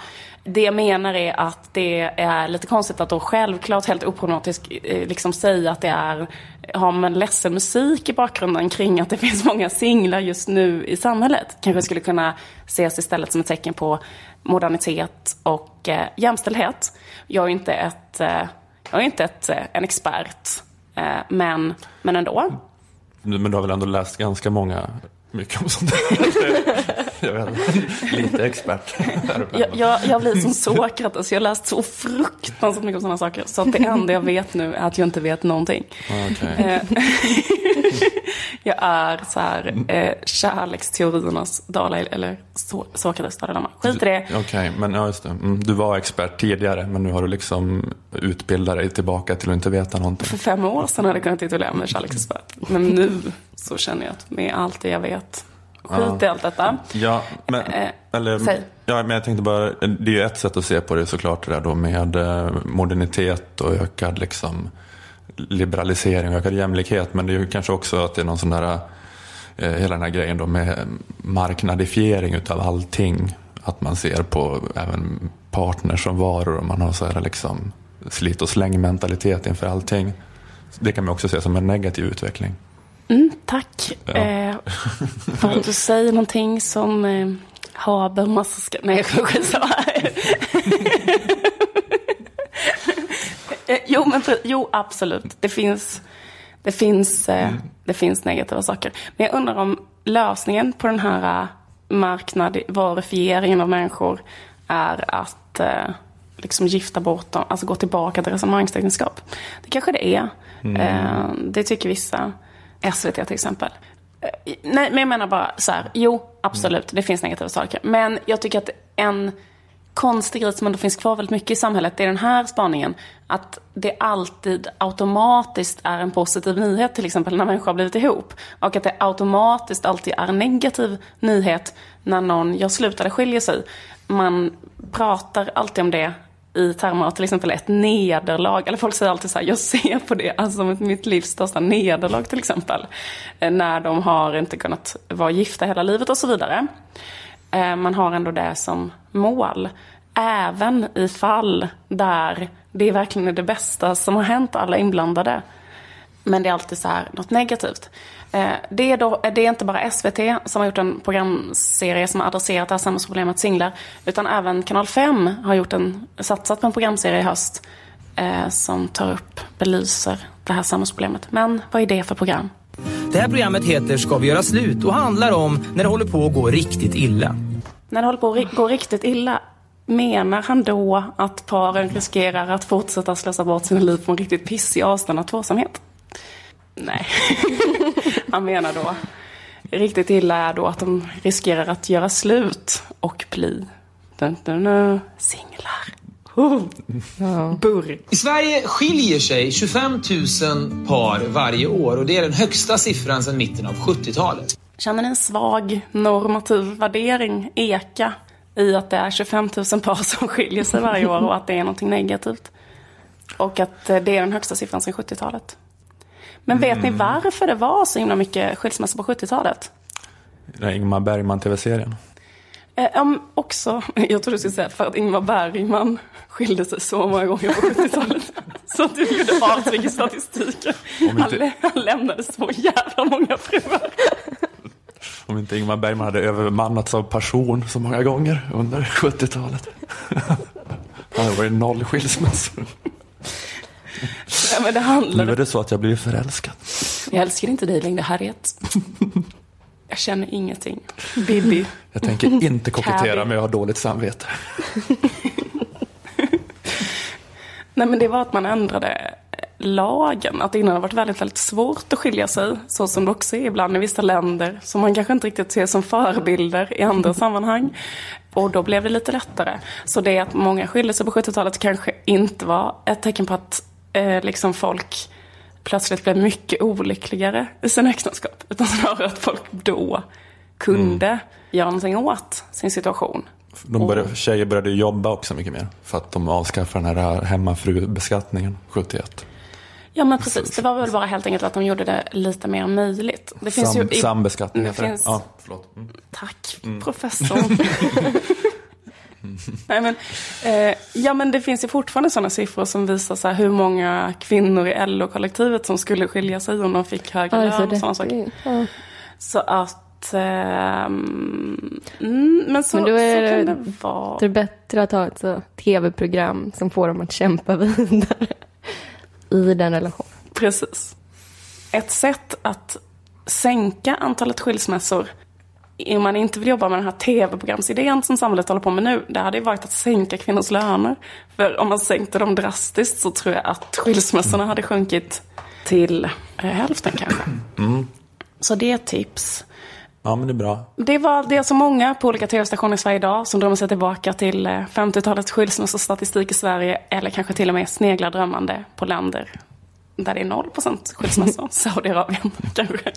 Det jag menar är att det är lite konstigt att då självklart helt oproblematiskt liksom säga att det är, har man ledsen musik i bakgrunden kring att det finns många singlar just nu i samhället. Kanske skulle kunna ses istället som ett tecken på modernitet och eh, jämställdhet. Jag är inte ett, eh, jag är inte ett, eh, en expert, eh, men, men ändå. Men du har väl ändå läst ganska många, mycket om sånt där. Jag vet inte, lite expert. jag, jag, jag blir som Sokrates, jag har läst så fruktansvärt mycket om sådana saker. Så att det enda jag vet nu är att jag inte vet någonting. Okay. Jag är så här eh, kärleksteoriernas Dalai, eller so- Sokrates Dalai Lama. Skit i det. Okej, okay, men ja, just det. Mm, du var expert tidigare, men nu har du liksom utbildat dig tillbaka till att inte veta någonting. För fem år sedan hade jag kunnat titulera mig kärleksexpert. Men nu så känner jag att med allt det jag vet, skit ja. i allt detta. Ja, men, eh, eller, säg. Ja, men jag tänkte bara, det är ju ett sätt att se på det såklart, det där då med modernitet och ökad liksom liberalisering och ökad jämlikhet, men det är ju kanske också att det är någon sån där eh, hela den här grejen då med marknadifiering utav allting, att man ser på även partners som varor och man har så här liksom slit och släng mentalitet inför allting. Det kan man också se som en negativ utveckling. Mm, tack. Ja. Eh, för att du säger någonting som eh, Habermas ska... Nej, jag ska så här. Jo, men jo, absolut. Det finns, det finns, eh, mm. det finns negativa saker. Men jag undrar om lösningen på den här marknadvarifieringen av människor är att eh, liksom gifta bort dem, alltså gå tillbaka till resonemangsäktenskap. Det kanske det är. Mm. Eh, det tycker vissa. S V T till exempel. Eh, nej, men jag menar bara så här. Jo, absolut, mm. det finns negativa saker. Men jag tycker att en konstig grej som ändå finns kvar väldigt mycket i samhället, det är den här spaningen, att det alltid automatiskt är en positiv nyhet, till exempel när människor har blivit ihop, och att det automatiskt alltid är en negativ nyhet när någon gör slut eller skiljer sig. Man pratar alltid om det i termer av till exempel ett nederlag, eller folk säger alltid så här, jag ser på det alltså som mitt livs största nederlag till exempel, när de har inte kunnat vara gifta hela livet och så vidare. Man har ändå det som mål, även i fall där det verkligen är det bästa som har hänt alla inblandade. Men det är alltid så här något negativt. Det är, då, det är inte bara S V T som har gjort en programserie som har adresserat det här samhällsproblemet singlar, utan även Kanal fem har gjort en, satsat på en programserie i höst eh, som tar upp, belyser det här samhällsproblemet. Men vad är det för program? Det här programmet heter Ska vi göra slut och handlar om när det håller på att gå riktigt illa. När det håller på att gå riktigt illa, menar han då att paren riskerar att fortsätta slösa bort sina liv på en riktigt pissig avstånd av tvåsamhet? Nej. Han menar då riktigt illa är då att de riskerar att göra slut och bli dun, dun, dun, singlar. Oh. Ja. Burr. I Sverige skiljer sig tjugofem tusen par varje år och det är den högsta siffran sedan mitten av sjuttiotalet. Känner ni en svag normativ värdering eka i att det är tjugofem tusen par som skiljer sig varje år och att det är något negativt? Och att det är den högsta siffran sedan sjuttiotalet. Men vet mm. ni varför det var så himla mycket skilsmässor på sjuttiotalet? Den Ingmar Bergman-T V-serien. Eh, um, också, jag tror du skulle säga för att Ingmar Bergman skilde sig så många gånger på sjuttiotalet. Så att du gjorde avtryck i statistiken. Inte... Han, lä- han lämnade så jävla många fruar. Om inte Ingmar Bergman hade övermannats av passion så många gånger under sjuttiotalet. Han hade varit noll skilsmässor. Ja, men det handlar... Nu är det så att jag blir förälskad. Jag älskar inte dig längre, Harriet. Jag känner ingenting. Bibi. Jag tänker inte kokettera med att ha dåligt samvete. Nej, men det var att man ändrade lagen. Att det innan har varit väldigt, väldigt svårt att skilja sig. Så som det också är ibland i vissa länder. Som man kanske inte riktigt ser som förebilder i andra sammanhang. Och då blev det lite lättare. Så det att många skilde sig på sjuttiotalet kanske inte var ett tecken på att eh, liksom folk plötsligt blev mycket olyckligare i sin äktenskap. Utan snarare att folk då kunde mm. göra någonting åt sin situation. De började, tjejer började jobba också mycket mer. För att de avskaffade den här hemmafrubeskattningen sjuttioett. Ja, men precis. Det var väl bara helt enkelt att de gjorde det lite mer möjligt. Det finns Sam, ju i, sambeskattning heter det. Finns, ja, förlåt. Mm. Tack, mm. professor. Nej, men, eh, ja, men det finns ju fortfarande sådana siffror som visar så här, hur många kvinnor i L O-kollektivet som skulle skilja sig om de fick högre alltså, lön och sådana saker. Ja. Så att... Eh, mm, men så, men då är så det, kan det vara. Det är bättre att ha ett så tv-program som får dem att kämpa vidare i den relationen. Precis. Ett sätt att sänka antalet skilsmässor om man inte vill jobba med den här tv-programsidén som samhället håller på med nu, det hade ju varit att sänka kvinnors löner. För om man sänkte dem drastiskt så tror jag att skilsmässorna hade sjunkit till eh, hälften kanske. Mm. Så det är ett tips. Ja, men det är bra. Det, var, det är så många på olika tv-stationer i Sverige idag som drömmer sig tillbaka till femtiotalets skilsmässostatistik i Sverige, eller kanske till och med sneglar drömmande på länder där det är noll procent skilsmässor. Saudiarabien kanske.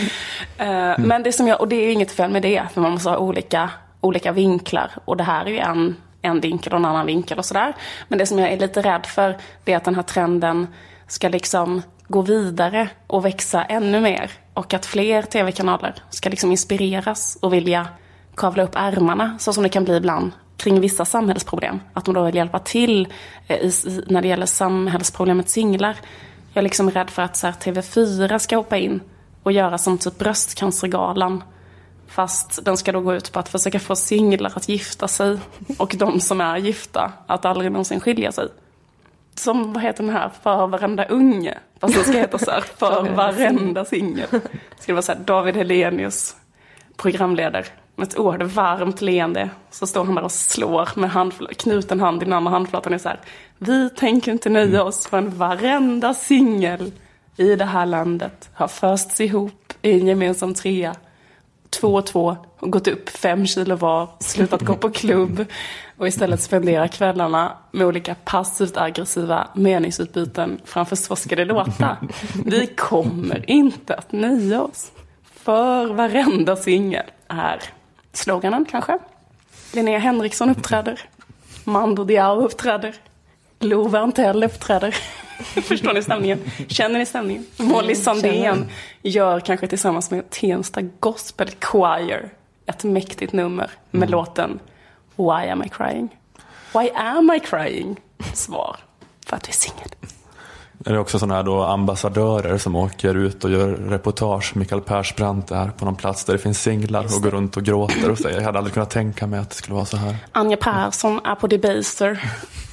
uh, men det som jag, och det är ju inget fel med det, för man måste ha olika, olika vinklar. Och det här är ju en, en vinkel och en annan vinkel och sådär. Men det som jag är lite rädd för, det är att den här trenden ska liksom gå vidare och växa ännu mer. Och att fler tv-kanaler ska liksom inspireras och vilja kavla upp ärmarna, så som det kan bli ibland kring vissa samhällsproblem. Att de då vill hjälpa till eh, i, när det gäller samhällsproblemet singlar. Jag är liksom rädd för att så här, T V fyra ska hoppa in och göra som typ bröstcancergalan. Fast den ska då gå ut på att försöka få singlar att gifta sig. Och de som är gifta att aldrig någonsin skilja sig. Som, vad heter den här? För varenda unge. Fast det ska heta så här, för varenda singel. Det ska vara så här, David Hellenius programledare. Med ett oerhört varmt leende. Så står han där och slår med handfl- knuten hand i den andra handflatan. Och så här, vi tänker inte nöja oss för en varenda singel i det här landet har fösts ihop i en gemensam trea. Två och två och gått upp fem kilo var, slutat gå på klubb och istället spendera kvällarna med olika passivt aggressiva meningsutbyten framför svaskade låtar. Vi kommer inte att nöja oss. För varenda singel är sloganen kanske. Linnea Henriksson uppträder. Mando Diao uppträder. Love Antell uppträder. Förstår ni stämningen? Känner ni stämningen? Molly Sandén gör kanske tillsammans med Tensta Gospel Choir ett mäktigt nummer med mm. låten Why am I crying? Why am I crying? Svar, för att vi är singel. Är det också sådana här då ambassadörer som åker ut och gör reportage? Mikael Persbrandt är på någon plats där det finns singlar och går runt och gråter och säger, jag hade aldrig kunnat tänka mig att det skulle vara så här. Anja Persson är på Debaser,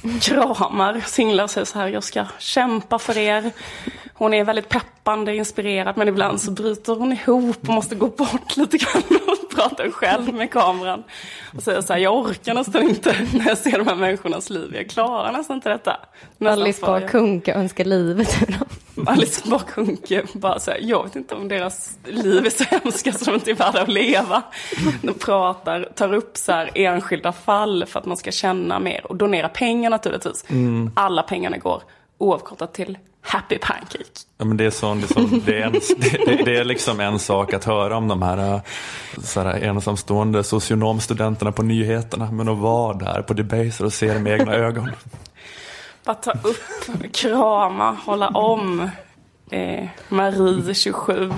kramar singlar och säger så här, jag ska kämpa för er. Hon är väldigt peppande, inspirerad, men ibland så bryter hon ihop och måste gå bort lite grann och prata själv med kameran. Och säger så här, jag orkar nästan inte när jag ser de här människornas liv. Jag klarar nästan inte detta. Nästan Alice Bah Kuhnke önskar livet för dem. Alice Bah Kuhnke bara så här, jag vet inte om deras liv är så hemska som de inte är värda att leva. De pratar, tar upp så här enskilda fall för att man ska känna mer och donera pengar naturligtvis. Mm. Alla pengarna går oavkortat till Happy Pancake. Ja, men det är sån, liksom, det, är en, det, det är liksom en sak att höra om de här, så här ensamstående socionomstudenterna på nyheterna, men att vara där på Debaser och se det med egna ögon. Bara ta upp, krama, hålla om eh, Marie tjugosju.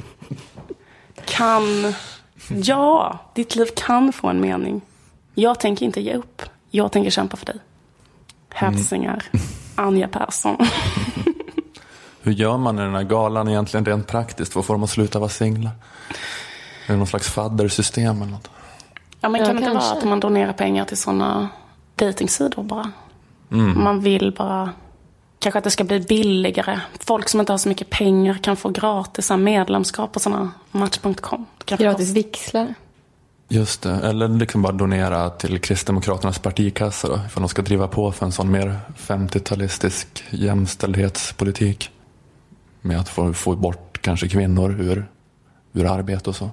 Kan, ja, ditt liv kan få en mening. Jag tänker inte ge upp. Jag tänker kämpa för dig. Hälsningar, mm. Anja Persson. Hur gör man i den här galan egentligen rent praktiskt? Vad får de att sluta vara singlar? Är det någon slags faddersystem eller något? Ja, men kan ja, det inte vara att man donerar pengar till sådana datingsidor bara? Mm. Man vill bara... Kanske att det ska bli billigare. Folk som inte har så mycket pengar kan få gratis medlemskap på sådana match punkt com. Gratis vixlar. Just det, eller liksom bara donera till Kristdemokraternas partikassa då, för de ska driva på för en sån mer femtiotalistisk jämställdhetspolitik med att få, få bort kanske kvinnor ur, ur arbete och så.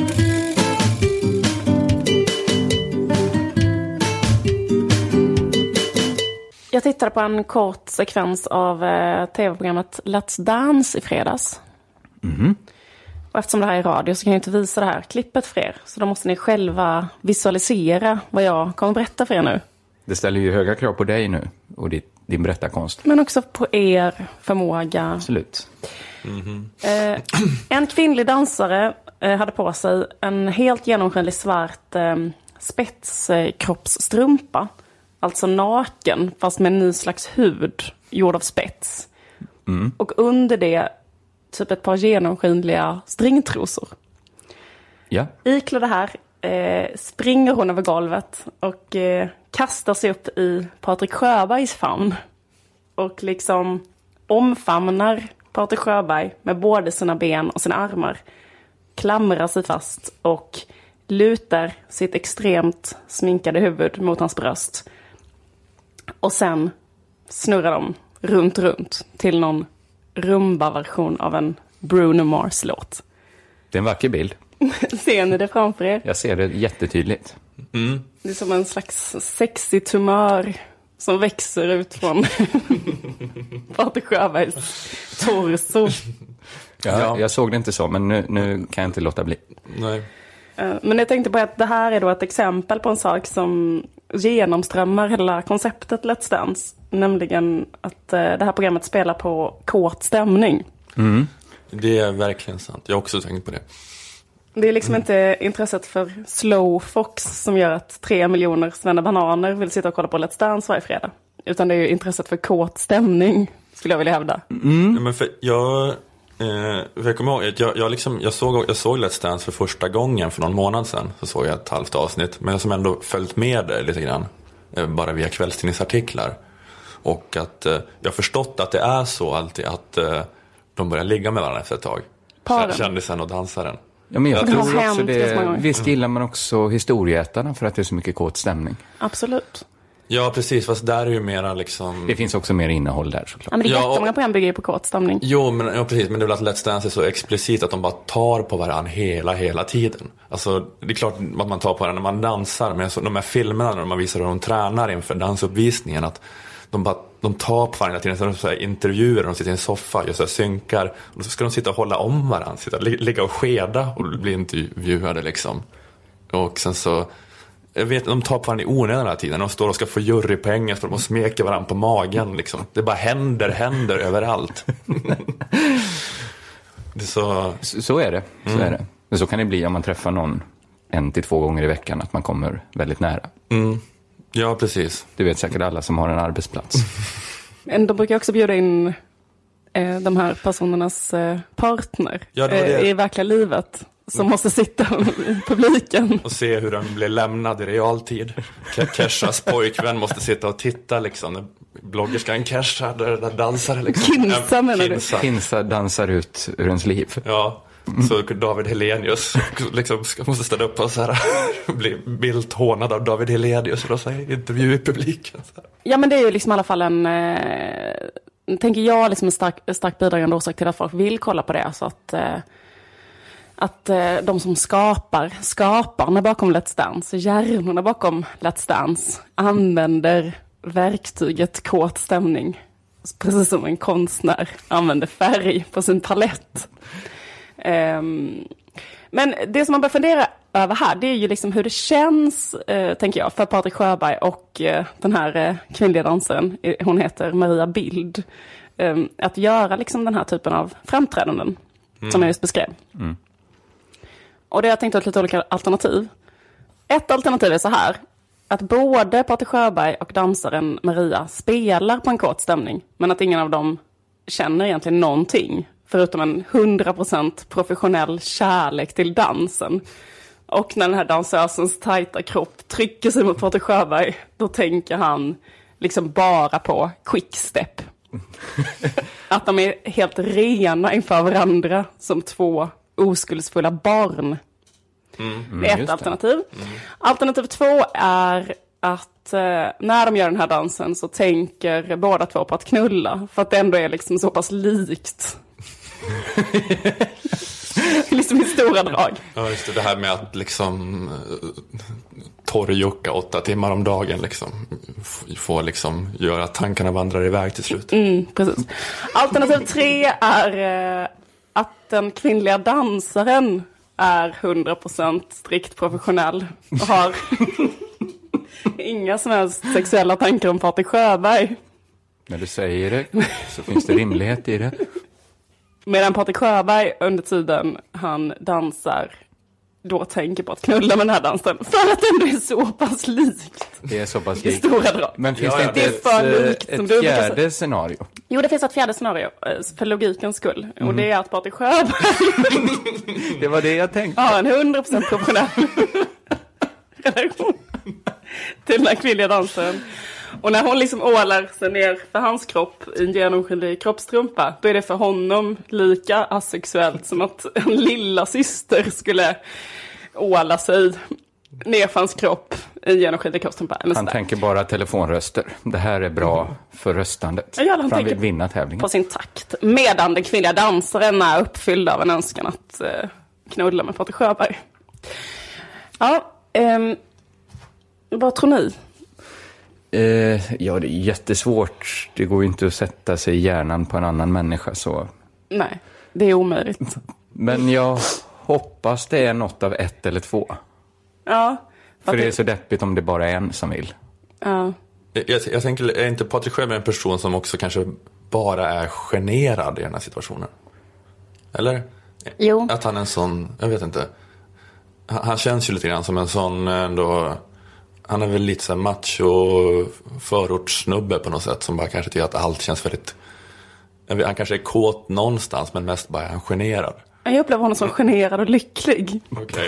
Jag tittade på en kort sekvens av eh, tv-programmet Let's Dance i fredags. Mhm. Och eftersom det här är radio så kan jag inte visa det här klippet för er. Så då måste ni själva visualisera vad jag kommer berätta för er nu. Det ställer ju höga krav på dig nu och ditt, din berättarkonst. Men också på er förmåga. Absolut. Mm-hmm. Eh, en kvinnlig dansare eh, hade på sig en helt genomskinlig svart eh, spetskroppsstrumpa. Alltså naken, fast med en ny slags hud gjord av spets. Mm. Och under det typ ett par genomskinliga stringtrosor. Ja. Iklädd det här eh, springer hon över golvet och eh, kastar sig upp i Patrik Sjöbergs famn. Och liksom omfamnar Patrik Sjöberg med både sina ben och sina armar. Klamrar sig fast och lutar sitt extremt sminkade huvud mot hans bröst. Och sen snurrar de runt, runt till någon rumba-version av en Bruno Mars-låt. Det är en vacker bild. Ser ni det framför er? Jag ser det jättetydligt. Mm. Det är som en slags sexig tumör som växer ut från Patrik Sjöbergs torso. Ja, ja. Jag såg det inte så, men nu, nu kan jag inte låta bli. Nej. Men jag tänkte på att det här är då ett exempel på en sak som genomströmmar hela konceptet Let's Dance. Nämligen att det här programmet spelar på kåt stämning. Mm. Det är verkligen sant. Jag har också tänkt på det. Det är liksom mm. inte intresset för Slow Fox som gör att tre miljoner Svenna Bananer vill sitta och kolla på Let's Dance varje fredag. Utan det är ju intresset för kåt stämning, skulle jag vilja hävda. Mm. Ja, men för jag... Eh, jag kommer ihåg, jag, jag, liksom, jag, såg, jag såg Let's Dance för första gången för någon månad sedan. Så såg jag ett halvt avsnitt. Men jag som ändå följt med det lite grann. Eh, bara via kvällstidningsartiklar. Och att eh, jag har förstått att det är så alltid att eh, de börjar ligga med varandra efter ett tag. Paren. Kändisen och dansaren. Ja, men jag det tror har också det, det, visst gillar man också historieätarna för att det är så mycket kåt stämning. Absolut. Ja, precis. Fast där är ju mera liksom... Det finns också mer innehåll där såklart. Ja, men det är ja, jättemånga program bygger ju på kåt stämning. Jo, men, ja, precis. Men det är väl att Let's Dance är så explicit att de bara tar på varandra hela, hela tiden. Alltså, det är klart att man tar på varandra när man dansar. Men så, de här filmerna när man visar hur de tränar inför dansuppvisningen, att de bara de tar på varandra hela tiden. Så här intervjuer, de sitter i en soffa, gör så här synkar. Och så ska de sitta och hålla om varandra. Sitta, ligga och skeda och bli intervjuade liksom. Och sen så... Jag vet, de tar på varandra i onödan hela tiden. De står och ska få jurypengar för de smeker varandra på magen liksom. Det bara händer, händer överallt. Det är så... så... Så är det, så mm. är det. Men så kan det bli om man träffar någon en till två gånger i veckan, att man kommer väldigt nära. Mm. Ja, precis. Du vet säkert alla som har en arbetsplats. De brukar också bjuda in eh, de här personernas eh, partner ja, det det. Eh, i verkliga livet. Som måste sitta i publiken. Och se hur den blir lämnad i realtid. Keshas pojkvän måste sitta och titta liksom. Bloggerskan Kesha, där, där dansar liksom. Kinsa menar du? Kinsa dansar ut ur ens liv. Ja, så David Helenius liksom måste ställa upp och så här, bli vilt hånad av David Helenius och så här, intervju i publiken. Så här. Ja, men det är ju liksom i alla fall en... Eh, tänker jag liksom en stark, stark bidragande orsak till att folk vill kolla på det. Så att... Eh, Att eh, de som skapar, skaparna bakom Let's Dance, hjärnorna bakom Let's Dance, använder verktyget kåt stämning. Precis som en konstnär använder färg på sin palett. Um, men det som man bör fundera över här, det är ju liksom hur det känns, eh, tänker jag, för Patrik Sjöberg och eh, den här eh, kvinnliga dansaren, hon heter Maria Bild, eh, att göra liksom den här typen av framträdanden mm. som jag just beskrev. Mm. Och det har jag tänkt ut lite olika alternativ. Ett alternativ är så här. Att både Patrik Sjöberg och dansaren Maria spelar på en kort stämning. Men att ingen av dem känner egentligen någonting. Förutom en hundra procent professionell kärlek till dansen. Och när den här dansösens tajta kropp trycker sig mot Patrik Sjöberg. Då tänker han liksom bara på quickstep. Att de är helt rena inför varandra som två oskuldsfulla barn. Mm. Det är ett alternativ. Mm. Alternativ två är att eh, när de gör den här dansen så tänker båda två på att knulla. För att det ändå är liksom så pass likt. Liksom i stora drag. Ja, just det, det här med att liksom torrjucka åtta timmar om dagen liksom. Få liksom göra att tankarna vandrar iväg till slut. Mm, precis. Alternativ tre är... Eh, att den kvinnliga dansaren är hundra procent strikt professionell och har inga som helst sexuella tankar om Patrik Sjöberg. När du säger det så finns det rimlighet i det. Medan Patrik Sjöberg under tiden han dansar då tänker på att knulla med den här dansen. För att det ändå är så pass likt. Det är så pass I likt. stora drag. Men finns Ja, det ja. inte Det är ett, för likt ett som du brukar fjärde säga. scenario? Jo, det finns ett fjärde scenario, eh, för logikens skull. Och Mm. det är att Patrik Sjöberg Det var det jag tänkte. har en hundra procent professionell relation till den här kvinnliga dansaren. Och när hon liksom ålar sig ner för hans kropp i en genomskinlig kroppstrumpa, då är det för honom lika asexuellt som att en lilla syster skulle åla sig ner för hans kropp i en genomskinlig kroppstrumpa. Eller Han sådär. tänker bara telefonröster. Det här är bra för röstandet. Ja, han för han vill tänker vinna tävlingen. på sin takt. Medan den kvinnliga dansaren är uppfylld av en önskan att eh, knulla med Patrik Sjöberg. Ja, ehm, vad tror ni? Eh, ja, det är jättesvårt. Det går ju inte att sätta sig i hjärnan på en annan människa så. Nej, det är omöjligt. Men jag hoppas det är något av ett eller två. Ja. För det är så deppigt om det bara är en som vill. Ja. Jag, jag, jag tänker, är inte Patrik Sjöberg en person som också kanske bara är generad i den här situationen? Eller? Jo. Att han är en sån, jag vet inte. Han, han känns ju lite grann som en sån ändå. Han är väl lite så här macho förortssnubbe på något sätt som bara kanske tycker att allt känns väldigt. Han kanske är kåt någonstans men mest bara är han generad. Jag upplever honom som generad och lycklig. Okej.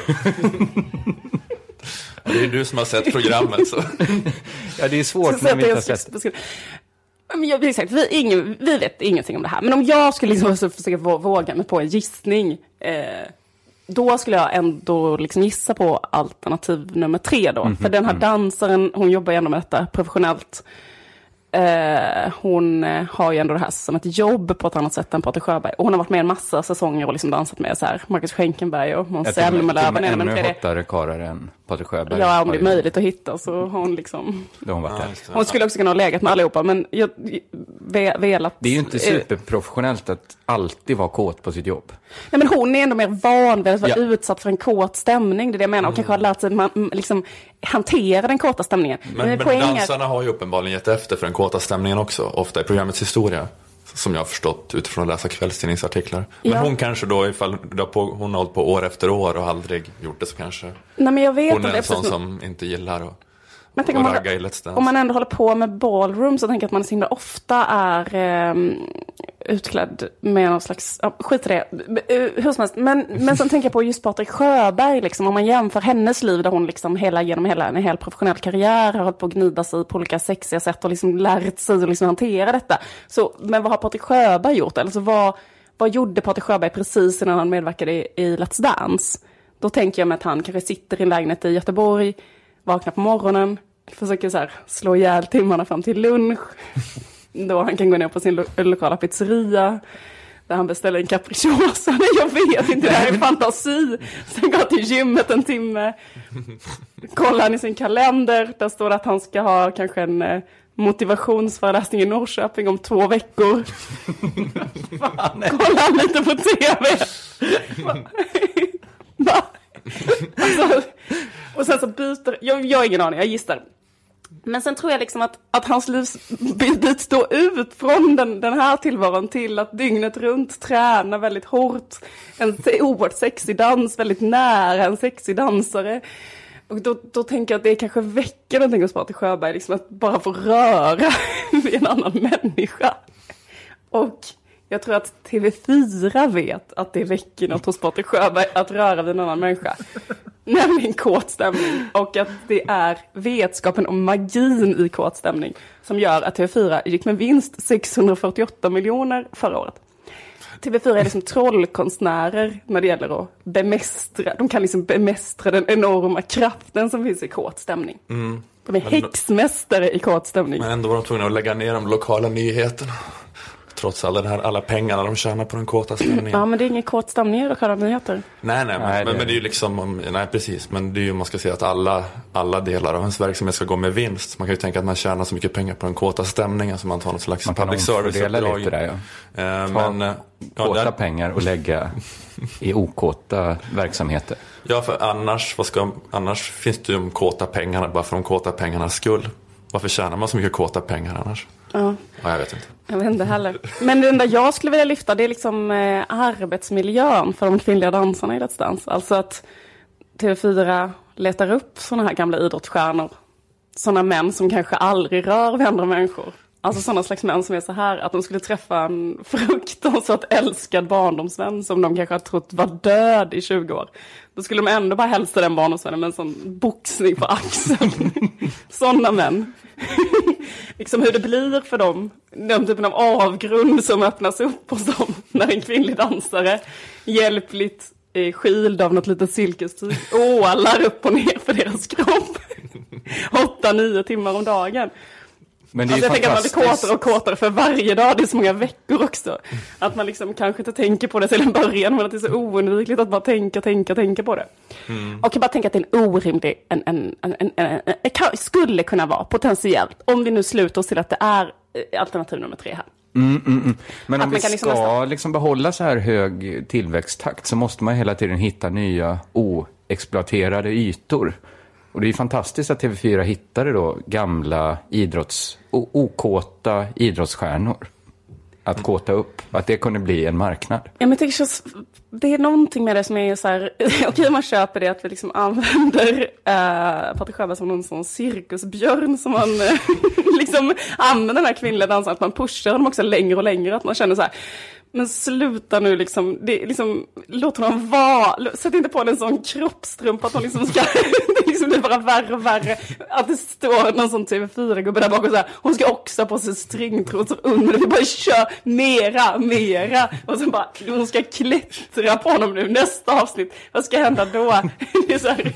Det är du som har sett programmet så. Ja, det är svårt när vi inte har sett det. Men jag, vi, sagt, vi, ingen, vi vet ingenting om det här. Men om jag skulle liksom försöka våga mig på en gissning. Eh, då skulle jag ändå liksom gissa på alternativ nummer tre då. Mm-hmm. För den här dansaren, hon jobbar ju ändå med detta professionellt. Eh, hon eh, har ju ändå det här som ett jobb på ett annat sätt än Patrik Sjöberg. Och hon har varit med i en massa säsonger och liksom dansat med så här Marcus Schenkenberg och Måns Zelmerlöw. Ännu hottare karlar än Patrik Sjöberg. Ja, om det är möjligt att hitta så har hon liksom. Hon, varit där. Hon skulle också kunna ha legat med allihopa, men jag ve, velat. Det är ju inte superprofessionellt att alltid vara kåt på sitt jobb. Nej, men hon är ändå mer van vid att vara Ja. utsatt för en kåt stämning. Det är det jag menar. Och kanske har lärt sig man, liksom, hantera den kåta stämningen. Men, men poängen... dansarna har ju uppenbarligen gett efter för den kåta stämningen också. Ofta i programmets historia. Som jag har förstått utifrån att läsa kvällstidningsartiklar. Men Ja. hon kanske då, ifall på, hon har hållit på år efter år och aldrig gjort det så kanske. Nej, men jag vet hon är det, en sån precis. som inte gillar att Men tänk, och om, man, ragga i Let's Dance. om man ändå håller på med ballroom så tänker jag att man så himla ofta är eh, utklädd med någon slags, ja, skit i det, hur som helst. Men, men sen tänker jag på just Patrik Sjöberg, liksom, om man jämför hennes liv där hon liksom hela, genom hela en hel professionell karriär har hållit på att gnida sig på olika sexiga sätt och liksom lärt sig att liksom hantera detta. Så, men vad har Patrik Sjöberg gjort? Alltså vad, vad gjorde Patrik Sjöberg precis innan han medverkade i, i Let's Dance? Då tänker jag mig att han kanske sitter i en lägenhet i Göteborg, vaknar på morgonen, försöker så här slå ihjäl timmarna fram till lunch. Då han kan gå ner på sin lo- lokala pizzeria där han beställer en capricciosa. Nej, jag vet inte, det här är fantasi. Sen går till gymmet en timme. Kollar han i sin kalender. Där står det att han ska ha kanske en eh, motivationsföreläsning i Norrköping om två veckor. Kollar han lite på tv. Va? Alltså, och sen så byter, jag, jag har ingen aning, jag gissar. Men sen tror jag liksom att, att hans liv byts då ut från den, den här tillvaron till att dygnet runt träna väldigt hårt. En oerhört sexig dans, väldigt nära en sexig dansare. Och då, då tänker jag att det kanske väcker någonting hos Patrik Sjöberg, liksom att bara få röra vid en annan människa. Och jag tror att T V fyra vet att det väcker något hos Patrik Sjöberg att röra vid en annan människa. Nämligen kåt stämning. Och att det är vetskapen om magin i kåt stämning som gör att T V fyra gick med vinst sexhundrafyrtioåtta miljoner förra året. T V fyra är liksom trollkonstnärer när det gäller att bemästra. De kan liksom bemästra den enorma kraften som finns i kåt stämning. Mm. De är häxmästare i kåt stämning. Men ändå var de tvungna att lägga ner de lokala nyheterna. Trots alla, den här, alla pengarna de tjänar på den kåta stämningen. Ja, men det är ingen kåt stämning i lokala nyheter. Nej, nej, men, nej, det... Men, men det är ju liksom, nej precis, men det är ju, man ska säga att alla, alla delar av ens verksamhet ska gå med vinst. Man kan ju tänka att man tjänar så mycket pengar på den kåta stämningen som man tar något slags man public service. Man kan lite där, ja. Eh, men, ja, kåta där... pengar och lägga i okåta verksamheter. Ja, för annars, vad ska, annars finns det ju de kåta pengarna bara för de kåta pengarnas skull. Varför tjänar man så mycket kåta pengar annars? Ja. Ja, jag vet inte. Jag vet inte heller. Men det enda jag skulle vilja lyfta, det är liksom eh, arbetsmiljön för de kvinnliga dansarna i Let's Dance. Alltså att T V fyra letar upp såna här gamla idrottsstjärnor. Såna män som kanske aldrig rör vid andra människor. Alltså sådana slags män som är så här att de skulle träffa en fruktansvärt älskad barndomsvän som de kanske har trott var död i tjugo år. Då skulle de ändå bara hälsa den barndomsvännen med en sån boxning på axeln. Sådana män. Liksom hur det blir för dem. Den typen av avgrund som öppnas upp hos dem när en kvinnlig dansare hjälpligt är skild av något litet silkestyg ålar upp och ner för deras kropp. Åtta, nio timmar om dagen. Men det är alltså jag tänker att man blir fantastiskt. kåtare och kåtare för varje dag. Det är så många veckor också. Att man liksom kanske inte tänker på det till en början. Men att det är så oundvikligt att bara tänka, tänka, tänka på det. Mm. Och jag bara tänker att det är en orimlig... En, en, en, en, en, en, en, skulle kunna vara potentiellt. Om vi nu slutar oss till att det är alternativ nummer tre här. Mm, mm, mm. Men Att om man vi kan liksom ska nästan- liksom behålla så här hög tillväxttakt så måste man hela tiden hitta nya oexploaterade ytor. Och det är fantastiskt att T V fyra hittade då gamla idrotts, o- okåta idrottsstjärnor att kåta upp. Att det kunde bli en marknad. Ja, men jag tycker så, det är någonting med det som är så här, okej man köper det att vi liksom använder uh, Patrik Sjöberg som någon sån cirkusbjörn som man uh, liksom använder den här kvinnliga dansen, att man pushar dem också längre och längre, att man känner så här, men sluta nu liksom, det, liksom låt honom vara, sätt inte på en sån kroppstrumpa att hon liksom ska, det liksom blir bara värre och värre, att det står någon sån T V fyra-gubbe där bak och så här, hon ska också ha på sig stringtrosor under, vi bara kör mera, mera, och så bara, hon ska klättra på honom nu, nästa avsnitt, vad ska hända då? Det är så här,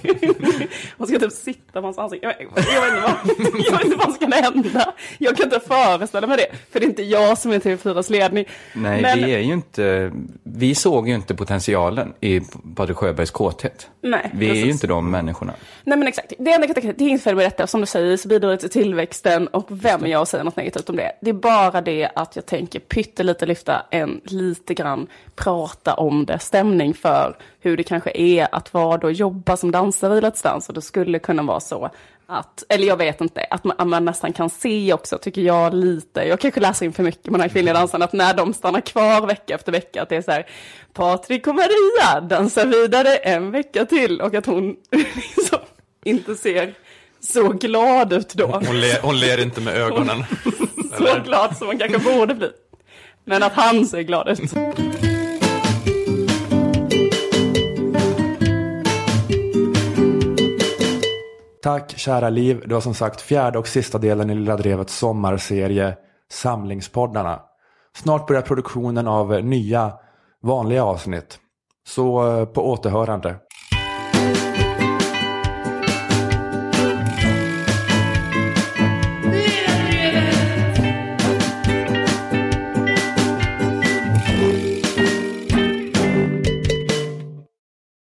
hon ska typ sitta på hans ansikte, jag, jag, vet inte vad, jag vet inte vad ska hända, jag kan inte föreställa mig det, för det är inte jag som är T V fyras ledning. Nej, men, vi är ju inte, vi såg ju inte potentialen i Patrik Sjöbergs kåthet. Nej, vi är precis. ju inte de människorna. Nej men exakt, det enda jag kan tänka, det är inget fel med detta, som du säger så bidrar det till tillväxten och vem är jag att säga något negativt om det. Det är bara det att jag tänker pyttelite lyfta en lite grann prata om det, stämning för hur det kanske är att vara då jobba som dansare i Let's Dance, och det skulle kunna vara så att, eller jag vet inte, att man, att man nästan kan se också, tycker jag lite, jag kanske läser in för mycket med den här kvinnliga dansarna, att när de stannar kvar vecka efter vecka, att det är så här, Patrik och Maria dansar vidare en vecka till, och att hon liksom inte ser så glad ut då. Hon ler, hon ler inte med ögonen. Så glad som man kanske borde bli. Men att han ser glad ut. Tack kära Liv, det var som sagt fjärde och sista delen i Lilla Drevets sommarserie Samlingspoddarna. Snart börjar produktionen av nya vanliga avsnitt. Så på återhörande.